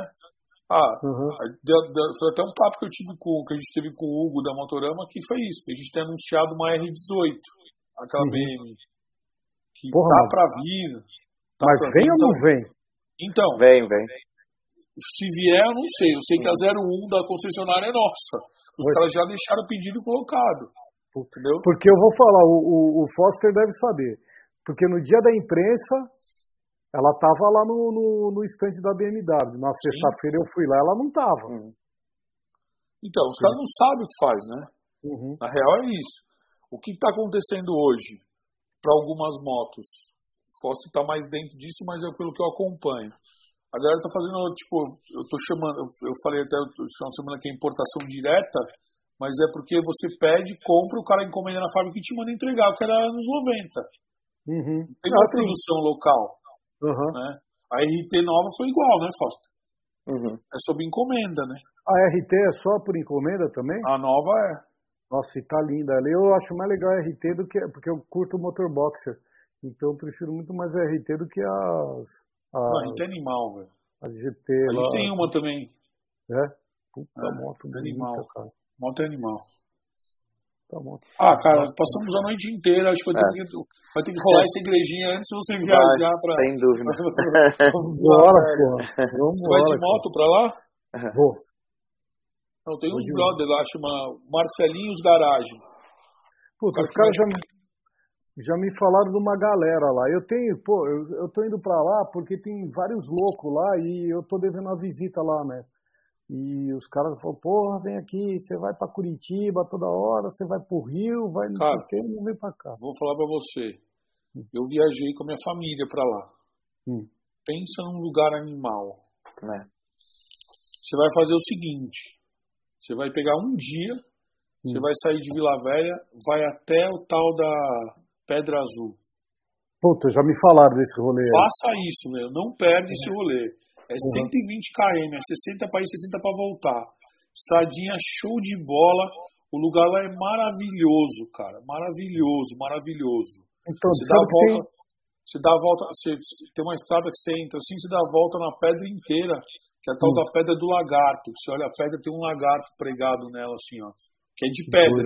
Foi até um papo que a gente teve com o Hugo da Motorama, que foi isso. A gente tem anunciado uma R18, aquela BM. Que tá pra vir. Mas vem ou não vem? Então. Vem. Se vier, eu não sei. Eu sei que a 01 da concessionária é nossa. Os caras já deixaram o pedido colocado. Entendeu? Porque eu vou falar, o Foster deve saber. Porque no dia da imprensa, ela tava lá no estande da BMW. Na sexta-feira eu fui lá, ela não tava. Então, os caras não sabem o que faz, né? Na real é isso. O que tá acontecendo hoje? Para algumas motos. O Foster está mais dentro disso, mas é pelo que eu acompanho. A galera está fazendo, tipo, eu tô chamando, eu falei até no final de semana que é importação direta, mas é porque você pede, compra, o cara encomenda na fábrica e te manda entregar, que era anos 90. Tem uma produção local. Né? A RT nova foi igual, né, Foster? É sob encomenda, né? A RT é só por encomenda também? A nova é. Nossa, e tá linda. Eu acho mais legal a RT do que... Porque eu curto o motor boxer. Então eu prefiro muito mais a RT do que as... Não, a RT é animal, velho. A GT lá... A gente tem uma também. Puta moto animal. Bonita, cara. Moto é animal. Moto. Cara, passamos a noite inteira. Acho que vai ter que rolar essa igrejinha antes de você viajar pra... Sem dúvida. Vambora, pô. Você vai de moto pra lá? Vou. Não, tem uns brothers lá, chama Marcelinhos Garagem. Puta, os caras já me falaram de uma galera lá. Eu tô indo pra lá porque tem vários loucos lá e eu tô devendo uma visita lá, né? E os caras falam, porra, vem aqui, você vai pra Curitiba toda hora, você vai pro Rio, vai não sei o que, não vem pra cá. Vou falar pra você. Eu viajei com a minha família pra lá. Pensa num lugar animal. Né? Você vai fazer o seguinte. Você vai pegar um dia, você vai sair de Vila Velha, vai até o tal da Pedra Azul. Puta, já me falaram desse rolê. Faça isso, meu. Não perde esse rolê. É 120 km, é 60 para ir, 60 para voltar. Estradinha show de bola. O lugar lá é maravilhoso, cara. Maravilhoso. Então, você dá a volta, você dá a volta, você tem uma estrada que você entra assim, você dá a volta na pedra inteira. Que é a tal da pedra do lagarto. Você olha a pedra, tem um lagarto pregado nela, assim, ó. Que é de pedra.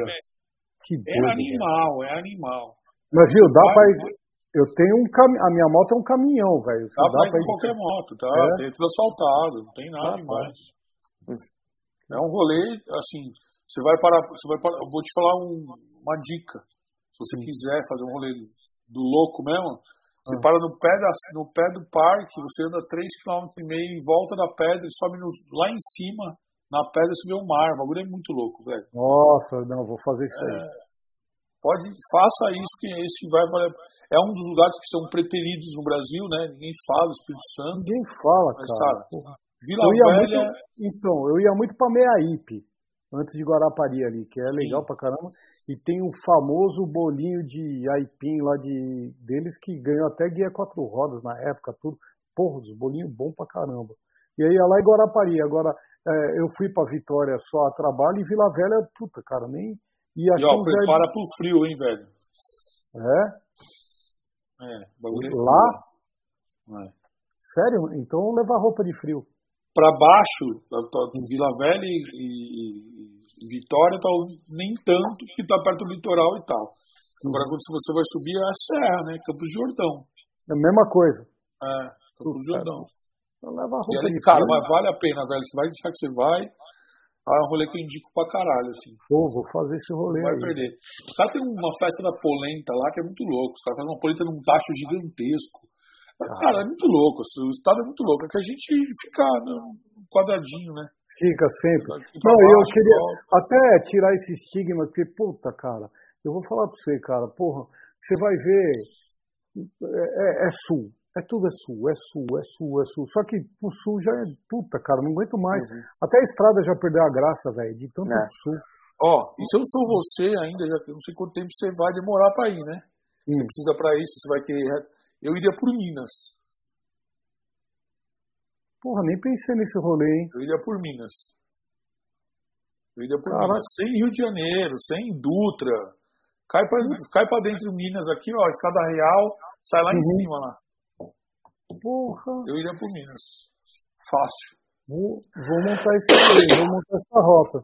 É animal. Mas, viu, dá pra ir... Eu tenho a minha moto é um caminhão, velho. Dá pra ir com qualquer moto, tá? Tem tudo asfaltado, não tem nada demais. É um rolê, assim, você vai parar... Eu vou te falar uma dica. Se você quiser fazer um rolê do louco mesmo... Você para no pé do parque, você anda 3,5 km em volta da pedra e sobe lá em cima, na pedra você vê o mar. O bagulho é muito louco, velho. Nossa, não, vou fazer isso aí. Faça isso, que esse vai valer. É um dos lugares que são preteridos no Brasil, né? Ninguém fala, Espírito Santo. Ninguém fala, mas, cara. Vila Velha... eu ia muito pra Meaípe, antes de Guarapari ali, que é legal pra caramba. E tem um famoso bolinho de aipim lá deles que ganhou até guia 4 rodas na época, tudo. Porra, os bolinhos bons pra caramba. E aí ia lá em Guarapari. Agora, eu fui pra Vitória só a trabalho e Vila Velha, puta, cara, nem... E ó, prepara pro frio, hein, velho. Bagulho lá? Sério? Então levar roupa de frio. Pra baixo, em Vila Velha e Vitória, tá, nem tanto, que tá perto do litoral e tal. Agora, quando você vai subir, é a serra, né? Campos do Jordão. É a mesma coisa. Campos do Jordão. Então leva roupa e de cara, frio. mas vale a pena, velho. Você vai deixar que você vai. É um rolê que eu indico pra caralho, assim. Pô, vou fazer esse rolê Não vai aí. perder. Os caras tem uma festa da polenta lá que é muito louco. Os caras fazem uma polenta num tacho gigantesco. Cara, é muito louco. O estado é muito louco. É que a gente fica num quadradinho, né? Fica sempre. Aqui Não, pra baixo, eu queria volta. até tirar esse estigma, porque, puta, cara, eu vou falar pra você, cara, porra, você vai ver, é sul. É tudo é sul, é sul, é sul, é sul. Só que o sul já é, puta, cara, não aguento mais. Uhum. Até a estrada já perdeu a graça, velho, de tanto sul. Ó, e se eu sou você ainda, já não sei quanto tempo você vai demorar pra ir, né? Você precisa pra isso, você vai ter... Eu iria por Minas. Porra, nem pensei nesse rolê, hein? Eu iria por Minas. Caraca. Minas. Sem Rio de Janeiro, sem Dutra. Cai pra dentro de Minas aqui, ó, Estrada Real, sai lá em cima lá. Porra. Eu iria por Minas. Fácil. Vou montar esse rolê, vou montar essa rota.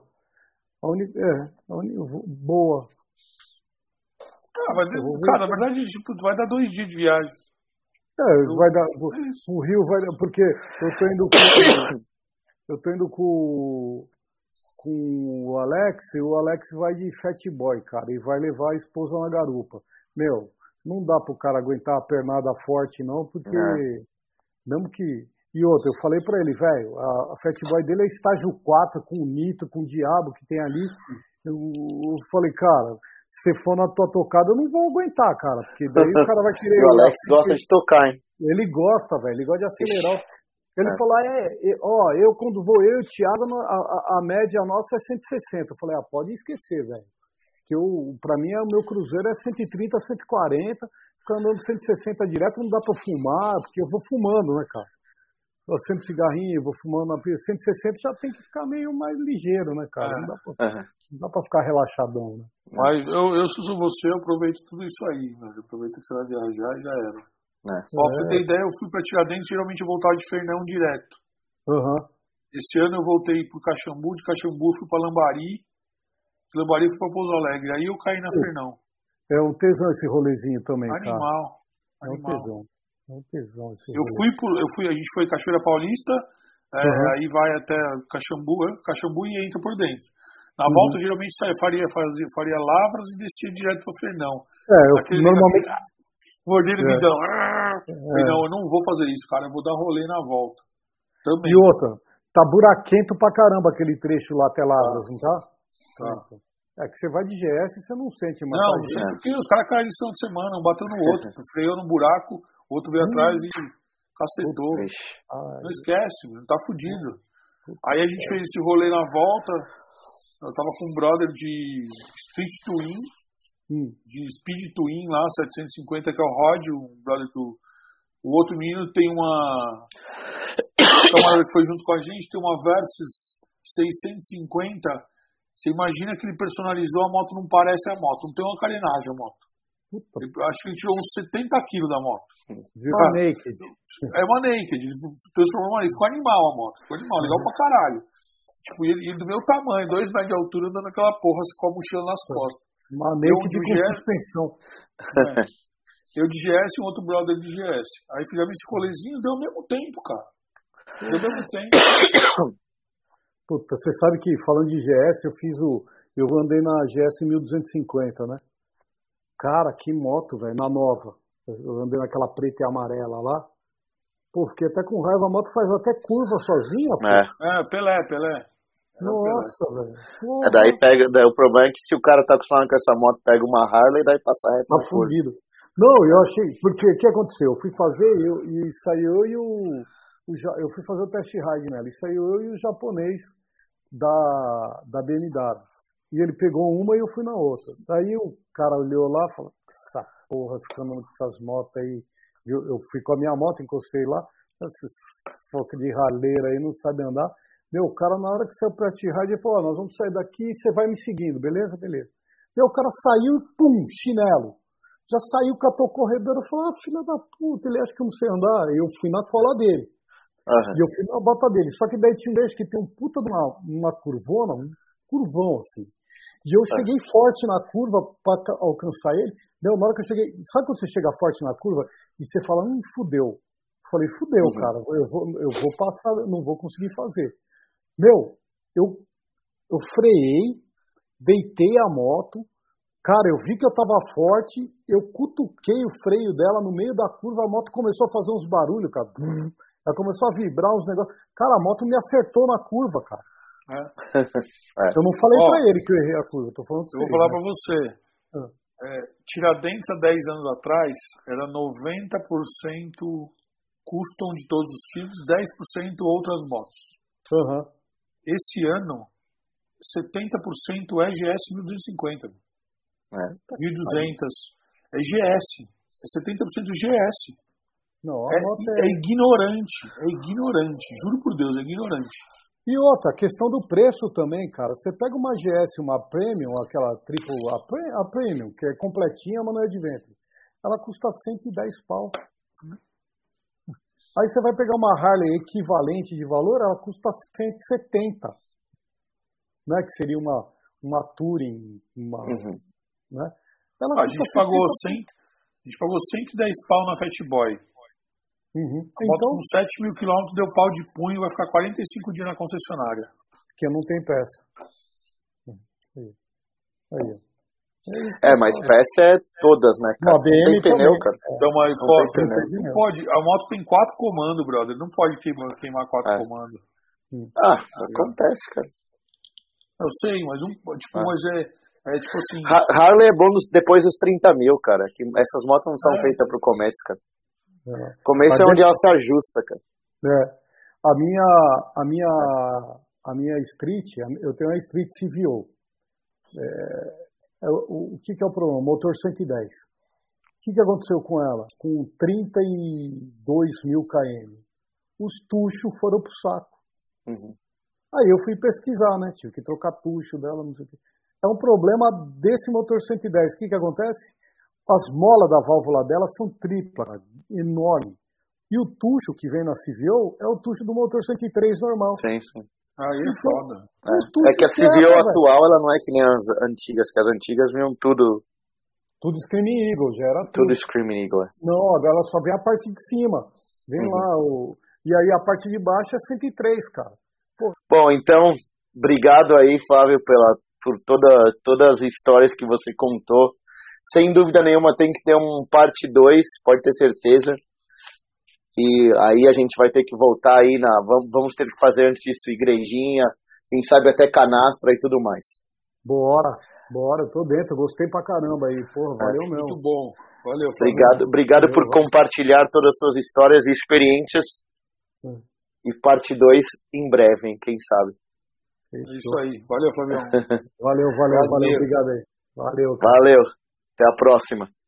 Boa. Cara, na verdade, tipo, vai dar 2 dias de viagem. Vai dar. O Rio vai dar. Porque eu tô indo com o Alex, e o Alex vai de Fat Boy, cara, e vai levar a esposa na garupa. Meu, não dá pro cara aguentar a pernada forte, não, porque. Mesmo que. E outra, eu falei pra ele, velho, a Fat Boy dele é estágio 4, com o Nito, com o Diabo que tem ali. Eu falei, cara, se for na tua tocada, eu não vou aguentar, cara, porque daí o cara vai querer... O Alex gosta de tocar, hein? Ele gosta, velho, ele gosta de acelerar. Ele falou, eu quando vou, eu e o Thiago, a média nossa é 160. Eu falei, pode esquecer, velho. Que pra mim, o meu cruzeiro é 130, 140, ficar andando 160 direto, não dá pra fumar, porque eu vou fumando, né, cara? Eu acendo cigarrinho, vou fumando na pista. 160 já tem que ficar meio mais ligeiro, né, cara? Não dá pra ficar relaxadão, né? Mas eu se sou você, eu aproveito tudo isso aí, velho. Aproveito que você vai viajar e já era. Pra você ter ideia, eu fui pra Tiradentes, geralmente eu voltava de Fernão direto. Esse ano eu voltei pro Caxambu, de Caxambu fui pra Lambari, de Lambari fui pra Pouso Alegre, aí eu caí na Fernão. É um tesão esse rolezinho também, Animal. É um tesão. É um tesão esse rolê. A gente foi Cachoeira Paulista, aí vai até Caxambu e entra por dentro. Na volta, geralmente faria Lavras e descia direto para Fernão. Normalmente... Mordendo o bidão. Não, eu não vou fazer isso, cara. Eu vou dar rolê na volta. Também. E outra, tá buraquento pra caramba aquele trecho lá até Lavras, não tá? É que você vai de GS e você não sente mais. Não sei porque os caras caíram de de semana, um bateu no outro, freou no buraco, o outro veio atrás e cacetou. Não esquece, tá fudido. Aí a gente fez esse rolê na volta. Eu tava com um brother de Street Twin, de Speed Twin lá, 750, que é o Rod, um brother que o outro menino tem uma camarada que foi junto com a gente, tem uma Versys 650. Você imagina que ele personalizou a moto, não parece a moto, não tem uma carenagem a moto. Acho que ele tirou uns 70 quilos da moto. Uma naked. É uma naked, ele transformou uma naked. Ficou animal a moto, ficou animal, legal pra caralho. Tipo, ele do meu tamanho, 2 metros de altura, andando aquela porra com a mochila nas costas. Uma naked com suspensão. Eu de GS e um outro brother de GS. Aí fizemos esse rolezinho, deu ao mesmo tempo, cara. Deu ao mesmo tempo. Puta, você sabe que falando de GS, eu andei na GS 1250, né? Cara, que moto, velho, na nova. Eu andei naquela preta e amarela lá. Pô, fiquei até com raiva, a moto faz até curva sozinha, pô. Pelé. Nossa, velho. Daí o problema é que se o cara tá acostumado com essa moto, pega uma Harley, daí passa reto. Tá fundido. Não, eu achei, porque o que aconteceu? Eu fui fazer, eu fui fazer o test ride nela, e saiu eu e o japonês da BMW. E ele pegou uma e eu fui na outra. Daí o cara olhou lá e falou, essa porra, ficando com essas motos aí. Eu fui com a minha moto, encostei lá, esses foca de raleira aí, não sabe andar. Meu, o cara, na hora que saiu o test ride, ele falou, nós vamos sair daqui e você vai me seguindo, beleza? Beleza. Meu, o cara saiu, pum, chinelo. Já saiu, catou o corredor, eu falei, filha da puta, ele acha que eu não sei andar. Eu fui na cola dele. E eu fui na bota dele. Só que daí tinha um vez que tem um puta de uma curvona, um curvão assim. E eu cheguei forte na curva pra alcançar ele. Deu na hora que eu cheguei. Sabe quando você chega forte na curva e você fala, fudeu. Eu falei, cara, eu vou passar, não vou conseguir fazer. Meu, eu eu freiei, deitei a moto, cara, eu vi que eu tava forte, eu cutuquei o freio dela no meio da curva, a moto começou a fazer uns barulhos, cara. Ela começou a vibrar uns negócios. Cara, a moto me acertou na curva, cara. Eu não falei pra ele que eu errei a curva, tô falando pra eu vou falar pra você. Tiradentes há 10 anos atrás era 90% custom de todos os tipos, 10% outras motos. Esse ano 70% é GS 1250, 1200 é GS, é 70% GS. Não, é ignorante, juro por Deus, é ignorante. E outra, a questão do preço também, cara. Você pega uma GS, uma Premium, aquela a Premium, que é completinha, mas não é de ventre. Ela custa 110 pau. Aí você vai pegar uma Harley equivalente de valor, ela custa 170. Né? Que seria uma Touring, né? A gente pagou 110 pau na Fat Boy. A moto com 7 mil quilômetros deu pau de punho, vai ficar 45 dias na concessionária. Porque não tem peça. Aí. Mas peça é todas, né, cara? Não tem pneu, cara. Então, mas não pode. A moto tem 4 comandos, brother. Não pode queimar 4 comandos. Acontece, cara. Eu sei, mas mas é tipo assim. Harley é bom depois dos 30 mil, cara. Que essas motos não são feitas pro começo, cara. Começo é onde ela se ajusta, cara. A minha Street, eu tenho uma Street CVO. O que é o problema? Motor 110. O que aconteceu com ela? Com 32 mil km. Os tuchos foram pro saco. Aí eu fui pesquisar, né? Tive que trocar tucho dela, não sei o que. É um problema desse motor 110. O que acontece? As molas da válvula dela são tripla, enorme. E o tucho que vem na CVO é o tucho do motor 103 normal. Sim. Aí é foda. É que a CVO atual, ela não é que nem as antigas, que as antigas vinham tudo... Tudo Screaming Eagle, já era tudo Screaming Eagle. Não, agora ela só vem a parte de cima. Vem lá E aí a parte de baixo é 103, cara. Bom, então, obrigado aí, Flávio, por todas as histórias que você contou. Sem dúvida nenhuma tem que ter um parte 2, pode ter certeza. E aí a gente vai ter que voltar aí vamos ter que fazer antes disso igrejinha, quem sabe até canastra e tudo mais. Bora, eu tô dentro, gostei pra caramba aí, porra, valeu mesmo. Muito bom, valeu. Obrigado por compartilhar todas as suas histórias e experiências. E parte 2 em breve, hein, quem sabe. É isso aí, valeu, Flavião. Valeu, obrigado aí. Valeu. Valeu, até a próxima.